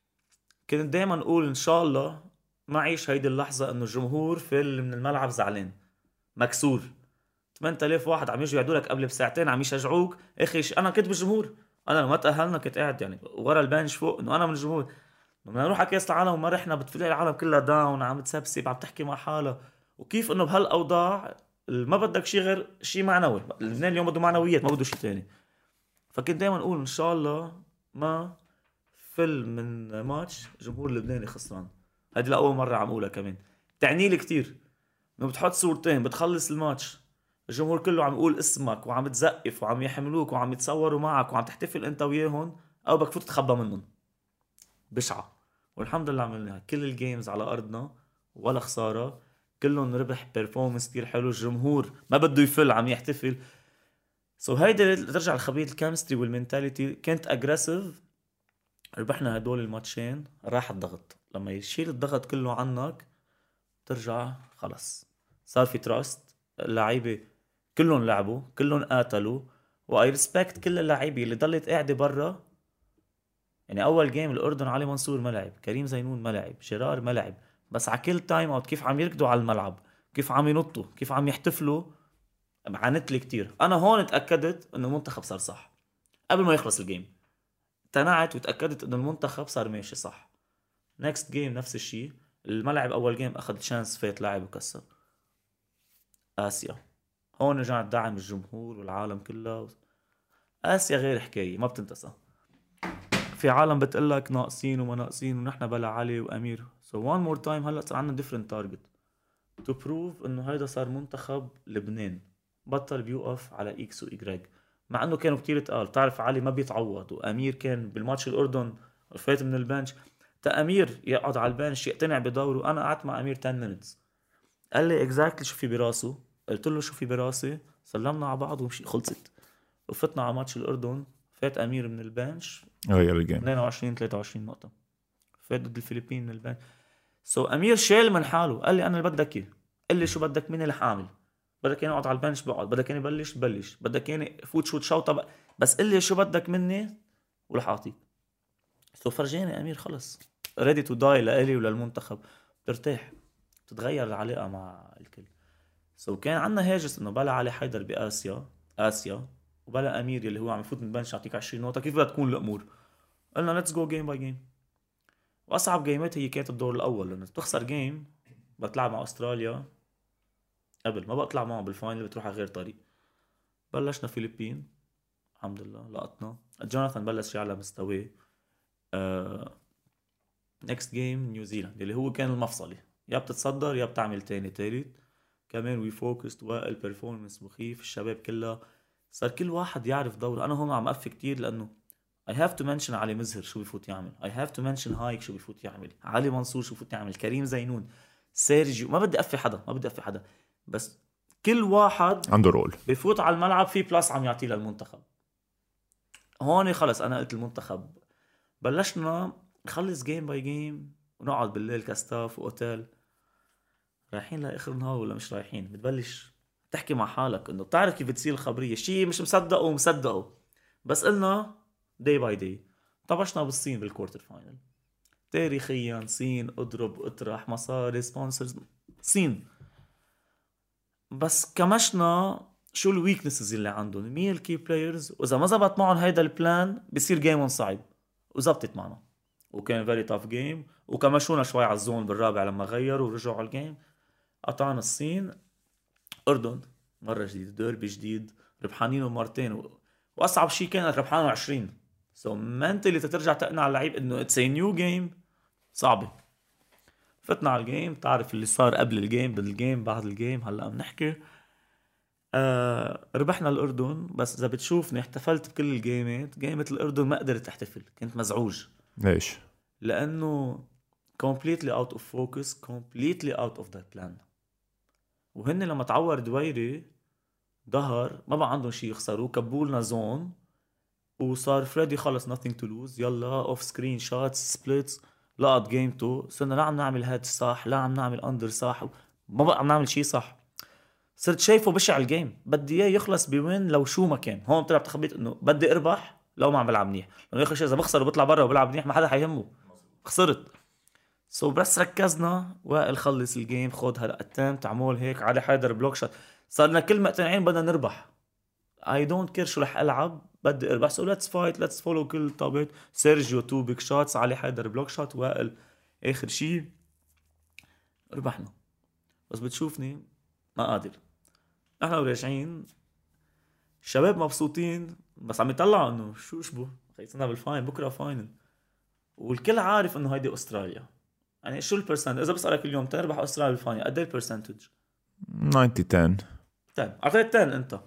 كنت دايما اقول ان شاء الله ما عيش هيدي اللحظه انه الجمهور في من الملعب زعلان مكسور. ثمانية آلاف واحد عم يجوا يعدوا لك قبل بساعتين عم يشجعوك. اخي ش... انا كنت بالجمهور، انا لما تاهلنا كنت قاعد يعني ورا البنش فوق، انه انا من الجمهور. لما نروح على كاس العالم وما رحنا، بتلاقي العالم كلها داون، عم تسبسب، عم تحكي مع حالها، وكيف انه بهالاوضاع ما بدك شيء غير شيء معنوي. لبنان اليوم بده معنويات، ما بده شيء تاني. فكنت دائما اقول ان شاء الله ما فل من ماتش جمهور لبناني خسران. هذه لاول مره عم اقولها كمان، تعني لي كثير. انه بتحط صورتين، بتخلص الماتش الجمهور كله عم يقول اسمك وعم تزقف وعم يحملوك وعم يتصوروا معك وعم تحتفل انت وياهم، او بدك تفوت تتخبى منهم. بشعه. والحمد لله عملناها كل الجيمز على ارضنا ولا خساره، كلهم ربح بيرفورمانس كتير حلو، الجمهور ما بده يفل عم يحتفل. سو so هيدا ترجع لخبية الكيمستري والمنتاليتي، كانت اجريسيف. ربحنا هدول الماتشين، راح الضغط. لما يشيل الضغط كله عنك ترجع خلص صار في تراست. اللعيبه كلهم لعبوا، كلهم قاتلوا، واي ريسبكت كل اللعيبه اللي ضلت قاعده برا. يعني اول جيم الاردن علي منصور ما لعب، كريم زينون ما لعب، شرار ما لعب، بس على كل تايم اوت كيف عم يركضوا على الملعب، كيف عم ينطوا، كيف عم يحتفلوا، عانت لي كتير. انا هون تاكدت انه المنتخب صار صح قبل ما يخلص الجيم. اقتنعت وتاكدت انه المنتخب صار ماشي صح. نكست جيم نفس الشيء، الملعب اول جيم اخذ شانس، فات لاعب وكسر. اسيا هون رجعت دعم الجمهور والعالم كلها. اسيا غير حكايه، ما بتنتسى. في عالم بتقلك ناقصين وما ناقصين، ونحن بلا علي وامير. سو وان مور تايم هلا صار عندنا ديفرنت تارجت تو بروف انه هيدا صار منتخب لبنان، بطل بيوقف على اكس وايجريج. مع انه كانوا كتير تقال، بتعرف علي ما بيتعوض، وامير كان بالماتش الاردن فات من البنش. تا امير يقعد على البنش يقتنع بدوره. انا قعدت مع امير عشرة مينتس، قال لي اكزاكتلي شو في براسه، قلت له شو في براسي، سلمنا على بعض ومشي، خلصت. وفتنا على ماتش الاردن، فات امير من البنش غير الجيم اثنين وعشرين ثلاثة وعشرين نقطه، فات ضد الفلبين من البنش. سو so, امير شال من حاله، قال لي انا اللي بدك اياه، قل لي شو بدك مني رح اعمل. بدك اني اقعد على البنش بقعد، بدك اني بلش بلش، بدك اني فوت شوت شوطه بق... بس قل لي شو بدك مني ورح اعطيك. سو so, فرجاني امير خلص ريدي تو داي لالي وللمنتخب. بترتاح، بتتغير العلاقه مع الكل. سو so, كان عندنا هاجس انه بلا علي حيدر باسيا اسيا وبلا امير اللي هو عم يفوت من البنش يعطيك عشرين نقطه، كيف بدها تكون الامور؟ قلنا ليتس جو جيم باي جيم. واصعب جيمات هي كانت الدور الاول، لانه بتخسر جيم بتلعب مع استراليا، قبل ما بقى اطلع معهم بالفاينل بتروح على غير طريق. بلشنا فيلبين الحمد لله لقطنا، جوناثان بلش يعلى مستواه. نيكست جيم نيوزيلاند اللي هو كان المفصلي، يا بتتصدر يا بتعمل تاني تالت. كمان وي فوكست، وائل بيرفورمنس مخيف، الشباب كلها صار كل واحد يعرف دوره. انا هون عم اقف كتير لانه I have to mention علي مزهر شو بيفوت يعمل، I have to mention هايك شو بيفوت يعمل، علي منصور شو بيفوت يعمل، كريم زينون، سيرجيو. ما بدي أفي حدا، ما بدي أفي حدا، بس كل واحد عنده رول بيفوت على الملعب في بلاس عم يعطيه للمنتخب. هون خلص أنا قلت المنتخب. بلشنا نخلص جيم باي جيم ونقعد بالليل كاستاف وأوتيل، رايحين لآخر النهار ولا مش رايحين. بتبلش تحكي مع حالك إنه بتعرف كيف بتصير الخبرية، شيء مش مصدقه ومصدقه، بس قلنا داي باي داي. طبشنا بالصين بالكورتر فاينل، تاريخيا صين اضرب اطرح مصاري سبونسرز صين، بس كمشنا شو الويكنسز اللي عندهم، مين الكي بلايرز، واذا ما زبط معهم هيدا البلان بصير جيم صعب، وزبطت معنا وكان فيري تاف جيم. وكمشونا شوي على الزون بالرابع لما غيروا ورجعوا على الجيم. قطعنا الصين، اردن مره جديد، ديربي جديد، ربحانينه مرتين و... واصعب شيء كانت ربحانه عشرين. سو منتلي تترجع تقنع اللعيب انه اتس اي نيو جيم صعبه. فتنا على الجيم، تعرف اللي صار قبل الجيم بالجيم بعد الجيم هلا بنحكي. آه ربحنا الأردن، بس إذا بتشوفني احتفلت بكل الجيمات. جيمة الأردن ما قدرت تحتفل، كنت مزعوج ليش؟ لأنه completely out of focus, completely out of the plan. وهن لما تعور دويري ظهر ما بقى عندهم شيء يخسروا، كبولنا زون وصار فريدي خلص nothing to lose، يلا اوف سكرين شوتس سبليتس، لقط جيمته. صرنا لا عم نعمل هاد صح، لا عم نعمل اندر صح، ما بقى عم نعمل شيء صح. صرت شايفه بشع الجيم، بدي اياه يخلص بوين لو شو ما كان. هون طلع تخبيت انه بدي اربح لو ما عم بلعب منيح، لانه اخر شيء اذا بخسر وبطلع برا وبلعب منيح ما حدا حيهمه، خسرت. سو so بس ركزنا، وائل خلص الجيم، خد هلا اتمت عمول هيك علي حيدر بلوك شوت، صارنا كل مقتنعين بدنا نربح. I don't care شو رح العب، بدي اربح. سو ليتس فايت، ليتس فولو كل طابت. سيرجيو تو بيك شوتس، علي حيدر بلوك شوت، وائل اخر شيء ربحنا. بس بتشوفني ما قادر. احنا راجعين الشباب مبسوطين، بس عم يطلعوا انه شو شبه خيصنا بالفاين بكره فاينل، والكل عارف انه هيدي استراليا. يعني شو البرسنت اذا بسألك اليوم تربح استراليا بالفاينل قد ايه البرسنتج؟ تسعين عشرة. عشرة اعطيت عشرة انت.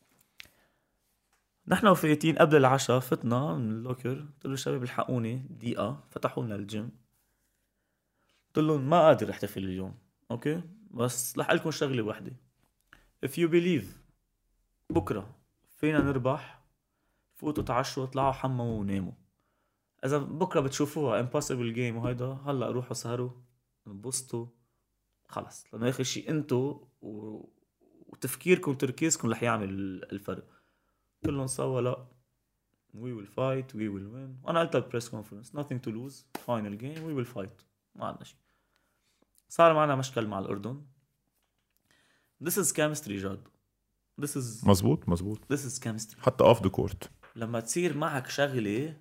نحن وفايتين قبل العشاء، فتنا من اللوكر، قلت له شباب الحقوني دقيقه، فتحوا لنا الجيم. قلت لهم ما قادر احتفل اليوم، اوكي، بس رح لكم شغله وحده. if you believe بكره فينا نربح، فوتوا تعشوا اطلعوا حموا وناموا. اذا بكره بتشوفوها impossible game وهيدا، هلا روحوا سهروا انبسطوا خلص، لانه اخر شيء انتو و... وتفكيركم وتركيزكم رح يعمل الفرق. كلهم سوا لا we will fight we will win. وانا قلت بالبريس كونفرنس nothing to lose final game we will fight، ما عندنا شيء. صار معنا مشكل مع الاردن. this is chemistry جاد، this is مزبوط مزبوط this is chemistry. حتى off the court لما تصير معك شغله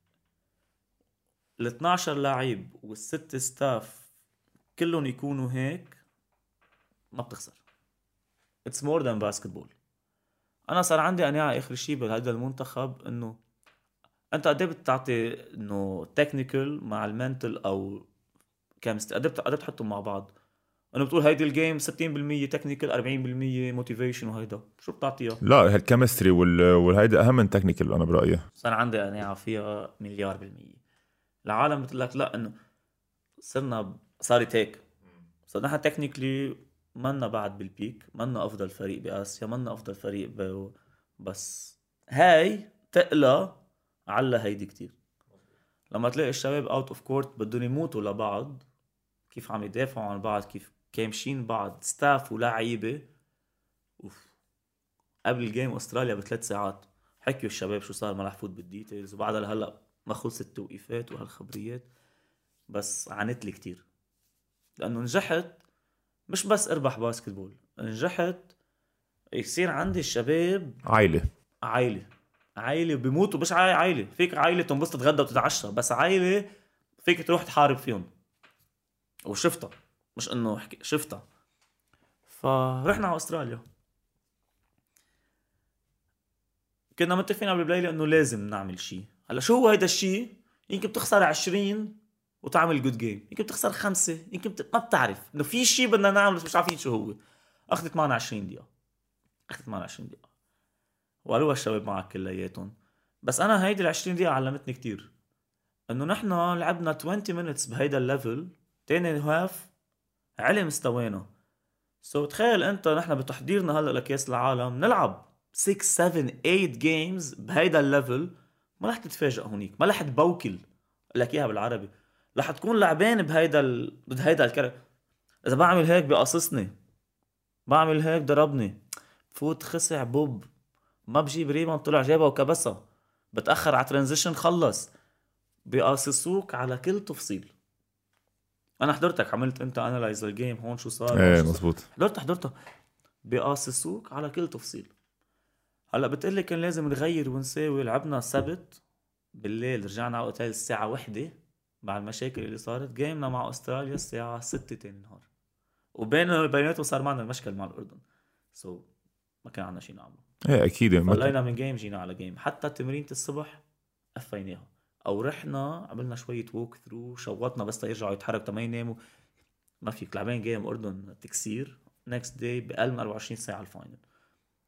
ال اثناشر لاعب والست ستاف كلهم يكونوا هيك، ما بتخسر. it's more than basketball. انا صار عندي قناعه اخر شيء بهذا المنتخب، انه انت قد ايه بتعطي انه تكنيكال مع المنتل او كيمستري، قد ايه قد تحطهم مع بعض. انه بتقول هيدي الجيم ستين بالمية تكنيكال أربعين بالمية موتيفيشن، وهيدا شو بتعطيها؟ لا هالكيمستري وال... والهيدا اهم من تكنيكال انا برايي. صار عندي قناعه فيها مليار بالمية. العالم بتقول لك لا، انه صرنا صارت هيك، صرنا نحن تكنيكلي منا بعد بالبيك، منا افضل فريق باسيا، منا افضل فريق ب... بس هاي تقلى على هيدي كتير. لما تلاقي الشباب اوت اوف كورت بدهم يموتوا لبعض، كيف عم يدافعوا عن بعض، كيف كامشين بعض ستاف ولاعيبه. اوف، قبل الجيم استراليا بثلاث ساعات حكيوا الشباب شو صار، ما رح فوت بالديتيلز، وبعدها لهلا ما خلصت التوقيفات وهالخبريات. بس عانت لي كتير، لانه نجحت مش بس اربح باسكتبول، نجحت يصير عندي الشباب عائله عائله عائله بيموتوا. مش عائله فيك عائله تنبسط تتغدى وتتعشى، بس عائله فيك تروح تحارب فيهم. وشفتها، مش انه حكي، شفتها. فرحنا على استراليا، كنا متفقين قبل الليله انه لازم نعمل شيء. هلا شو هو هيدا الشيء؟ يمكن بتخسر عشرين وتعمل جود جيم، يمكن بتخسر خمسة، يمكن بت... ما بتعرف انه في شيء بدنا نعمله، مش عارفين شو هو. اخذت معنا عشرين دقيقه، اخذت معنا عشرين دقيقه، وقالوا الشباب معك كلياتهم. بس انا هيدي ال عشرين دقيقه علمتني كتير، انه نحن لعبنا عشرين مينتس بهيدا الليفل. تاني هاف علي مستوينا. سو so, تخيل انت نحن بتحضيرنا هلا لكاس العالم نلعب ستة سبعة ثمانية جيمز بهيدا الليفل، ما رح تتفاجئ هونيك، ما رح تبوكل لك اياها بالعربي، رح تكون لعبان بهيدا ال... بهيدا الكره. اذا بعمل هيك بقصصني، بعمل هيك ضربني، فوت خسع بوب، ما بجيب ريبان طلع جابها وكبسها، بتاخر على ترانزيشن خلص، بيقصصوك على كل تفصيل. انا حضرتك عملت انت انالايز الجيم هون شو صار. ايه مزبوط، حضرت حضرتها بيقصصوك على كل تفصيل. هلا بتقلي كان لازم نغير ونساوي. لعبنا سبت بالليل، رجعنا على اوتيل الساعه واحدة بعد المشاكل اللي صارت. جيمنا مع استراليا الساعه ستة تاني نهار، وبين بيناتهم صار معنا المشكل مع الاردن. سو so, ما كان عندنا شيء نعمله. ايه اكيد طلعنا من جيم جينا على جيم، حتى تمرينة الصبح قفيناها او رحنا عملنا شويه ووك ثرو، شوطنا بس يرجعوا يتحركوا تما يناموا. ما فيك لعبين جيم اردن تكسير نكست داي باقل من أربعة وعشرين ساعه الفاينل.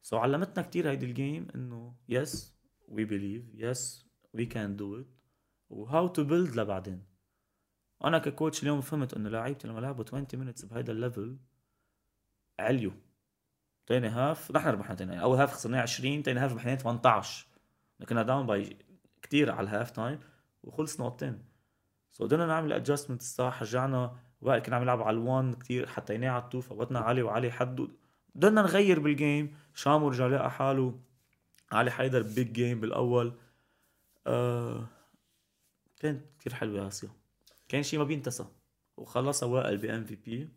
سو علمتنا كتير هيدي الجيم انه yes we believe yes we can do it و how to build لبعدين. انا ككوتش اليوم فهمت انه لاعيبتي لما لعبوا عشرين minutes بهيدا الليفل عليو. تاني هاف نحن ربحنا، تاني اول هاف خسرنا عشرين، تاني هاف ربحنا ثمانية عشر، كنا داون باي كتير على الهاف تايم وخلص نقطتين. سو بدنا نعمل ادجستمنت الصح. رجعنا وقت كنا عم نلعب على الوان كتير حتى ينام على التو، فوتنا علي وعلي حدو، بدنا نغير بالجيم. شامو رجع لقى حاله، علي حيدر بيج جيم بالاول. آه كانت كتير حلوه اسيا، كان شيء ما بينتسى، وخلص وائل بي ام في بي.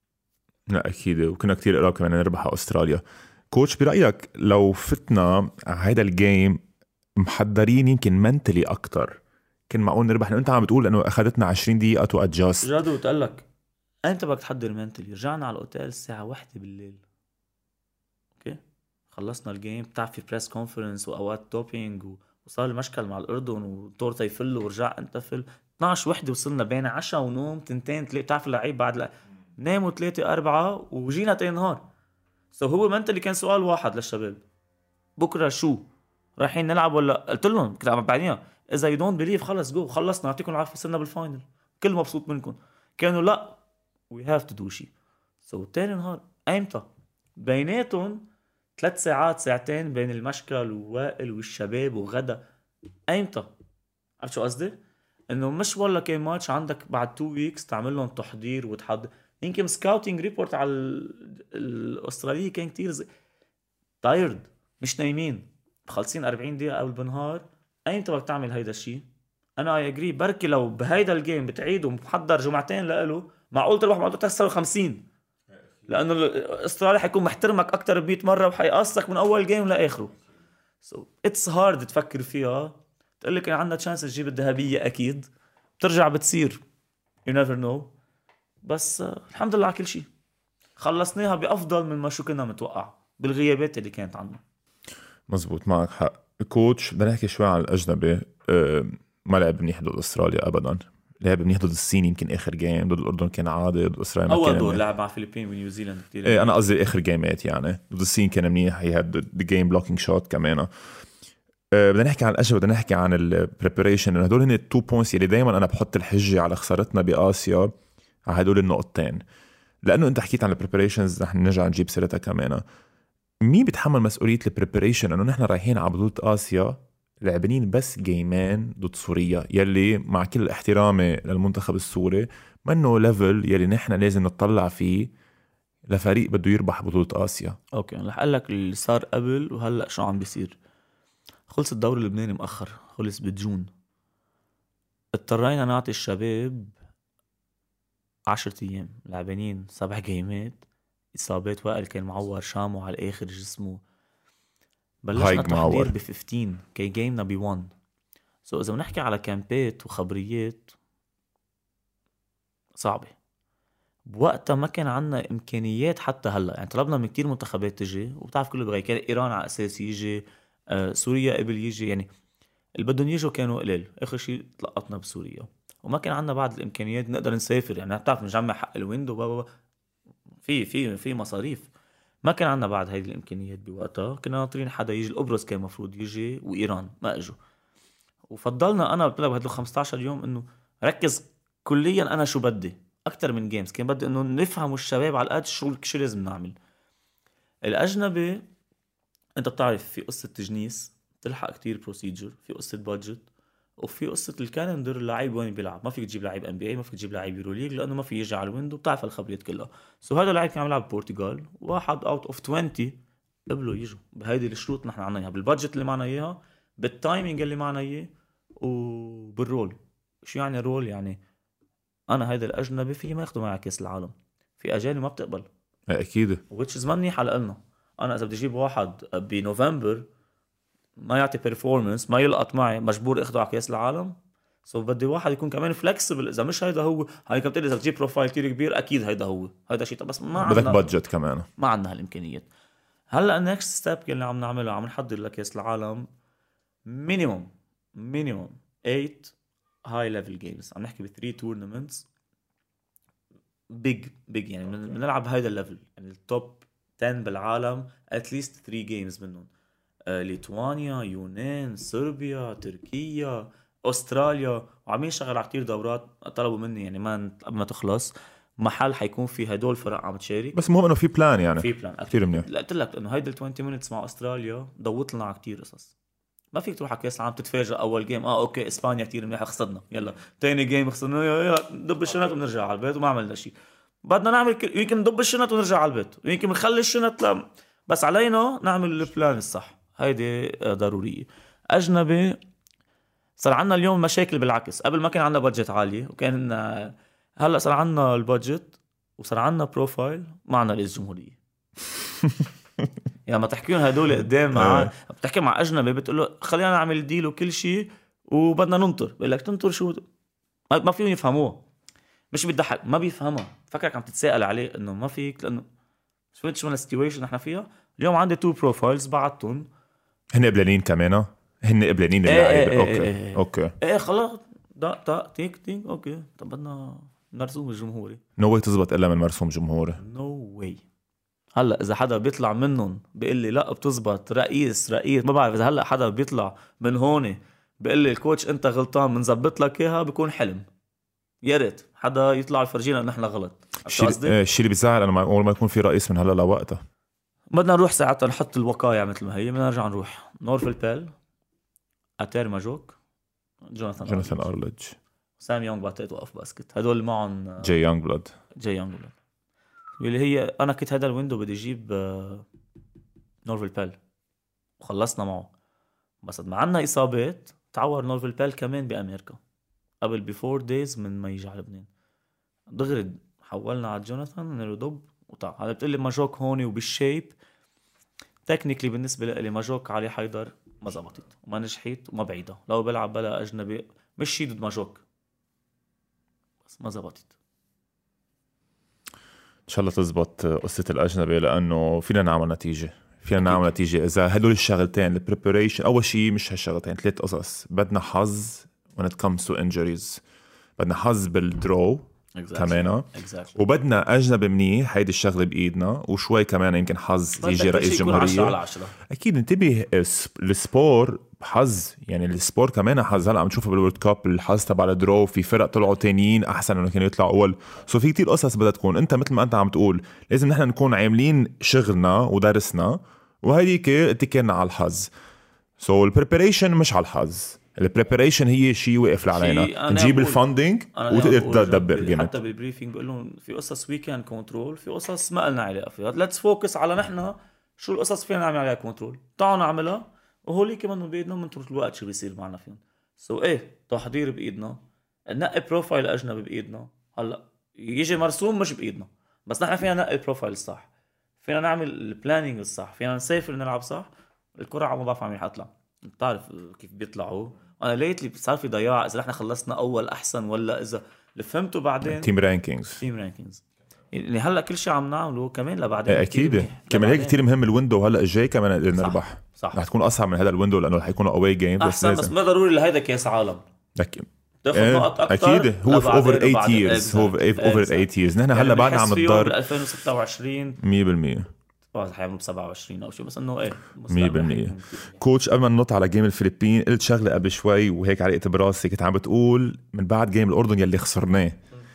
لا اكيد، وكنا كتير قراب كمان نربح على استراليا. كوتش برايك لو فتنا هيدا الجيم محضرين يمكن منتلي اكتر كان معقول نربح؟ انت عم بتقول انه اخذتنا عشرين دقيقه تو ادجاست. جادو تقول لك انت بدك تحضر منتلي. رجعنا على الاوتيل الساعه واحدة بالليل، اوكي خلصنا الجيم. بتعرف في بريس كونفرنس واوقات توبينج، وصار المشكل مع الاردن وتورتا يفل ورجع انت فل. اثناشر وحده وصلنا بين عشاء ونوم تنتين تلاقي. بتعرف اللعيب بعد لا ناموا ثلاثة أربعة وجينا تاني نهار. سو هو منتلي كان سؤال واحد للشباب، بكره شو رايحين نلعب ولا؟ قلت لهم كنت عم بعديها اذا يو دونت بليف خلص جو، خلصنا يعطيكم العافيه صرنا بالفاينل كل مبسوط منكم. كانوا لا وي هاف تو دو شي. سو تاني نهار ايمتى بيناتهم ثلاث ساعات ساعتين بين المشكل ووائل والشباب وغدا. ايمتى عرفت شو قصدي؟ انه مش والله كان ماتش عندك بعد تو ويكس تعمل لهم تحضير وتحضر. يمكن سكاوتينج ريبورت على الاستراليه كان كتير زي... تايرد، مش نايمين، خلصين أربعين دقيقه قبل بنهار. ايمتى بدك تعمل هيدا الشيء؟ انا اي اجري بركي لو بهيدا الجيم بتعيد ومحضر جمعتين لإله معقول تروح معقول تكسر خمسين، لانه الاسترالي حيكون محترمك اكتر ب مية مره وحيقصك من اول جيم لاخره. سو اتس هارد تفكر فيها. تقول لك عندنا تشانس تجيب الذهبيه، اكيد بترجع بتصير يو نيفر نو. بس uh, الحمد لله على كل شيء خلصناها بافضل من ما شو كنا متوقع بالغيابات اللي كانت عندنا. مزبوط، معك حق. كوتش بدنا نحكي شوي عن الأجنبي. أه ما لعب منيح ضد أستراليا أبدا، لعب منيح ضد الصين. يمكن آخر جيم ضد الأردن كان عادي، ضد أستراليا أول دور لعب مع فلبين ونيوزيلند كتير. إيه أنا قصدي آخر جيمات يعني. ضد الصين كان منيح، هي هاد the game blocking shot كمان. أه بدنا نحكي عن الأجنبي، بدنا نحكي عن البريبريشن. هدول هن التو بوينتس اللي دايما أنا بحط الحجة على خسارتنا بآسيا على هدول النقطتين، لأنه أنت حكيت عن البريبريشنز رح نرجع نجيب سيرتها كمان. مين بيتحمل مسؤولية البريبريشن؟ انه نحن رايحين على بطولة آسيا لعبنين بس جيمين ضد سوريا، يلي مع كل احترامي للمنتخب السوري منه ليفل يلي نحن لازم نطلع فيه لفريق بده يربح بطولة آسيا. اوكي رح اقول لك اللي صار قبل وهلا شو عم بيصير. خلص الدوري اللبناني مؤخر، خلص بجون. اضطرينا نعطي الشباب عشرة ايام لعبانين سبع جيمات. إصابات، وائل كان معور، شامو على الآخر جسمه. بلشنا تحضير ب خمستاشر كي جيمنا ب واحد. سو so إذا بنحكي على كامبات وخبريات صعبة بوقتها ما كان عنا إمكانيات حتى هلأ. يعني طلبنا من كتير منتخبات تجي، وبتعرف كله بغي. كان إيران على أساس يجي، آه سوريا قبل يجي، يعني اللي بدهم يجوا كانوا قليل. آخر شيء تلقطنا بسوريا، وما كان عنا بعد الإمكانيات نقدر نسافر. يعني بتعرف نجمع حق الويندو بابا في في في مصاريف. ما كان عنا بعد هيدي الامكانيات بوقتها. كنا ناطرين حدا يجي. القبرص كان مفروض يجي وايران ما اجوا. وفضلنا انا قلت له بهدول خمستاشر يوم انه ركز كليا انا شو بدي اكثر من جيمز. كان بدي انه نفهم الشباب على القد شو شو لازم نعمل. الاجنبي انت بتعرف في قصه تجنيس تلحق كتير بروسيجر، في قصه بادجت، وفي قصه الكالندر. اللعيب وين بيلعب، ما فيك تجيب لعيب ام بي اي، ما فيك تجيب لعيب يورو ليج لانه ما في يجي على الويندو. بتعرف الخبريات كلها. سو هذا اللعيب كان عم يلعب بورتغال، واحد اوت اوف عشرين قبلوا يجوا بهيدي الشروط نحن عنا اياها، بالبادجت اللي معنا اياها، بالتايمينج اللي معنا اياه، وبالرول. شو يعني الرول؟ يعني انا هيدا الاجنبي في ما ياخذوا معي كاس العالم. في اجانب ما بتقبل اكيد، which is منيح على قلنا. انا اذا بدي اجيب واحد بنوفمبر ما يعطي بيرفورمانس، ما يلقط معي، مجبور اخده على كاس العالم. سو بدي واحد يكون كمان فلكسبل. اذا مش هيدا هو، هاي كبتدي اذا تجيب بروفايل كتير كبير اكيد هيدا هو هيدا شيء. بس ما بدك عندنا بادجت كمان، ما عندنا هالامكانيات. هلا النكست ستيب اللي عم نعمله عم نحضر لكاس العالم. مينيموم مينيموم ثمانية هاي ليفل جيمز. عم نحكي ب ثلاثة تورنمنتس بيج بيج. يعني بنلعب هيدا الليفل، يعني التوب عشرة بالعالم اتليست ثلاثة جيمز منهم. آه، ليتوانيا، يونان، صربيا، تركيا، استراليا، وعم يشتغل على كتير دورات. طلبوا مني يعني ما قبل ما تخلص محل حيكون في هدول الفرق عم تشارك. بس المهم انه في بلان يعني في بلان كتير منيح. لا قلت لك انه هيدا ال عشرين مينتس مع استراليا ضوت لنا على كتير قصص. ما فيك تروح على كاس العالم تتفاجئ اول جيم اه اوكي اسبانيا كتير منيحه خسرنا، يلا تاني جيم خسرنا، يلا ندب الشنط ونرجع على البيت وما عملنا شيء. بدنا نعمل ك... يمكن ندب الشنط ونرجع على البيت، يمكن نخلي الشنط لا، بس علينا نعمل البلان الصح. هيدي ضروريه. اجنبي صار عنا اليوم مشاكل بالعكس. قبل ما كان عنا بادجت عاليه وكان، هلا صار عنا البادجت وصار عنا بروفايل ما عنا رئيس جمهوريه. يعني ما تحكيون هدول قدام مع بتحكي مع اجنبي بتقول له خلينا نعمل ديل وكل شيء وبدنا ننطر، بقول لك تنطر شو؟ ما فيهم يفهموه. مش بيضحك، ما بيفهمها. فكرك عم تتساءل عليه انه ما فيك، لانه شفت شو السيتويشن نحن فيها اليوم. عندي تو بروفايلز بعتهم، هن قبلانين كمان، هن قبلانين ايه اللعيبه. ايه اوكي ايه ايه اوكي ايه خلاص دا دا تيك تيك اوكي. طب بدنا مرسوم الجمهوري، نو واي تزبط الا من مرسوم جمهوري. نو واي. هلا اذا حدا بيطلع منهم بيقول لي لا بتزبط رئيس رئيس ما بعرف، اذا هلا حدا بيطلع من هون بيقول لي الكوتش انت غلطان بنزبط لك اياها بيكون حلم. يا ريت حدا يطلع يفرجينا ان احنا غلط. الشيء اللي بيزعل انا اول ما يكون في رئيس من هلا لوقتها بدنا نروح ساعتها نحط الوقايع مثل ما هي. بدنا نرجع نروح نورفل بيل، اتير ماجوك، جوناثان جوناثان ارلج، سام يونغ بعتقد وقف باسكت. هدول معهم جاي يونغ بلاد جاي يونغ بلاد اللي هي انا كنت هذا الويندو بدي اجيب نورفل بيل وخلصنا معه. بس ما عنا اصابات تعور نورفل بيل كمان بامريكا قبل بفور دايز من ما يجي على لبنان. دغري حولنا على جوناثان انه دب وطع. هذا بتقول لي ماجوك هوني وبالشيب تكنيكلي بالنسبه لي ماجوك علي حيدر ما زبطت وما نجحت وما بعيده. لو بلعب بلا اجنبي مش شي ضد ماجوك بس ما زبطت. ان شاء الله تزبط قصه الاجنبي لانه فينا نعمل نتيجه. فينا نعمل نتيجه اذا هدول الشغلتين البريبريشن. اول شيء مش هالشغلتين، ثلاث قصص. بدنا حظ when it comes to injuries، بدنا حظ بالدرو exactly. كمان exactly. وبدنا أجنبي منيح. هيدي الشغلة بإيدنا وشوي كمان يمكن حظ يجي رئيس جمهورية. أكيد انتبه السبور حظ، يعني السبور كمان حظ. هلا عم نشوفه بالورد كاب الحظ تبع الدرو، في فرق طلعوا تانيين أحسن إنه كانوا يطلعوا أول. سو في كتير قصص بدها تكون. أنت مثل ما أنت عم تقول لازم نحن نكون عاملين شغلنا ودرسنا، وهيديك اتكلنا على الحظ. سو البريبريشن مش على الحظ، البريبريشن هي شيء وقف علينا نجيب الفاندنج وتقدر تدبر. حتى بالبريفينج بقول لهم في قصص وي كان كنترول، في قصص ما لنا علاقه فيها. ليتس فوكس على نحن شو القصص فينا نعمل عليها كنترول، تعالوا نعملها. وهولي كمان بايدنا منترك الوقت شو بيصير معنا فيهم. سو ايه تحضير بايدنا، نقي بروفايل اجنبي بايدنا. هلا يجي مرسوم مش بايدنا، بس نحن فينا نقي البروفايل الصح، فينا نعمل البلانينج الصح، فينا نسافر نلعب صح. الكره عم بعرف عم يطلع، بتعرف كيف بيطلعوا. انا ليتلي صار في ضياع اذا احنا خلصنا اول احسن ولا اذا اللي فهمته بعدين تيم رانكينجز. تيم رانكينجز يعني هلا كل شيء عم نعمله كمان لبعدين. اكيد كمان هيك كتير مهم الويندو هلا الجاي كمان نقدر نربح. رح تكون اصعب من هذا الويندو لانه رح يكونوا اواي جيمز احسن، بس ما ضروري لهيدا كاس عالم لكن تاخذ نقط اكثر. اكيد هو في اوفر ثمانية ييرز، هو في اوفر ثمانية ييرز. نحن هلا بعد عم نضطر ألفين وستة وعشرين مية بالمية بعد حيعملوا ب سبعة وعشرين او شيء، بس انه ايه مية بالمية. كوتش قبل ما ننط على جيم الفلبين قلت شغله قبل شوي وهيك علقت براسي. كنت عم بتقول من بعد جيم الاردن يلي خسرناه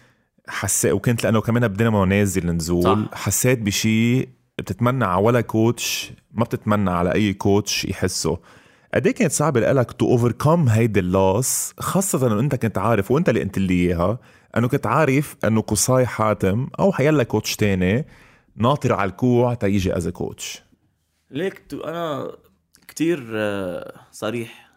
حسيت، وكنت لانه كمان بدنا ما نازل نزول صح. حسيت بشيء بتتمنى على ولا كوتش، ما بتتمنى على اي كوتش يحسه. قد ايه كانت صعبه لك تو اوفركم هيدي اللوس، خاصه انه انت كنت عارف وانت اللي قلت لي اياها انه كنت عارف انه قصاي حاتم او حيلا كوتش تاني ناطر على الكوع تيجي از كوتش. ليك انا كتير صريح.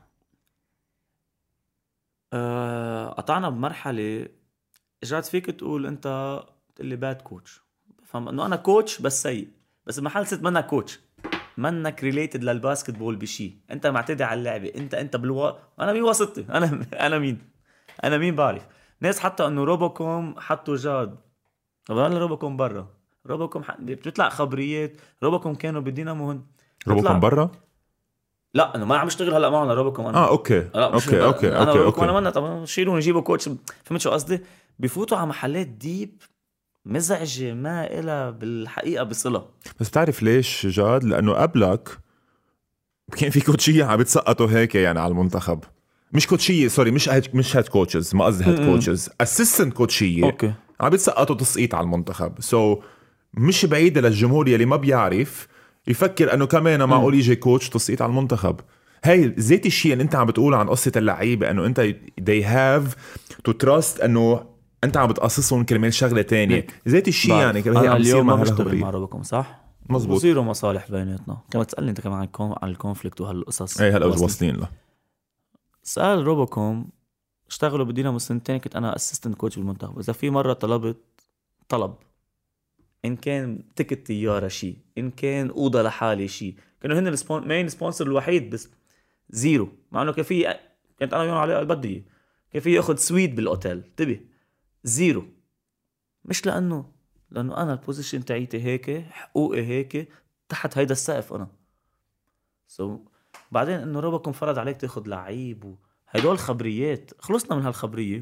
قطعنا بمرحله اجت فيك تقول انت تقول لي باد كوتش، فهم انه انا كوتش بس سيء، بس محل صرت منك كوتش، منك ريليتد للباسكت بول بشيء، انت معتدي على اللعبه، انت انت بالوا انا مين وسطي، انا انا مين انا مين بعرف. ناس حتى انه روبوكوم حطوا جاد، طب انا روبوكوم برا، روبوكوم ح... بتطلع خبريات روبوكوم كانوا بدينامو هن روبوكوم برا. لا انا ما عم اشتغل هلا معنا روبوكوم انا. اه اوكي اوكي اوكي اوكي انا اوكي انا منا طب شيلوا نجيبوا كوتش. فهمت شو قصدي؟ بفوتوا على محلات ديب مزعجة ما إلها بالحقيقة بصلة. بس بتعرف ليش جاد؟ لأنه قبلك كان في كوتشية عم بتسقطوا هيك يعني على المنتخب. مش كوتشية سوري مش هيد مش هيد كوتشز ما قصدي هيد كوتشز اسيستنت كوتشية أوكي. عم بتسقطوا تسقيط على المنتخب. سو so, مش بعيدة للجمهور يلي ما بيعرف يفكر انه كمان معقول يجي كوتش تسقيط على المنتخب. هاي زيت الشيء اللي انت عم بتقول عن قصة اللعيبة انه انت they have to trust انه انت عم بتقصصهم كرمال شغلة تانية. زيت الشيء يعني كمان هي عم اليوم ما بيصير بشتغل مع روبكم صح؟ مزبوط. وزيرو مصالح بيناتنا. كما تسألني انت كمان عن الكون... عن الكونفليكت وهالقصص. ايه هلا واصلين له. سأل روبكم اشتغلوا بدينامو سنتين كنت انا اسيستنت كوتش بالمنتخب. اذا في مرة طلبت طلب ان كان تكت طيارة شيء ان كان اوضة لحالي شيء كانوا هن السبون... مين سبونسر الوحيد بس زيرو. مع انه كان في كنت انا يوم علي البدي كان في ياخذ سويت بالاوتيل تبي زيرو. مش لانه لانه انا البوزيشن تاعيتي هيك حقوقي هيك تحت هيدا السقف انا. سو so, بعدين انه روبكم فرض عليك تاخذ لعيب وهدول خبريات. خلصنا من هالخبريه.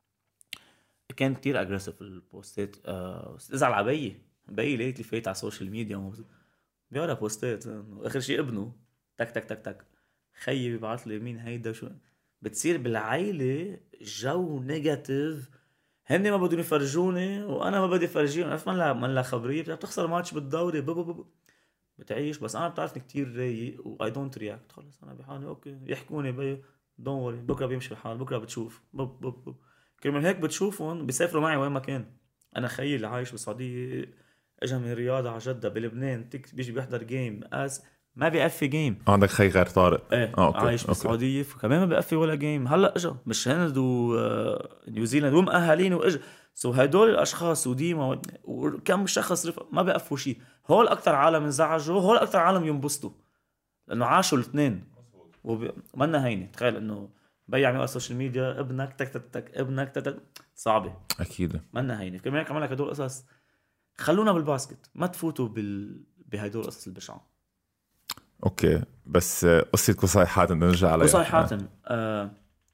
كان كتير اجريسيف البوستات. آه... ازعل عبيه بي ليت لي فايت على السوشيال ميديا بيقرا بوستات اخر شيء ابنه تك تك تك تك خيي بيبعث لي مين هيدا شو بتصير بالعائله جو نيجاتيف. هني ما بدهم يفرجوني وانا ما بدي فرجيهم. عرفت من لا من لا خبريه بتخسر ماتش بالدوري بب بب بتعيش. بس انا بتعرفني كتير رايق و I don't react. خلص انا بحالي اوكي يحكوني بي don't worry بكره بيمشي الحال بكره بتشوف بب بب بب كرمال هيك بتشوفهم بيسافروا معي وين ما كان. انا خيي اللي عايش بالسعوديه اجى من الرياض على جده بلبنان تك بيجي بيحضر جيم اس ما بيقفي جيم. عندك خي غير طارق ايه آه، عايش بالسعوديه فكمان ما بيقفي ولا جيم. هلا اجى مش هند ونيوزيلند ومأهلين واجى. سو هدول الاشخاص وديما وكم شخص رفق ما بيقفوا شيء. هول اكثر عالم انزعجوا هول اكثر عالم ينبسطوا لانه عاشوا الاثنين ومنا هينه. تخيل انه بيع على السوشيال ميديا ابنك تك تك تك ابنك تك تك صعبه اكيد منا هينه. كمان كمان لك هدول قصص خلونا بالباسكت ما تفوتوا بال بهدول القصص البشعه. اوكي بس قصه قصي حاتم نرجع عليها. قصي حاتم آه.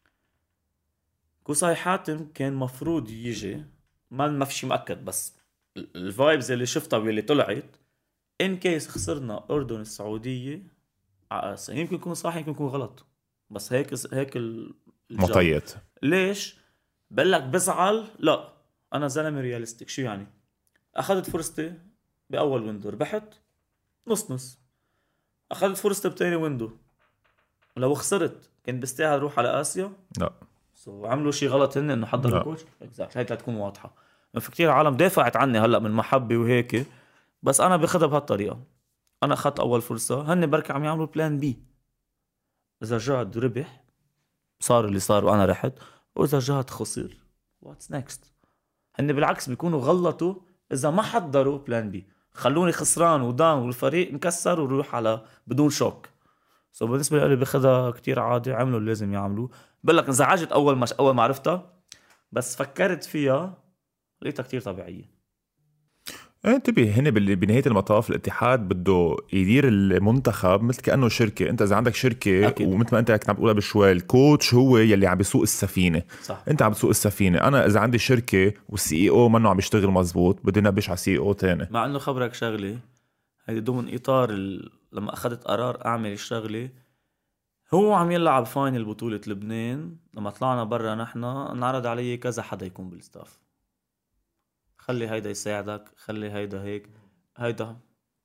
قصي حاتم كان مفروض يجي ما ما في شيء مؤكد بس الفايبز اللي شفتها واللي طلعت ان كيس خسرنا اردن السعوديه يمكن يكون صح يمكن يكون غلط بس هيك هيك مطيت. ليش بقلك بزعل؟ لا انا زلمه رياليستيك. شو يعني اخذت فرصتي باول ويندو ربحت نص نص. اخذت فرصتي بتاني ويندو لو خسرت كنت بستاهل اروح على اسيا؟ لا. سو عملوا شيء غلط هن انه حضروا كوتش اكزاكت. هاي تكون واضحه. في كتير عالم دافعت عني هلا من محبه وهيك بس انا باخذها بهالطريقه. انا اخذت اول فرصه هن بركي عم يعملوا بلان بي. اذا جاد ربح صار اللي صار وانا رحت واذا جاد خسر واتس نيكست. هن بالعكس بيكونوا غلطوا اذا ما حضروا بلان بي. خلوني خسران ودان والفريق مكسر وروح على بدون شوك. سو بالنسبه لي باخذها كتير عادي. عملوا اللي لازم يعملوه. بقول لك انزعجت اول ما اول ما عرفتها بس فكرت فيها لقيتها كتير طبيعيه. انتبه هنا بنهاية المطاف الاتحاد بده يدير المنتخب مثل كأنه شركة. انت اذا عندك شركة أكيد. ومثل ما انت كنت عم تقولها بشوي الكوتش هو يلي عم بيسوق السفينة صح. انت عم بتسوق السفينة. انا اذا عندي شركة والسي اي او منه عم بيشتغل مزبوط بدي نبش على سي اي او تاني. مع انه خبرك شغلة هيدي ضمن اطار ال... لما اخذت قرار اعمل الشغلة هو عم يلعب فاينل بطولة لبنان. لما طلعنا برا نحن نعرض عليه كذا حدا يكون بالستاف. خلي هيدا يساعدك خلي هيدا هيك هيدا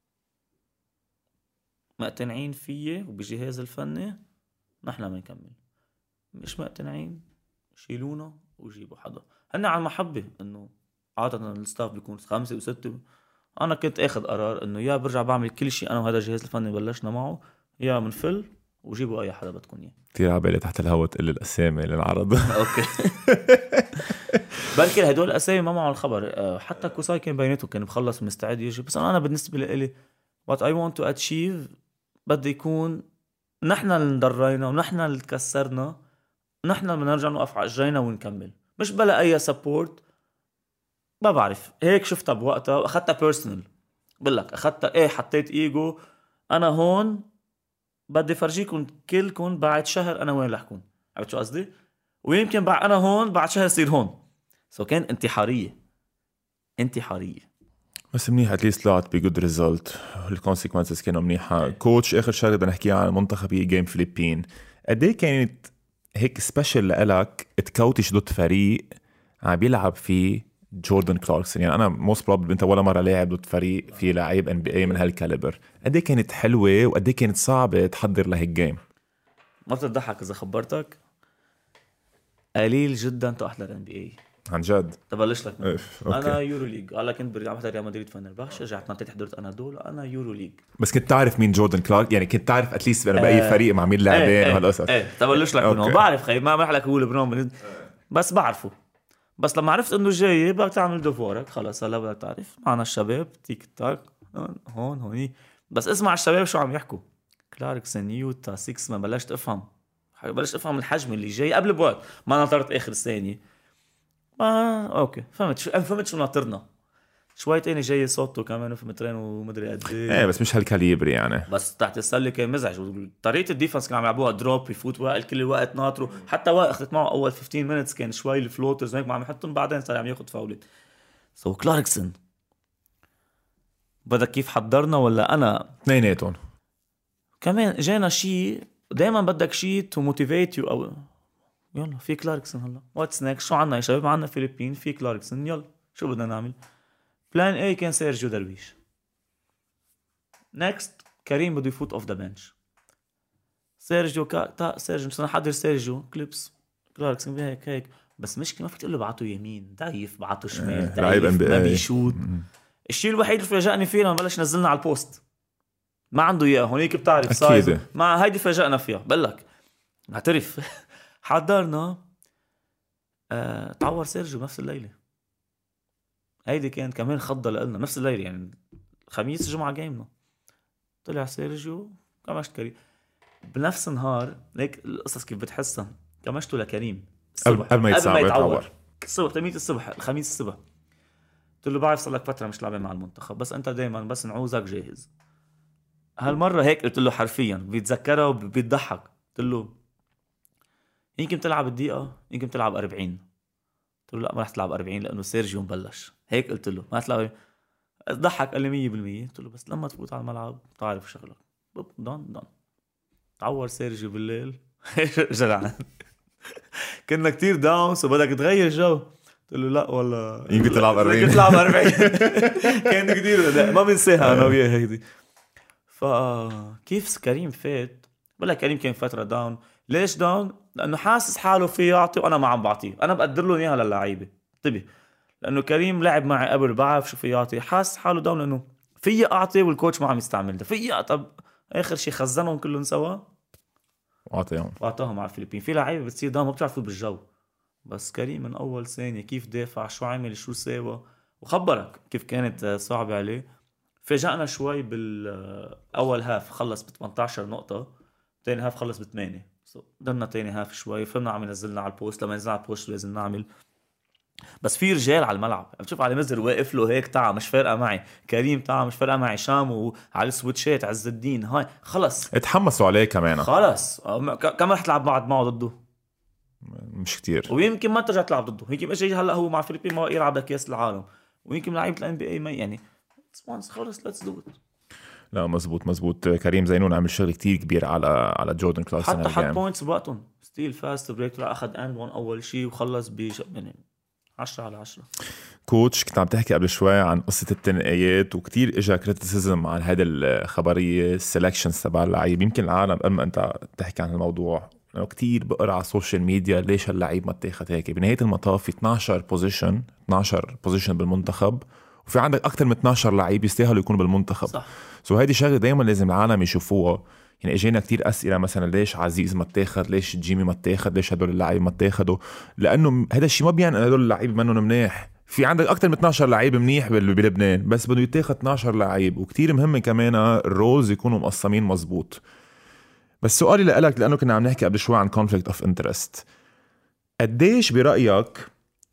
مقتنعين فيه وبجهاز الفني نحن ما نكمل. مش مقتنعين شيلونا وجيبوا حدا. هن عن محبة انه عادة الستاف بيكون خمسة وستة. انا كنت اخذ قرار انه يا برجع بعمل كل شيء انا وهذا الجهاز الفني بلشنا معه يا منفل وجيبوا اي حدا بدكم اياه. كثير عبالي تحت الهواء تقول الاسامي للعرض. اوكي بلكي هدول الاسامي ما معه الخبر. حتى كوساي كان بيناته كان مخلص مستعد يجي. بس انا بالنسبه لي what I want to achieve بدي يكون نحن اللي ندرينا ونحن اللي تكسرنا نحن اللي نرجع نوقف على رجلينا ونكمل. مش بلا اي سبورت. ما بعرف هيك شفتها بوقتها واخذتها بيرسونال. بقولك اخذتها ايه حطيت ايجو. انا هون بدي فرجيكم كلكم بعد شهر انا وين رح اكون. عرفت شو قصدي؟ ويمكن بعد انا هون بعد شهر صير هون. سو كان انتحاريه انتحاريه. بس منيح اتليست طلعت بجود ريزلت، الكونسيكونسز كانوا منيحه. كوتش اخر شغله بدنا نحكيها عن المنتخب هي جيم فلبين. قد ايه كانت هيك سبيشال لإلك تكوتش ضد فريق عم بيلعب فيه جوردن كلاركسون؟ يعني انا موست بروبلي انت ولا مره لاعب ضد فريق فيه لاعب ان بي اي من هالكاليبر. قد ايه كانت حلوه وقد ايه كانت صعبه تحضر لهيك جيم؟ ما بتضحك اذا خبرتك قليل جدا تحضر ان بي اي عن جد. تبلش لك إف. انا يورو ليج. هلا كنت برجع بحضر ريال مدريد فنربخشة، رجعت نطيت حضرت انادول، انا يورو ليج. بس كنت تعرف مين جوردن كلارك؟ يعني كنت تعرف اتليست انا باي آه فريق مع مين لاعبين ايه وهالقصص؟ ايه, ايه. تبلش لك منه بعرف خي ما بحلك هو لبنان بس بعرفه. بس لما عرفت انه جاي بدك تعمل دفورك خلص. هلا بدك تعرف معنا الشباب تيك تاك هون هوني بس اسمع الشباب شو عم يحكوا. كلاركسون يوتا ستة ما بلشت افهم بلشت افهم الحجم اللي جاي قبل بوقت ما نطرت اخر الثانيه. ما اوكي فهمت شو فهمت شو ناطرنا شوي تاني جاي صوته كمان في مترين ومدري قد ايه. ايه بس مش هالكاليبر يعني. بس تحت السله كان مزعج. طريقه الديفنس كانوا عم يلعبوها دروب يفوت وائل كل الوقت ناطروا. حتى وائل اخذت معه اول خمستاشر مينتس كان شوي الفلوترز هيك ما عم يحطهم بعدين صار عم ياخذ فاولت. سو كلاركسون بدك كيف حضرنا ولا انا اثنيناتهم كمان جانا شيء دائما بدك شيء تو موتيفيت يو او يلا في كلاركسون. هلا واتس نيكست شو عنا يا شباب؟ عنا فيلبين في كلاركسون يلا شو بدنا نعمل؟ بلان اي كان سيرجيو درويش. نيكست كريم بده يفوت اوف ذا بنش. سيرجيو كا تا سيرجيو مش نحضر سيرجيو كليبس كلاركسون هيك هيك بس مشكله ما فيك تقول له بعته يمين ضعيف بعته شمال ضعيف ما بيشوت. الشيء الوحيد اللي فاجأني فيه لما بلش نزلنا على البوست ما عنده اياه هونيك بتعرف سايز مع هيدي فاجأنا فيها. بقول لك اعترف حضرنا آه، تعور سيرجيو نفس الليله. هيدي كانت كمان خضة لنا نفس الليله يعني خميس جمعه جيمنا طلع سيرجيو كمشت كريم بنفس النهار. ليك القصص كيف بتحسها كمشته لكريم الصبح قبل ما يتعور الصبح تميت الصبح الخميس الصبح. قلت له بعرف صار لك فتره مش لعبه مع المنتخب بس انت دايما بس نعوزك جاهز. هالمره هيك قلت له حرفيا بيتذكرها وبيضحك. قلت له يمكن تلعب الدقيقه يمكن تلعب أربعين. قلت له لا ما رح تلعب أربعين لانه سيرجيو مبلش هيك. قلت له ما تلعب. ضحك قال لي مية بالمية. قلت له بس لما تفوت على الملعب تعرف شغلك دون دون. تعور سيرجيو بالليل جلعان كنا كتير داونس وبدك تغير جو. قلت له لا والله يمكن تلعب أربعين يمكن تلعب أربعين كان كتير ما بنساها انا وياه هيدي. فكيف كريم فات بقول لك كريم كان فتره داون. ليش داون؟ لانه حاسس حاله فيه يعطي وانا ما عم بعطيه. انا بقدر له اياها للعيبه انتبه لانه كريم لعب معي قبل بعرف شو في يعطي. حاسس حاله داون لانه في اعطي والكوتش ما عم يستعمل ده في. طب اخر شيء خزنهم كلهم سوا واعطيهم واعطاهم على الفلبين. في لعيبه بتصير داون ما بتعرفوا بالجو. بس كريم من اول ثانيه كيف دافع شو عمل شو ساوى وخبرك كيف كانت صعبه عليه. فاجأنا شوي بالاول هاف خلص ب ثمانية عشر نقطه. تاني هاف خلص ب ثمانية. ضلنا تاني هاف شوي فهمنا عم ينزلنا على البوست. لما نزلنا على البوست لازم نعمل بس في رجال على الملعب. بتشوف علي مزر واقف له هيك تعا مش فارقه معي. كريم تعا مش فارقه معي. شام وعلى السويتشات عز الدين هاي خلص اتحمسوا عليه كمان خلص كم رح تلعب بعد معه ضده مش كتير. ويمكن ما ترجع تلعب ضده. يمكن اجى هلا هو مع فيلبين ما يلعب كاس العالم ويمكن لعيبه الان بي اي ما يعني خلص ليتس دو ات. لا مزبوط مزبوط. كريم زينون عمل شغل كتير كبير على على جوردن كلاركسون. حتى حط بوينتس بوقتهم ستيل فاست بريك طلع اخذ اند وان اول شيء وخلص ب يعني عشرة على عشرة. كوتش كنت عم تحكي قبل شوي عن قصة التنقيات وكتير اجا كريتيسيزم على هذا الخبرية السلكشنز تبع اللعيب. يمكن العالم قبل ما انت تحكي عن الموضوع لانه كتير بقرا على السوشيال ميديا ليش اللعيب ما اتاخد هيك. بنهاية المطاف في اثناشر بوزيشن اثناشر بوزيشن بالمنتخب وفي عندك اكثر من اثناشر لعيب يستاهلوا يكونوا بالمنتخب. صح. سو هيدي شغله دائما لازم العالم يشوفوها. يعني اجينا كتير اسئله مثلا ليش عزيز ما اتاخد ليش جيمي ما اتاخد ليش هدول اللعيبه ما اتاخدوا. لانه هذا الشيء ما بيعني هدول اللعيبه منهم منيح. في عندك اكثر من اثناشر لعيب منيح بلبنان بس بده يتاخد اثناشر لعيب. وكتير مهم كمان الرولز يكونوا مقسمين مزبوط. بس سؤالي لك لانه كنا عم نحكي قبل شوي عن كونفليكت اوف انترست قديش برايك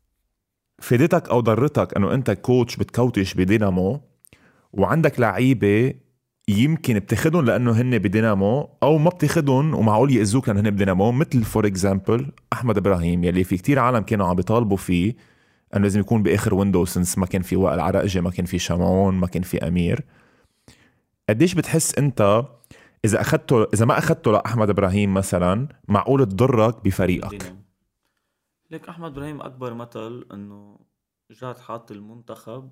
فادتك او ضرتك انه انت كوتش بتكوتش بدينامو وعندك لعيبه يمكن بتاخدهم لانه هن بدينامو او ما بتاخدهم ومعقول يأذوك لانه هن بدينامو مثل فور اكزامبل احمد ابراهيم يلي في كتير عالم كانوا عم بيطالبوا فيه انه لازم يكون باخر ويندو، سنس ما كان في وائل عرقجي، ما كان في شمعون، ما كان في امير. قديش بتحس انت اذا اخذته اذا ما اخذته لاحمد ابراهيم مثلا معقول تضرك بفريقك؟ ليك احمد ابراهيم اكبر مثل انه جات حاط المنتخب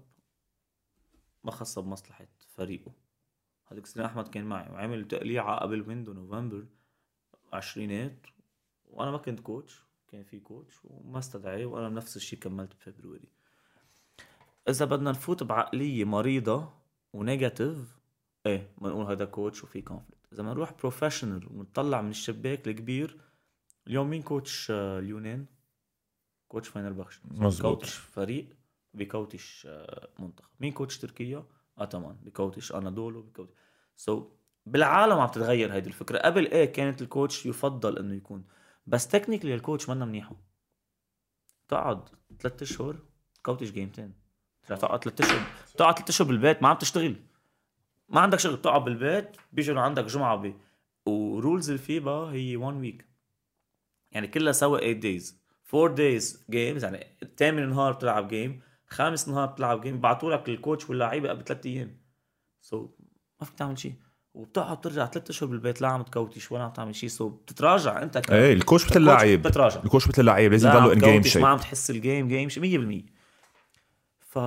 ما خصه بمصلحه فريقه. هذيك السنه احمد كان معي وعمل تقليعه قبل ويندو نوفمبر عشرينات، وانا ما كنت كوتش، كان في كوتش وما استدعي، وانا نفس الشيء كملت بفبروري. اذا بدنا نفوت بعقليه مريضه ونيجاتيف، ايه بنقول هذا كوتش وفي كونفليكت. اذا بدنا نروح بروفيشنال ونطلع من الشباك الكبير، اليوم مين كوتش اليونان؟ كوتش فاينرباخش بيكوتش فريق، بيكوتش منتخب. مين كوتش تركيا؟ اتمان بيكوتش انادولو، بيكوتش سو so, بالعالم عم تتغير هيدي الفكره. قبل ايه كانت الكوتش يفضل انه يكون، بس تكنيكلي الكوتش منا منيحه. تقعد ثلاثة اشهر كوتش جيمتين، تقعد ثلاثة اشهر تقعد ثلاثة اشهر بالبيت ما عم تشتغل، ما عندك شغل، بتقعد بالبيت، بيجي عندك جمعه بي ورولز الفيبا هي one week، يعني كلها سوا eight days four days games، يعني تامن نهار بتلعب جيم، خامس نهار بتلعب جيم، بعتوا لك الكوتش واللاعيبه قبل ثلاث ايام. سو so, ما فيك تعمل شيء، وبتقعد ترجع ثلاثة اشهر بالبيت لا عم تكوتش ولا عم تعمل شيء. سو so, بتتراجع انت ك ايه الكوتش مثل اللاعب، بتتراجع الكوتش مثل اللاعب لازم يضلوا ان جيم شيب، ما عم تحس الجيم جيم مية بالمية. ف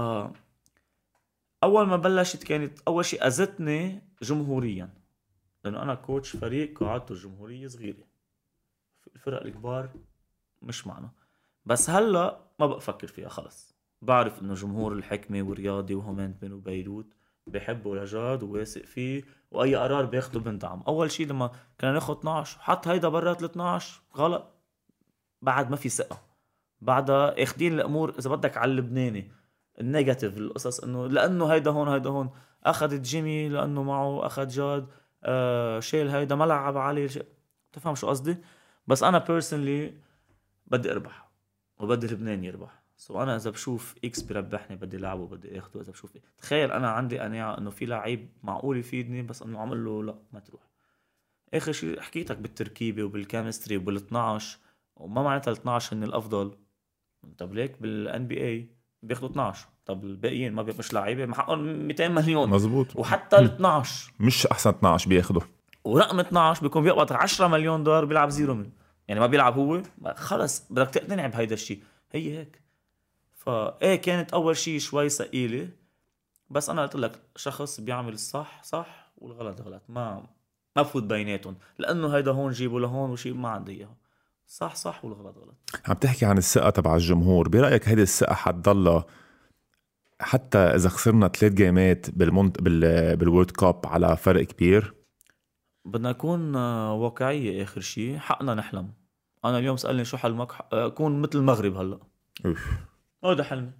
اول ما بلشت كانت اول شيء اذتني جمهوريا، لانه انا كوتش فريق قاعدته الجمهوريه صغيره، الفرق الكبار مش معنا. بس هلا ما بفكر فيها خلص، بعرف انه جمهور الحكمه والرياضي وهومنتمن وبيروت بيحبوا رجاد وواثق فيه، واي قرار بياخده بندعم. اول شيء لما كنا ناخد اثناشر حط هيدا برات ال اثناشر غلط، بعد ما في ثقه، بعدها اخدين الامور اذا بدك على اللبناني النيجاتيف، القصص انه لانه هيدا هون هيدا هون، اخذ جيمي لانه معه اخذ جاد، آه شيل هيدا ما لعب عليه ش... تفهم شو قصدي؟ بس انا بيرسونلي بدي اربح وبدي لبنان يربح. سو انا اذا بشوف اكس بيربحني بدي لعبه وبدي اخده. اذا بشوف إيه. تخيل انا عندي قناعه انه في لعيب معقول يفيدني، بس انه عمل له لا ما تروح. اخر شيء حكيتك بالتركيبه وبالكيمستري وبال12، وما معناتها ال12 هن الافضل. طب ليك بالان بي اي بياخدوا اثناشر، طب الباقيين ما مش لعيبه محققين مئتين مليون مزبوط، وحتى ال اثناشر مش احسن اثناشر بياخده، ورقم اثناشر بيكون بيقبض عشرة مليون دولار بيلعب زيرو من، يعني ما بيلعب هو خلص بدك تقتنع بهيدا الشيء. هي هيك. فايه كانت اول شيء شوي ثقيله، بس انا قلت لك شخص بيعمل الصح صح والغلط غلط، ما ما بفوت بيناتهم، لانه هيدا هون جيبه لهون وشيء ما عندي اياه، صح صح والغلط غلط. عم تحكي عن الثقه تبع الجمهور، برايك هيدي الثقه حتضلها حتى اذا خسرنا ثلاث جيمات بالمنت بال بالورد كاب على فرق كبير؟ بدنا نكون واقعيه. اخر شيء حقنا نحلم. انا اليوم سالني شو حلمك؟ اكون مثل المغرب هلا، اوف هذا حلمي،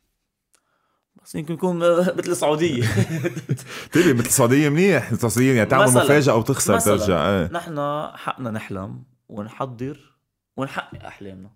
بس يمكن يكون مثل السعوديه. تبي مثل السعوديه منيح، السعوديه يعني تعمل مفاجاه وتخسر ترجع. اه. نحن حقنا نحلم ونحضر ونحقق احلامنا.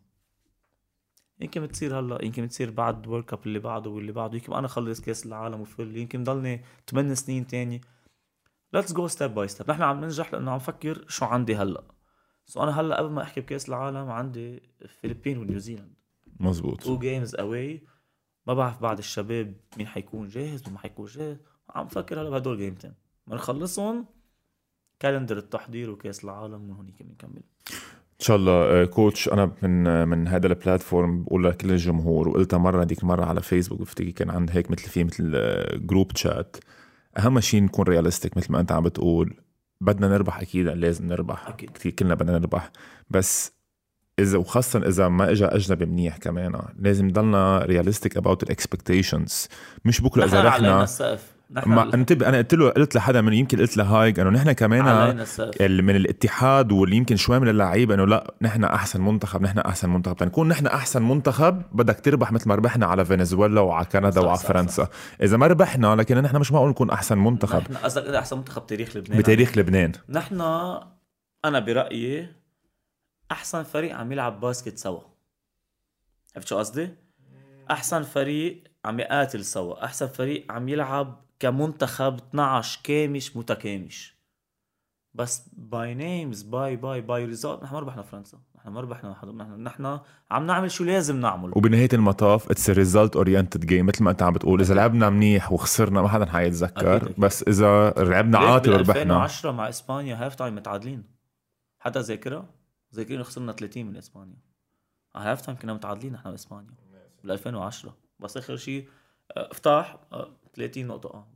يمكن بتصير هلا، يمكن بتصير بعد وورلد كاب اللي بعده واللي بعده، يمكن انا اخلص كاس العالم وفل، يمكن ضلني ثمانية سنين تاني. ليتس جو ستيب باي ستيب. نحن عم ننجح لانه عم فكر شو عندي هلا. سو انا هلا قبل ما احكي بكاس العالم عندي الفلبين ونيوزيلاند، مزبوط، تو جيمز اواي. ما بعرف بعد الشباب مين حيكون جاهز وما حيكون جاهز، عم فكر هلا بهدول جيمتين بنخلصهم كالندر التحضير وكاس العالم، من هونيك بنكمل ان شاء الله. كوتش انا من من هذا البلاتفورم بقول لكل الجمهور، وقلتها مره هذيك المره على فيسبوك، بفتكر كان عند هيك مثل في مثل جروب تشات، اهم شيء نكون رياليستيك مثل ما انت عم بتقول. بدنا نربح اكيد، لازم نربح أكيد. كتير كلنا بدنا نربح، بس اذا وخاصه اذا ما اجى اجنبي منيح كمان لازم نضلنا رياليستيك اباوت الاكسبكتيشنز. مش بكره اذا رحنا ما انتبه. انا قلت له قلت لحدا من يمكن قلت لهايك انه نحن كمان من الاتحاد واللي يمكن شوي من اللعيبه انه لا نحن احسن منتخب، نحن احسن منتخب. تنكون نحن احسن منتخب بدك تربح مثل ما ربحنا على فنزويلا وعلى كندا وعلى فرنسا. صح. اذا ما ربحنا لكن نحن مش معقول نكون احسن منتخب. نحن قصدك احسن منتخب تاريخ لبنان، بتاريخ لبنان. نحن انا برايي احسن فريق عم يلعب باسكت سوا. عرفت شو قصدي؟ احسن فريق عم يقاتل سوا، احسن فريق عم يلعب كمنتخب اثناشر كامش متكامش. بس باي نيمز باي باي باي ريزولت نحن ما ربحنا فرنسا، نحن ما ربحنا نحن نحن عم نعمل شو لازم نعمل. وبنهايه المطاف اتس ريزلت اورينتد جيم مثل ما انت عم بتقول. اذا لعبنا منيح وخسرنا ما حدا حيتذكر، أكيد أكيد. بس اذا لعبنا عاطل وربحنا. ألفين وعشرة مع اسبانيا هاف تايم متعادلين، حتى ذاكرها ذاكرين خسرنا ثلاثين من اسبانيا على هاف تايم، كنا متعادلين نحن واسبانيا بال ألفين وعشرة، بس اخر شيء افتح ثلاثين نقطه. اه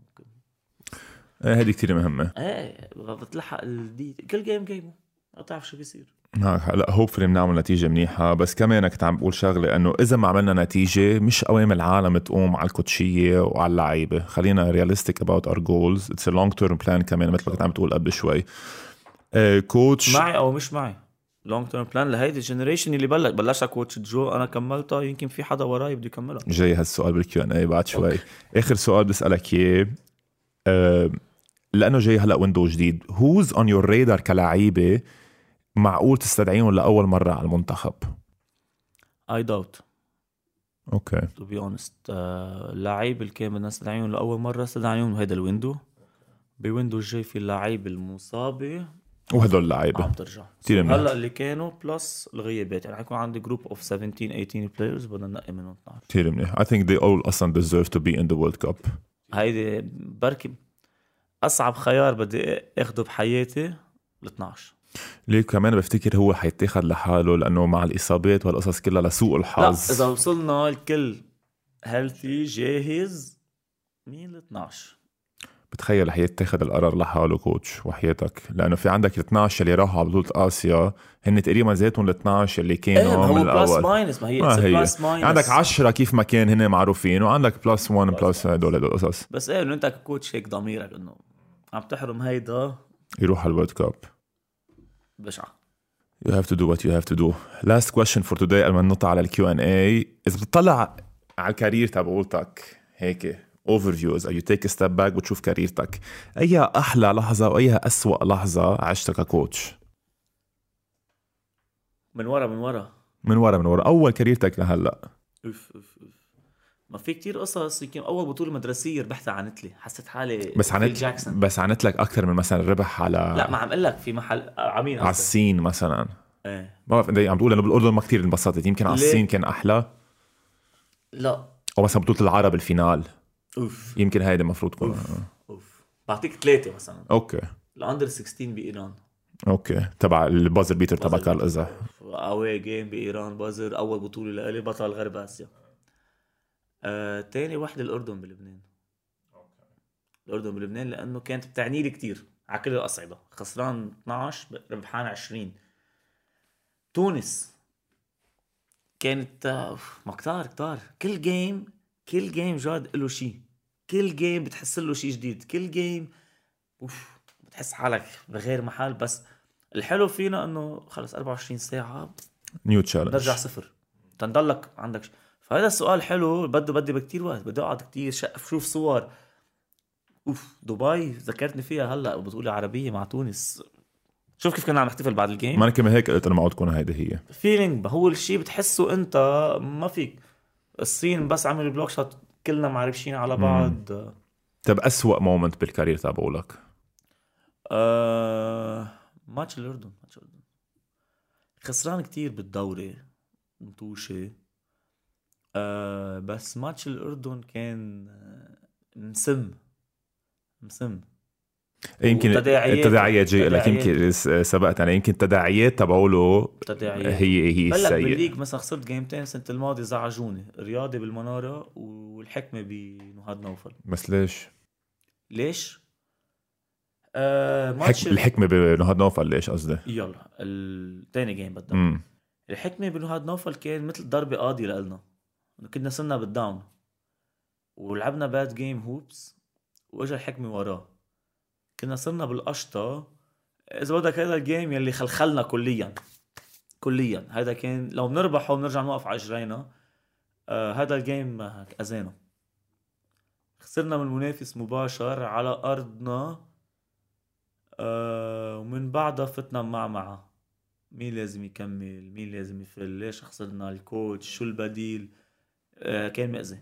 ايه هذه كتير مهمه. ايه بتلحق الدي كل جيم جيمه، ما تعرف شو بيصير. هلا هوبفلي بنعمل نتيجه منيحه، بس كمان كنت عم بقول شغله انه اذا ما عملنا نتيجه مش قوام العالم تقوم على الكوتشيه وعلى اللعيبه. خلينا رياليستيك اباوت اور جولز، اتس ا لونج تيرم بلان كمان مثل ما كنت عم بتقول قبل شوي. آه كوتش معي او مش معي لونج تيرم بلان لهيدي الجنريشن اللي بلش بلشها كوتش جو، انا كملتها يمكن في حدا وراي بده يكملها. جاي هالسؤال بالكيو ان اي بعد شوي. اخر سؤال بسالك اياه، آه لانه جاي هلا ويندو جديد، هوز اون يور رادار كلاعيبه معقول تستدعيهم لاول مره على المنتخب؟ اي داوت اوكي تو بي اونست. اللعيب اللي كان بدنا نستدعيهم لاول مره استدعيهم هيدا الويندو. بويندو الجاي في اللعيبه المصابه وهدول اللعيبه عم ترجع كتير منيح. هلا اللي كانوا بلس الغيابات، يعني حيكون عندي جروب اوف سبعتاشر ثمانية عشر بلايرز بدنا ننقي منهم اثناشر. كتير منيح. I think they all اصلا deserve to be in the World Cup. هيدي بركي اصعب خيار بدي اخده بحياتي ال اثناشر. ليه كمان بفتكر هو حيتاخد لحاله لانه مع الاصابات والقصص كلها لسوء الحظ. لا اذا وصلنا الكل هيلثي جاهز مين ال اثناشر؟ بتخيل حيتاخد القرار لحاله كوتش وحياتك، لانه في عندك ال اثناشر اللي راحوا على بطولة آسيا هن تقريبا ذاتهم ال اثناشر اللي كانوا ايه من هو بلس الاول. ماينس، ما هي ما هي بلس ماينس. عندك عشرة كيف ما كان هن معروفين، وعندك بلس واحد بلس هدول هدول قصص. بس ايه انه انت ككوتش هيك ضميرك انه عم تحرم هيدا يروح على الورد كاب. بشعة. You have to do what you have to do. Last question for today قبل ما ننط على الكيو ان اي. إذا بتطلع على الكارير تبعولتك هيك overviews أو you take a step back وتشوف كاريرتك، أي أحلى لحظة وأي أسوأ لحظة عشتك ككوتش؟ من ورا من ورا من ورا من ورا أول كاريرتك لهلا. أوف أوف أوف. ما في كتير قصص. يمكن أول بطولة مدرسية ربحتها عنت لي، حسيت حالي بس عنت بس عنت لك أكثر من مثلا ربح على لا ما عم أقول لك في محل عمين على الصين مثلا. ايه ما بعرف عم تقول انه بالاردن ما كتير انبسطت، يمكن على الصين كان احلى. لا او مثلا بطولة العرب الفينال اوف يمكن هيدا المفروض تكون. اوف اوف بعطيك ثلاثة مثلا. اوكي الاندر ستة عشر بايران. اوكي تبع البازر بيتر تبع كارل ازح. اواي جيم بايران بازر، اول بطولة لإلي بطل غرب اسيا. آه، تاني واحدة الاردن بلبنان. الاردن بلبنان لانه كانت بتعني لي كتير على كل الاصعدة. خسران اثناشر ربحان عشرين. تونس كانت ما كتار كتار كل جيم كل جيم جاد له شيء، كل جيم بتحس له شيء جديد، كل جيم اوف بتحس حالك بغير محل. بس الحلو فينا انه خلص أربعة وعشرين ساعة نيو تشالنج نرجع صفر تنضلك عندك ش... فهذا السؤال حلو. بده بدي بكتير وقت، بدي اقعد كتير شوف صور. اوف دبي ذكرتني فيها هلا بطولة عربية مع تونس. شوف كيف كنا عم نحتفل بعد الجيم. ما انا كمان هيك قلت انا ما عود تكون هيدا هي فيلينج. هو الشيء بتحسه انت ما فيك. الصين بس عمل بلوك شوت كلنا معرفشين على بعض. طب أسوأ مومنت بالكارير تبعولك؟ آه... ماتش الأردن. ماتش الأردن خسران كتير بالدوري مطوشة. آه... بس ماتش الأردن كان مسم مسم يمكن التداعيات جاي لك يمكن سبقت انا يمكن التداعيات تبعوله هي هي السيئة. بالليج مثلا خسرت جيمتين السنة الماضية زعجوني. رياضي بالمنارة والحكمة بنهاد نوفل. بس ليش؟ ليش؟ آه ماتش حك... الحكمة بنهاد نوفل ليش قصدي؟ يلا الثاني جيم بدنا. الحكمة بنهاد نوفل كان مثل ضربة قاضية لنا. كنا صرنا بالداون ولعبنا باد جيم هوبس واجا الحكمة وراه. كنا صرنا بالقشطة. إذا بدك هذا الجيم يلي خلخلنا كليا كليا. هذا كان لو بنربحه ونرجع نوقف على جرينا. آه هذا الجيم أذانا. خسرنا من المنافس مباشر على أرضنا. آه ومن بعدها فتنا مع معه مين لازم يكمل مين لازم يفل، ليش خسرنا، الكوتش شو البديل. آه كان مأذي.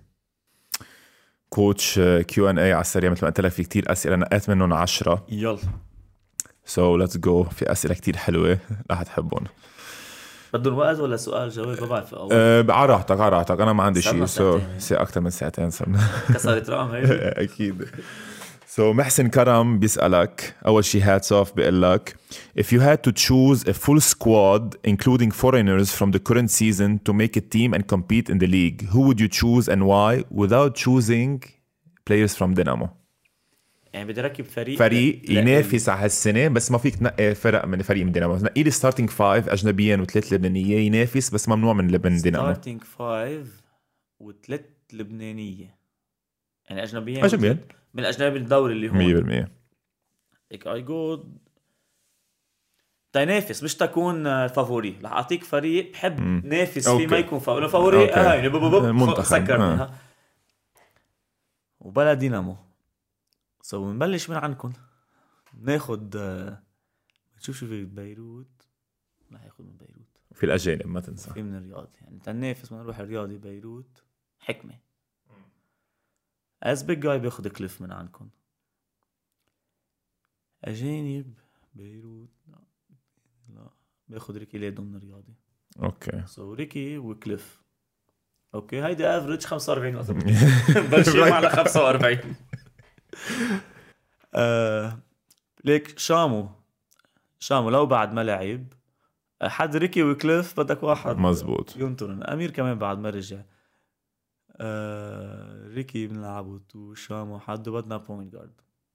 كوتش كيو ان اي على السريع مثل ما قلت لك في كتير اسئله نقيت منهم عشرة. يلا So let's go. في أسئلة كتير حلوة رح تحبون. بدون وقت ولا سؤال جواب؟ ما بعرف. أه على راحتك على راحتك. أنا ما عندي شيء. صرنا so سي أكتر من ساعتين صرنا. كسرت رقم هيدي. أكيد. So محسن كرم بيسألك أول شي hats off بيقول لك if you had to choose a full squad including foreigners from the current season to make a team and compete in the league, who would you choose and why without choosing players from Dynamo? يعني بدي ركب فريق فريق لا- ينافس على هالسنة بس ما فيك تنقي فرق من فريق من دينامو. نقي لي starting five أجنبيا وثلاث لبنانية ينافس بس ممنوع من لبن دينامو. starting five وثلاث لبنانية يعني أجنبيين. أجنبيا من الأجنبي الدوري اللي هو مية بالمية. هيك I go تنافس مش تكون فافوري. رح أعطيك فريق بحب مم. نافس أوكي. فيه ما يكون فا- فافوري. أوكي. آه يعني بب- بب- منتخب. سكرني آه. ها. وبلا دينامو. سو بنبلش من عندكم. ناخد آه، نشوف شو في بيروت. رح ياخد من بيروت. في الأجانب ما تنسى. في من الرياض يعني تنافس. ما نروح الرياضي بيروت حكمة. از بيج جاي بياخد كليف من عندكم. أجانب بيروت لا لا بياخد ريكي ليدو من الرياضي. أوكي. سو ريكي وكليف. اوكي هيدي افريج خمسة وأربعين نقطة. بلشي على خمسة وأربعين. آه ليك شامو شامو لو بعد ما لعب حد ريكي وكليف بدك واحد مزبوط. ينطرن. امير كمان بعد ما رجع. آه ريكي بنلعبه تو شامو حد بدنا بوينت جارد.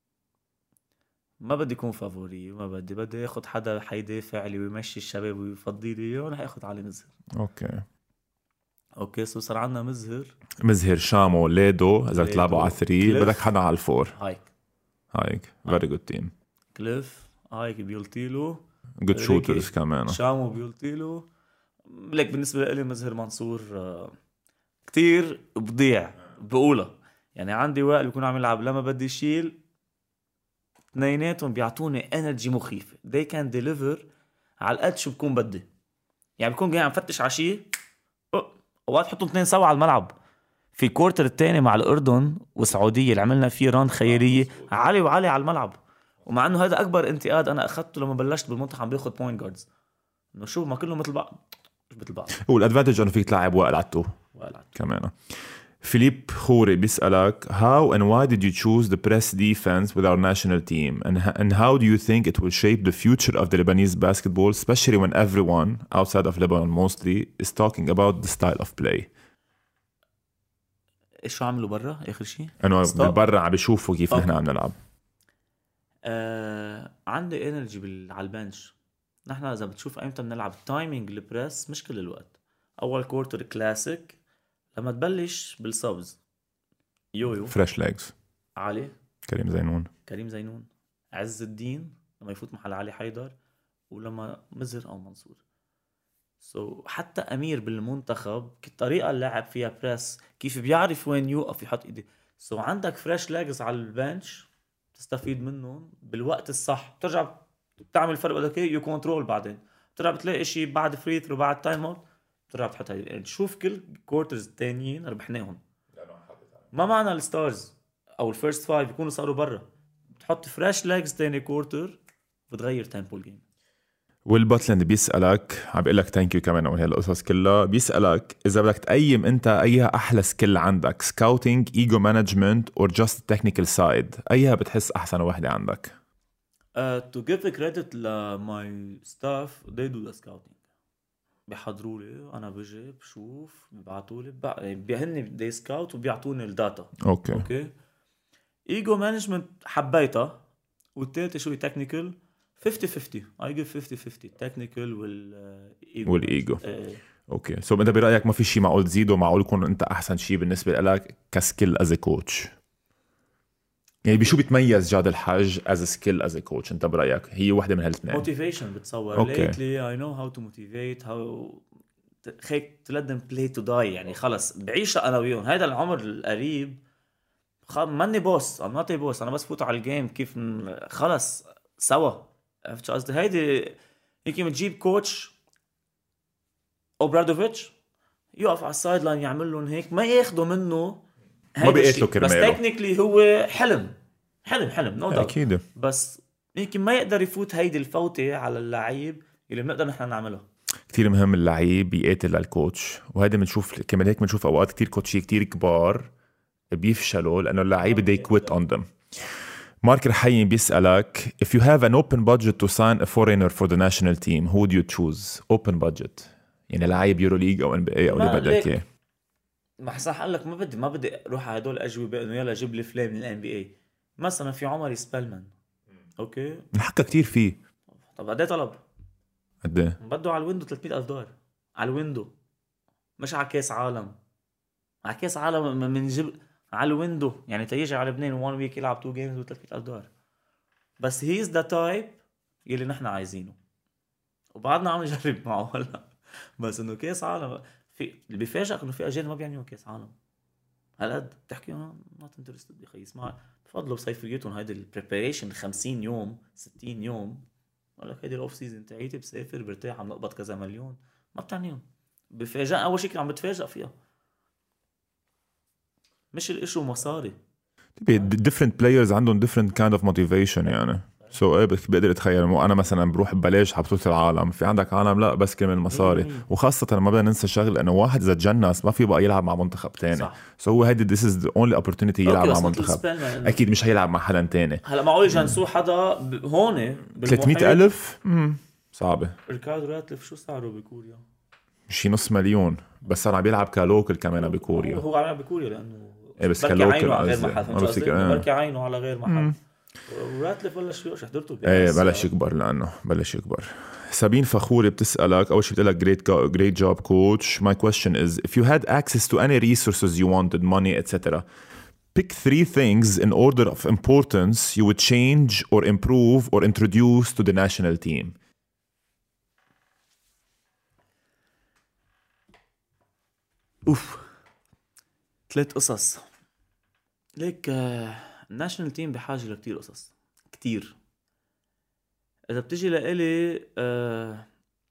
ما بدي يكون فافوري ما بدي بدي ياخد حدا حيدافع لي ويمشي الشباب ويفضي لي رح ياخد علي مزهر. أوكي. اوكي سو صار عندنا مزهر مزهر شامو ليدو إذا ليدو، تلعبوا على ثري كليف. بدك حدا على الفور. هايك هايك very good team. كليف هايك بيلطيله good ريكي. shooters كمان. شامو بيلطيله. لك بالنسبة لي مزهر منصور آه، كتير بضيع بقولها. يعني عندي وائل بيكون عم يلعب لما بدي يشيل اثنيناتهم بيعطوني انرجي مخيفة. they can deliver على القد شو بكون بدي. يعني بكون جاي عم فتش عشيه وقت حطوا اثنين سوا على الملعب. في كورتر الثاني مع الأردن والسعودية اللي عملنا فيه ران خيرية عالي وعالي على الملعب. ومع انه هذا اكبر انتقاد انا اخذته لما بلشت بالمنتخب عم بياخد بوينت جاردز انه شو ما كلهم مثل بعض. مش مثل بعض. والادفانتج انه فيك تلعب وائل عتو كمان. فيليب خوري بيسألك how and why did you choose the press defense with our national team and and how do you think it will shape the future of the Lebanese basketball especially when everyone outside of Lebanon mostly is talking about the style of play. ايش شو عملوا برا اخر شيء؟ انه Stop. بالبرا عم بيشوفوا كيف نحن عم نلعب. آه عندي انرجي بال... على البنش. نحن اذا بتشوف ايمتى بنلعب تايمينج البريس مش كل الوقت. اول كورتر كلاسيك لما تبلش بالسبز يويو فريش ليجز علي كريم زينون كريم زينون عز الدين لما يفوت محل علي حيدر ولما مزهر او منصور. سو so, حتى امير بالمنتخب الطريقه اللي لعب فيها بريس كيف بيعرف وين يوقف يحط ايديه. سو so, عندك فريش ليجز على البنش تستفيد منهم بالوقت الصح. بترجع بتعمل فرق بدك ايه يو كنترول. بعدين بترجع بتلاقي شيء بعد فري ثرو بعد تايم اوت بترجع بتحط هاي يعني شوف كل كوارترز الثانيين ربحناهم. ما معنى الستارز او الفيرست فايف يكونوا صاروا برا. بتحط فريش ليجز ثاني كوارتر بتغير تيمبو الجيم. والباتلاند بيسألك عم بقول لك ثانك يو كمان على هالقصص كلها. بيسألك إذا بدك تقيم أنت أيها أحلى سكيل عندك scouting, ego management or just technical side أيها بتحس أحسن واحدة عندك؟ Uh, to give the credit to my staff they do the scouting. بيحضروا لي أنا بجي بشوف بيبعتوا لي بع... بيهني they scout وبيعطوني الداتا. أوكي. أوكي. ego management حبيتها والتالتة شوي technical fifty fifty. I give fifty fifty technical وال ego. والإيجو. ايه. أوكي. سو so أنت برأيك ما في شيء معقول تزيده معقول يكون أنت أحسن شيء بالنسبة لك كسكيل as a coach؟ يعني بشو بتميز جاد الحاج as a skill as a coach أنت برأيك هي واحدة من هالاثنين؟ motivation بتصور. أوكي. lately I know how to motivate how خيك to let them play to die. يعني خلص بعيشها أنا ويون. هيدا العمر القريب خ... ماني بوس I'm not a boss. أنا بس فوت على الجيم كيف م... خلص سوا. عرفت قصدي؟ هيدي هيك بتجيب كوتش أوبرادوفيتش يقف على السايد لاين يعمل لهم هيك ما ياخدوا منه. ما بيقتلوا كرماله. بس تكنيكلي هو حلم حلم حلم نو no أكيد. بس يمكن ما يقدر يفوت هيدي الفوتة على اللعيب اللي بنقدر نحن نعملها. كتير مهم اللعيب يقاتل للكوتش، وهذا بنشوف كمان هيك بنشوف اوقات كتير كوتشي كتير كبار بيفشلوا لانه اللعيب بده يكويت on them. مارك رحيم بيسألك if you have an open budget to sign a foreigner for the national team who would you choose? open budget يعني لعيب يورو ليج او ان بي اي او اللي بدك اياه. ما حسن قال لك ما بدي ما بدي اروح على هدول الاجوبه انه يلا جيب لي فلان من الان بي اي. مثلا في عمر سبيلمان اوكي نحكى كتير فيه. طب قد ايه طلب؟ قد ايه؟ بده على الويندو ثلاثمية ألف دولار على الويندو، مش على كاس عالم. على كاس عالم من جب على الويندو يعني تيجي على لبنان وان ويك يلعب تو جيمز و ثلاثمية ألف دولار. بس هيز ذا تايب يلي نحن عايزينه وبعدنا عم نجرب معه هلا. بس انه كاس عالم في اللي بيفاجئك انه في اجانب ما بيعنيوا كاس عالم هالقد بتحكي انا نوت انترستد يا اخي. اسمع بفضلوا بصيفيتهم هيدي البريباريشن خمسين يوم ستين يوم، قال لك هيدي الاوف سيزون تاعيتي بسافر برتاح عم نقبض كذا مليون. ما بتعنيهم بفاجئ اول شيء عم بتفاجئ فيها مش الاشو مصاري. different players عندهم different kind of motivation يعني. سو so, ايه بقدر اتخيل انا مثلا بروح ببلاش على بطولة العالم، في عندك عالم لا بس كرمال المصاري. وخاصة ما بدنا ننسى شغله انه واحد اذا تجنس ما في بقى يلعب مع منتخب تاني. سو هو هيدي this is the only opportunity يلعب مع منتخب. اكيد مش هيلعب مع حدا تاني. هلا معقول جنسو حدا هون ثلاثمية ألف امم صعبة. ريكاردو راتليف شو سعره بكوريا؟ شي نص مليون بس صار عم بيلعب كلوكل كمان بكوريا. هو عم يلعب بكوريا لانه ايه بس كلوكل على غير محل. بركي عينه على غير محل. وراتليف ولا شو حضرته ايه بلش يكبر لانه بلش يكبر. سابين فخوري بتسألك أول شيء بتقلك great, great job coach. My question is if you had access to any resources you wanted, money, et cetera, pick three things in order of importance you would change or improve or introduce to the national team. أوف ثلاث قصص ليك. الناشنال تيم بحاجة لكتير قصص كتير. إذا بتجي لإلي آه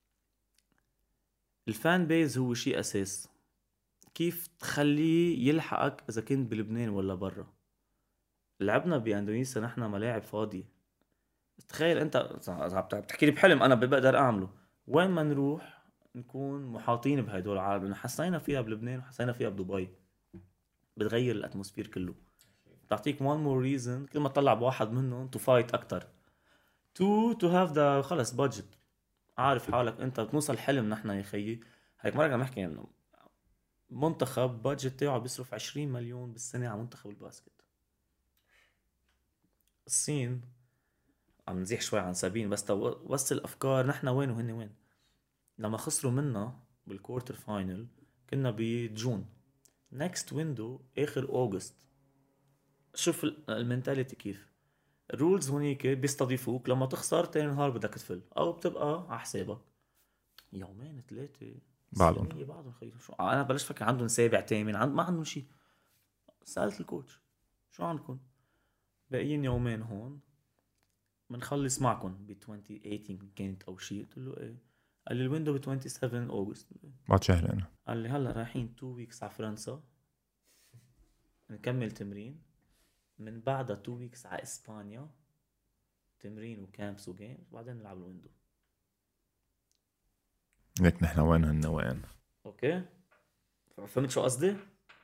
الفان بيز هو شيء أساس. كيف تخليه يلحقك إذا كنت بلبنان ولا برا. لعبنا بأندونيسيا نحن ملاعب فاضية. تخيل أنت بتحكي لي بحلم أنا بقدر أعمله. وين ما نروح نكون محاطين بهدول العالم. حسينا فيها بلبنان وحسينا فيها بدبي. بتغير الاتموسفير كله. تعطيك one more reason كل ما تطلع بواحد منهم to fight أكتر. two to have the خلص budget. عارف حالك أنت بتوصل حلم نحن يا خيي. هيك مرة كنا نحكي إنه منتخب بادجت تاعه بيصرف عشرين مليون بالسنة على منتخب الباسكت. الصين عم نزيح شوي عن سابين بس توصل الأفكار نحن وين وهن وين. لما خسروا منا بالكورتر فاينل كنا بجون. next window آخر أوغست. شوف المنتاليتي كيف. الرولز هونيك بيستضيفوك لما تخسر تاني نهار بدك تفل أو بتبقى على حسابك. يومين ثلاثة بعدهم بعدهم خير. شو أنا بلش فكر عندهم سابع تامن عند ما عندهم شيء. سألت الكوتش شو عندكم؟ باقيين يومين هون منخلص معكم ب ثمانية كانت أو شيء. قلت له إيه؟ قال لي الويندو ب سبعة وعشرين أغسطس بعد شهرين. قال لي هلا رايحين تو ويكس على فرنسا نكمل تمرين من بعدها تو ويكس على إسبانيا تمرين وكامبس وجيمز وبعدين نلعب الويندو. ليك نحن وين هن وين. اوكي فهمت شو قصدي.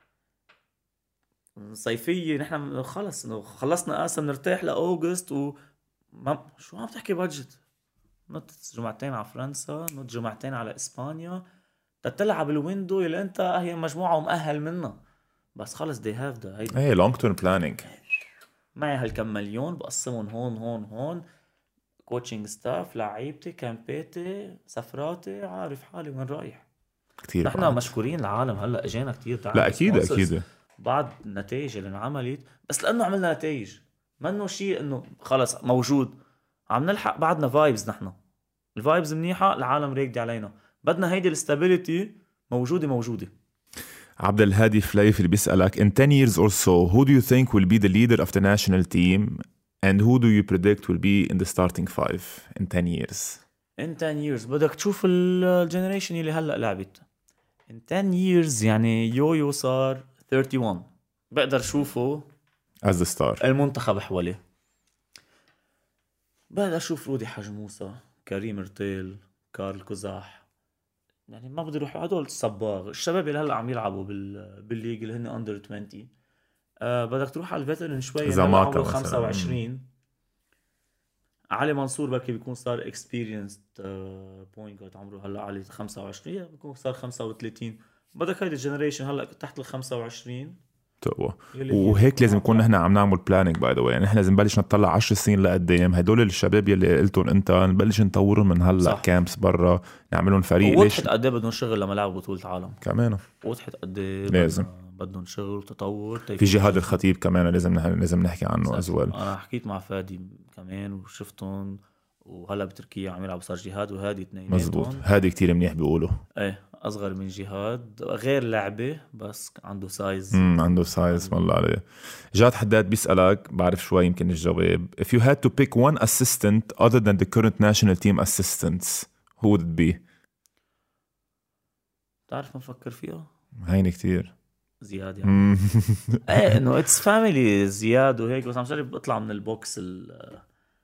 صيفية نحن خلص انه خلصنا قاسم نرتاح لأوغست و ما شو عم تحكي بادجت. نط جمعتين على فرنسا نط جمعتين على إسبانيا تتلعب الويندو اللي انت هي مجموعة ومؤهل منها. بس خلص they have the هيدا ايه long term planning. معي هالكم مليون بقسمهم هون هون هون كوتشنج ستاف لعيبتي كامباتي سفراتي عارف حالي وين رايح. كتير نحن بعد. مشكورين العالم هلا اجينا كتير دعم. لا اكيد اكيد بعد النتائج اللي انعملت بس لانه عملنا نتائج ما انه شيء انه خلص موجود عم نلحق بعدنا فايبز. نحن الفايبز منيحه العالم راكدة علينا بدنا هيدي الاستابيليتي موجوده موجوده. عبد الهادي فلايف اللي بيسألك in ten years or so who do you think will be the leader of the national team and who do you predict will be in the starting five in ten years. in ten years بدك تشوف الجنريشن اللي هلا لعبت in ten years يعني يويو صار واحد وثلاثين بقدر شوفه as the star المنتخب حواليه. بقدر اشوف رودي حاج موسى، كريم رتيل، كارل كوزاح، يعني ما بدي اروح هدول الصباغ الشباب اللي هلا عم يلعبوا بال بالليج اللي هن اندر عشرين. آه بدك تروح على الفيترن شوي، هلا زماتا عمره مثلا. خمسة وعشرين. علي منصور بركي بيكون صار اكسبيرينسد بوينت جارد، عمره هلا علي خمسة وعشرين، بيكون صار خمسة وثلاثين. بدك هيدي الجنريشن هلا تحت ال خمسة وعشرين تقوى. يلي فيه وهيك يكون لازم عم نكون يلعب. نحن عم نعمل بلاننج باي ذا واي، يعني نحن لازم نبلش نطلع عشر سنين لقدام. هدول الشباب يلي قلتهم انت نبلش نطورهم من هلا، صح. كامبس برا، نعملهم فريق. ليش ووضحت قد ايه بدهم شغل لما لعبوا بطولة عالم، كمان وضحت قد ايه لازم بدنا- بدهم شغل وتطور. في جهاد الخطيب كمان لازم نح- لازم نحكي عنه ازول. انا حكيت مع فادي كمان وشفتهم، وهلا بتركيا عم يلعبوا، صار جهاد وهادي اثنيناتهم. مزبوط، هادي كتير منيح بيقولوا. ايه اصغر من جهاد، غير لعبه بس عنده سايز. امم عنده سايز والله عليه. جاد حداد بيسألك، بعرف شوي يمكن الجواب. If you had to pick one assistant other than the current national team assistants, who would it be? بتعرف ما فكر فيها؟ هيني كتير. زياد يعني. ايه انه اتس فاميلي زياد وهيك، بس عم جرب اطلع من البوكس ال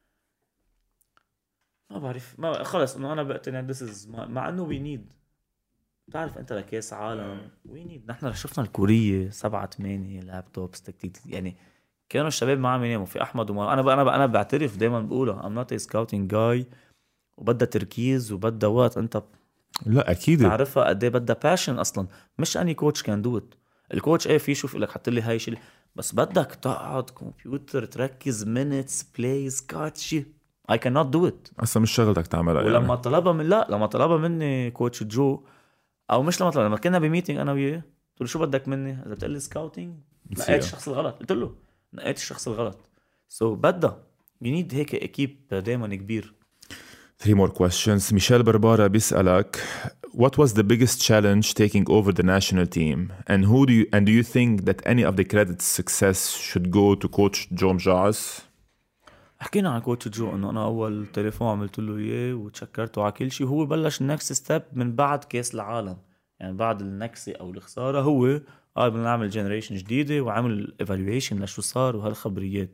ما بعرف، ما خلص انه انا بقتنع this is مع, مع انه وي نيد. بتعرف انت لكاس عالم وي نيد، نحن شفنا الكورية سبعة ثمانية لابتوبس تكتيك، يعني كانوا الشباب ما عم يناموا في احمد وما انا انا انا بعترف دائما بقولها I'm not a scouting guy، وبدها تركيز وبدها وقت. انت لا اكيد تعرفها قد ايه بدها باشن اصلا، مش اني كوتش كان دو ات. الكوتش ايه في يشوف لك حط لي هاي شيء، بس بدك تقعد كمبيوتر تركز minutes plays كات شيء I cannot do it. اصلا مش شغلتك تعملها. ولما يعني طلبها من لا لما طلبها مني كوتش جو، او مش لما طلبها، لما كنا بميتنج انا وياه قلت له شو بدك مني؟ اذا بتقول لي سكاوتينج نقيت الشخص الغلط. قلت له نقيت الشخص الغلط. سو so, بدها you need هيك اكيب دايما كبير. Three more questions. ميشيل بربارة بيسألك What was the biggest challenge taking over the national team and who do you and do you think that any of the credit success should go to coach جوم جاعس؟ حكينا عن كوتش جو انه انا اول تليفون عملت له اياه وتشكرته على كل شيء. هو بلش النكست ستيب من بعد كاس العالم، يعني بعد النكسه او الخساره هو قال بدنا نعمل جنريشن جديده وعمل ايفالويشن لشو صار وهالخبريات.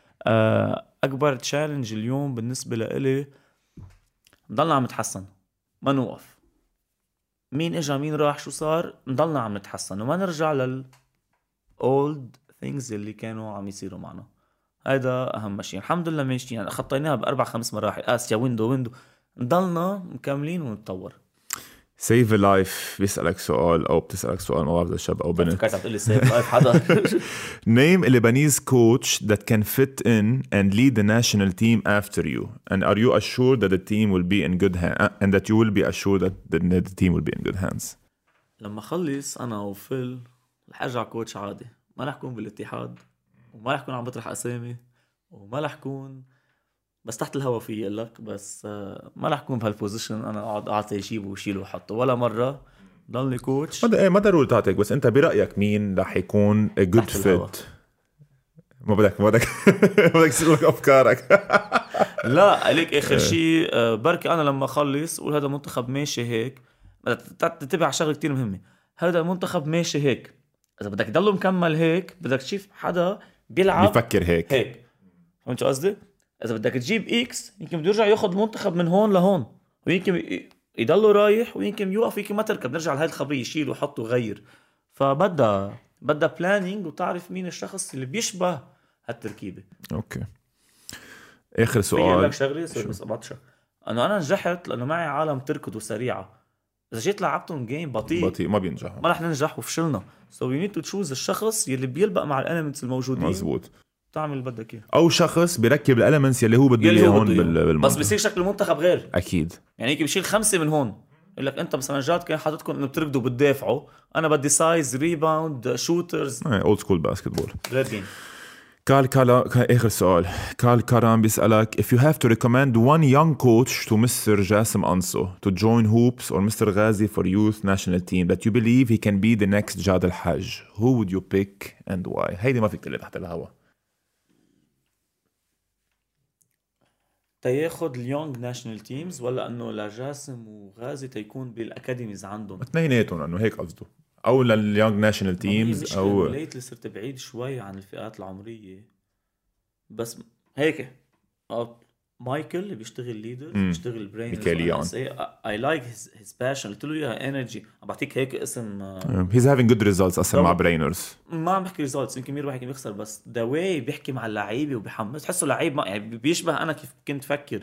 اكبر تشالنج اليوم بالنسبه لإلي نضلنا عم نتحسن، ما نوقف. مين اجا مين راح شو صار، نضلنا عم نتحسن وما نرجع لل old things اللي كانوا عم يصيروا معنا. هذا اهم شيء. الحمد لله ماشيين، يعني خطيناها باربع خمس مراحل، اسيا ويندو ويندو، نضلنا مكملين ونتطور. سيف لايف بيسألك سؤال او بتسألك سؤال، ما بعرف اذا شاب او بنت. فكرت عم تقول لي سيف لايف حدا. Name a Lebanese coach that can fit in and lead the national team after you, and are you assured that the team will be in good hands and that you will be assured that the, the team will be in good hands? لما خلص انا وفيل رح ارجع كوتش عادي، ما رح اكون بالاتحاد وما رح اكون عم بطرح اسامي وما رح اكون بس تحت الهوا في لك، بس ما رح اكون بهالبوزيشن انا اقعد اعطي اجيبه وشيله وحطه ولا مره. ضلني كوتش. ما ايه ما ضروري تعطيك، بس انت برايك مين رح يكون a good fit؟ ما بدك ما بدك بدك تصير لك افكارك. لا عليك اخر شيء بركي انا لما اخلص اقول هذا المنتخب ماشي هيك. تتبع على شغله كتير مهمه، هذا المنتخب ماشي هيك، اذا بدك تضله مكمل هيك بدك تشوف حدا بيلعب بيفكر هيك هيك. فهمت قصدي؟ اذا بدك تجيب اكس يمكن بده يرجع ياخذ المنتخب من هون لهون، ويمكن يضله رايح ويمكن يوقف ويمكن ما تركب. نرجع لهي الخبريه، شيل وحط وغير. فبدها بدها بلانينج وتعرف مين الشخص اللي بيشبه هالتركيبه. اوكي اخر في لك سؤال. شغله سوري بس ابطشه، انه انا نجحت لانه معي عالم تركض وسريعه. اذا جيت لعبتهم جيم بطيء بطيء ما بينجحوا، ما رح ننجح وفشلنا. سو يو نيد تو تشوز الشخص يلي بيلبق مع الاليمنتس الموجودين. مزبوط. تعمل اللي بدك اياه، او شخص بيركب الاليمنتس يلي هو بده اياه هون بالمنطقه. بس بيصير شكل المنتخب غير اكيد. يعني هيك بيشيل خمسه من هون يقول لك انت مثلا جاد كان حاططكم انه بتركضوا بتدافعوا، انا بدي سايز ريباوند شوترز اولد سكول باسكتبول غير جيم. كارل كالا اخر سؤال. كارل كارام بيسألك if you have to recommend one young coach to Mister جاسم أنصو to join Hoops or Mister غازي for youth national team that you believe he can be the next جاد الحاج, who would you pick and why؟ هيدي ما فيك تقلي تحت الهوا. تياخد اليونج ناشنال تيمز ولا انه لجاسم وغازي تيكون بالاكاديميز عندهم؟ اثنيناتهم انه هيك قصده، او لليونج ناشنال تيمز او ليت اللي صرت بعيد شوي عن الفئات العمريه. بس هيك مايكل اللي بيشتغل ليدر مم. بيشتغل برين ميكاليان. اي لايك هيز هيز باشن. قلت له اياها انرجي. عم بعطيك هيك اسم آه، he's having good results اصلا مع ضبط. برينرز. ما عم بحكي ريزولتس، يمكن يربح يمكن يخسر، بس ذا واي بيحكي مع اللعيبه وبيحمس، تحسه لعيب ما يعني بيشبه انا كيف كنت فكر.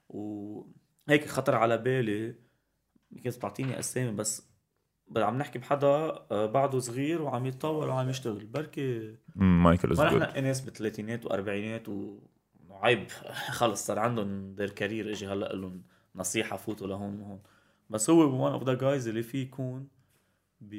وهيك خطر على بالي كيف تعطيني اسامي، بس عم نحكي بحدا آه، بعده صغير وعم يتطور وعم يشتغل بركي. مايكل از ما جود. نحن ناس بالثلاثينات واربعينات وعيب خلص صار عندهم دير كارير، اجي هلا قال لهم نصيحه فوتوا لهون وهون. بس هو one of the guys اللي فيه يكون ب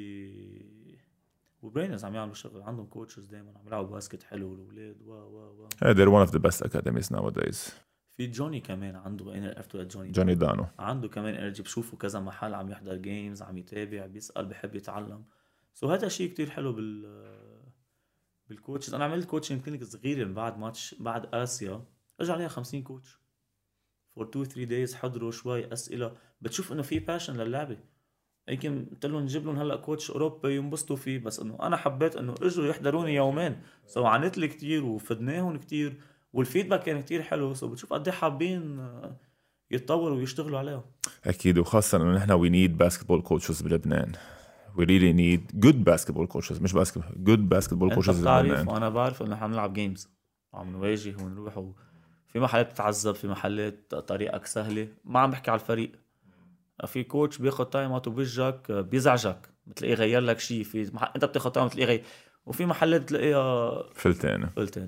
وبرينرز عم يعملوا شغل، عندهم كوتشز دائما عم يلعبوا باسكت حلو الاولاد و و و they're one of the best academies nowadays. في جوني كمان عنده انر افتر جوني جوني دانو عنده كمان انرجي، بشوفه كذا محل عم يحضر جيمز، عم يتابع، بيسأل، بحب يتعلم. سو هذا شيء كتير حلو بال بالكوتشز. انا عملت كوتشنج كلينيك صغيره بعد ماتش بعد اسيا، اجى عليها خمسين كوتش فور تو ثري دايز، حضروا شوي اسئله، بتشوف انه في باشن للعبه. يمكن قلت لهم نجيب لهم هلا كوتش اوروبي ينبسطوا فيه، بس انه انا حبيت انه اجوا يحضروني يومين، سو عنت لي كتير وفدناهم كتير، والفيدباك كان كتير حلو. سو بتشوف قد ايه حابين آه، يتطوروا ويشتغلوا عليها. اكيد، وخاصه انه نحن we need basketball coaches بلبنان. we really need good basketball coaches، مش basketball good basketball انت coaches بتعرف بلبنان. وانا بعرف انه احنا بنلعب جيمز وعم نواجه ونروح و... في محلات بتتعذب، في محلات طريقك سهله. ما عم بحكي على الفريق، في كوتش بياخد تايم اوت وبيجك بيزعجك، بتلاقيه غير لك شيء. في مح... انت بتاخد تايم بتلاقيه غير، وفي محلات بتلاقيها فلتانة فلتاني.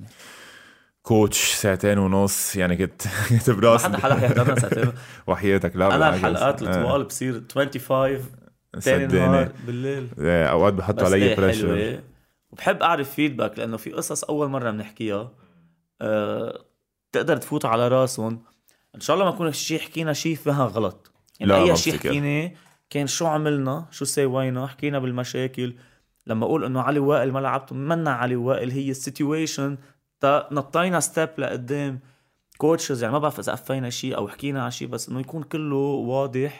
كوتش ساعتين ونص يعني كنت كنت ما براسي حدا حدا يحضرنا ساعتين. وحياتك لا انا بالعكس. الحلقات آه. الطوال بصير خمسة وعشرين تاني صدقني. نهار بالليل. آه، اوقات بحطوا بس علي ايه بريشر. حلوة، وبحب اعرف فيدباك لانه في قصص اول مره بنحكيها أه... تقدر تفوت على راسهم. ان شاء الله ما يكون شيء حكينا شيء فيها غلط، يعني لا، ما اي شيء بفتكر. حكينا كان شو عملنا، شو سوينا، حكينا بالمشاكل. لما اقول انه علي وائل ما لعبته، منا علي وائل، هي السيتويشن تا نطينا ستيب لقدام. كوتشز يعني ما بعرف اذا قفينا شيء او حكينا عن شيء، بس انه يكون كله واضح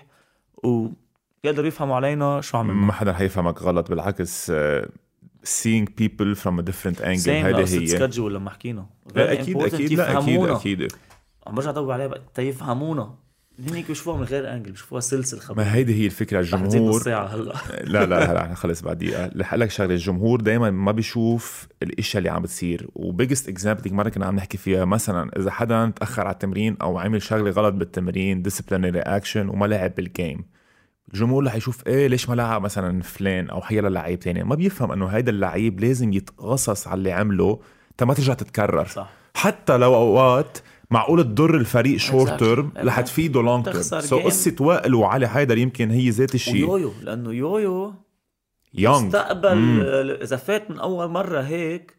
ويقدروا يفهموا علينا شو عملنا. ما حدا حيفهمك غلط، بالعكس. آه، seeing people from a different angle سيم هيدي قصة هي. سكادجول لما حكينا لا، اكيد اكيد لا اكيد اكيد عم برجع ادور عليها بقى تيفهمونا. هنيك بيشوفوها من غير انجل، بيشوفوها سلسل خبر. ما هيدي هي الفكره. رح تزيد الجمهور نص ساعة هلا. لا لا لا خلص بعد دقيقه. رح اقول لك شغله، الجمهور دائما ما بيشوف الاشياء اللي عم بتصير. وبيجست اكزامبل مره كنا عم نحكي فيها، مثلا اذا حدا تاخر على التمرين او عمل شغله غلط بالتمرين disciplinary action وما لعب بالجيم، الجمهور رح يشوف ايه ليش ما لعب مثلا فلان او حيلا لعيب تاني. ما بيفهم انه هيدا اللعيب لازم يتقصص على اللي عمله تا ما ترجع تتكرر. صح. حتى لو اوقات معقول تضر الفريق شورت Exactly. تيرم رح تفيده لونج تيرم. تخسر سو game. قصه وائل وعلي حيدر يمكن هي ذات الشيء. ويويو لانه يويو يونغ استقبل اذا فات من اول مره هيك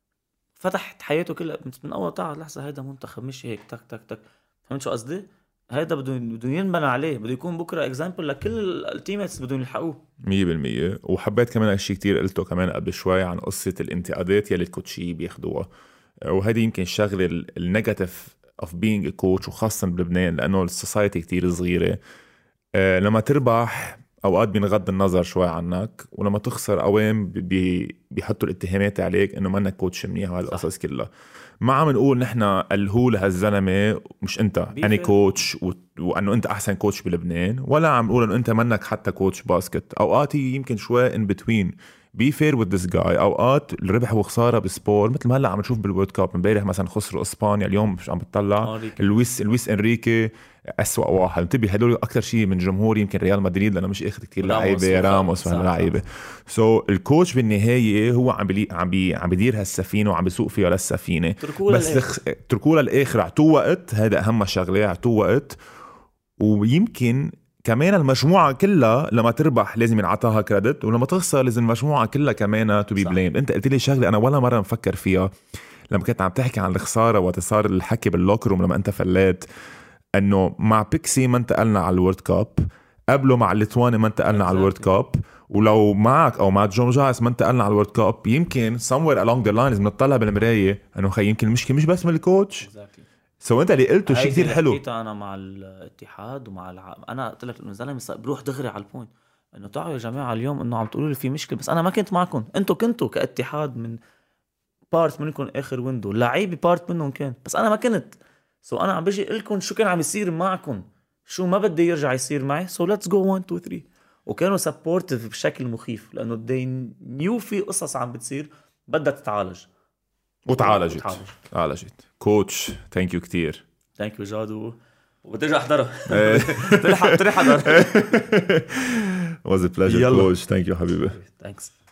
فتحت حياته كلها من اول طلع لحظه هيدا منتخب مش هيك تك تك تك. فهمت شو قصدي؟ هيدا بده بده ينبنى عليه، بده يكون بكره اكزامبل لكل التيميتس بدهم يلحقوه مية بالمية. وحبيت كمان هالشي كتير قلته كمان قبل شوي عن قصة الانتقادات يلي الكوتشي بياخدوها. وهذه يمكن الشغلة النيجاتيف of being a coach، وخاصة بلبنان لأنه السوسايتي كتير صغيرة. أه لما تربح أوقات بينغض النظر شوي عنك، ولما تخسر قوام بي بيحطوا الاتهامات عليك إنه منك كوتش منيح وهالقصص كلها. ما عم نقول نحن الهو لهالزلمة مش أنت أني كوتش و... وأنه أنت أحسن كوتش بلبنان، ولا عم نقول أنه أنت منك حتى كوتش باسكت. أوقات يمكن شوي in between. be fair with this guy. أوقات الربح وخسارة بسبور مثل ما هلا عم نشوف بالورد كاب. امبارح مثلا خسروا إسبانيا، اليوم مش عم بتطلع لويس لويس إنريكي أسوأ واحد. انتبه هدول أكتر شيء من جمهور يمكن ريال مدريد لأنه مش أخذ كتير لعيبة راموس وهاللعيبة. سو so, الكوتش بالنهاية هو عم بلي عم بي عم بدير هالسفينة وعم بيسوق فيها للسفينة. بس لخ... تركوها للآخر، عطوه وقت. هذا أهم شغلة، عطوه وقت. ويمكن كمان المجموعة كلها لما تربح لازم ينعطاها كريدت، ولما تخسر لازم المجموعة كلها كمان تو بي بليم. انت قلت لي شغلة انا ولا مرة مفكر فيها لما كنت عم تحكي عن الخسارة وتصار الحكي باللوكروم لما انت فلات، انه مع بيكسي ما انتقلنا على الورد كاب، قبله مع الليتواني ما انتقلنا على الورد كاب، ولو معك او مع جون جايس ما انتقلنا على الورد كاب. يمكن somewhere along the line لازم نطلع بالمراية انه خي يمكن المشكلة مش بس من الكوتش. سو انت اللي قلته شيء كثير حلو. انا مع الاتحاد ومع الع... انا قلت لك انه زلمه بروح دغري على البوينت انه تعالوا يا جماعه اليوم انه عم تقولوا لي في مشكله، بس انا ما كنت معكم. انتوا كنتوا كاتحاد من بارت منكم اخر ويندو، لعيبي بارت منهم كان، بس انا ما كنت. سو انا عم بيجي لكم شو كان عم يصير معكم، شو ما بدي يرجع يصير معي. سو ليتس جو واحد اثنين ثلاثة. وكانوا سبورتيف بشكل مخيف لانه they knew في قصص عم بتصير بدها تتعالج وتعالجت وتعالج. تعالجت. كوتش ثانك يو كتير. ثانك يو جادو، وبدي ارجع احضرها. تلحق تلحق was a pleasure يلا. coach. thank you حبيبي. Thanks.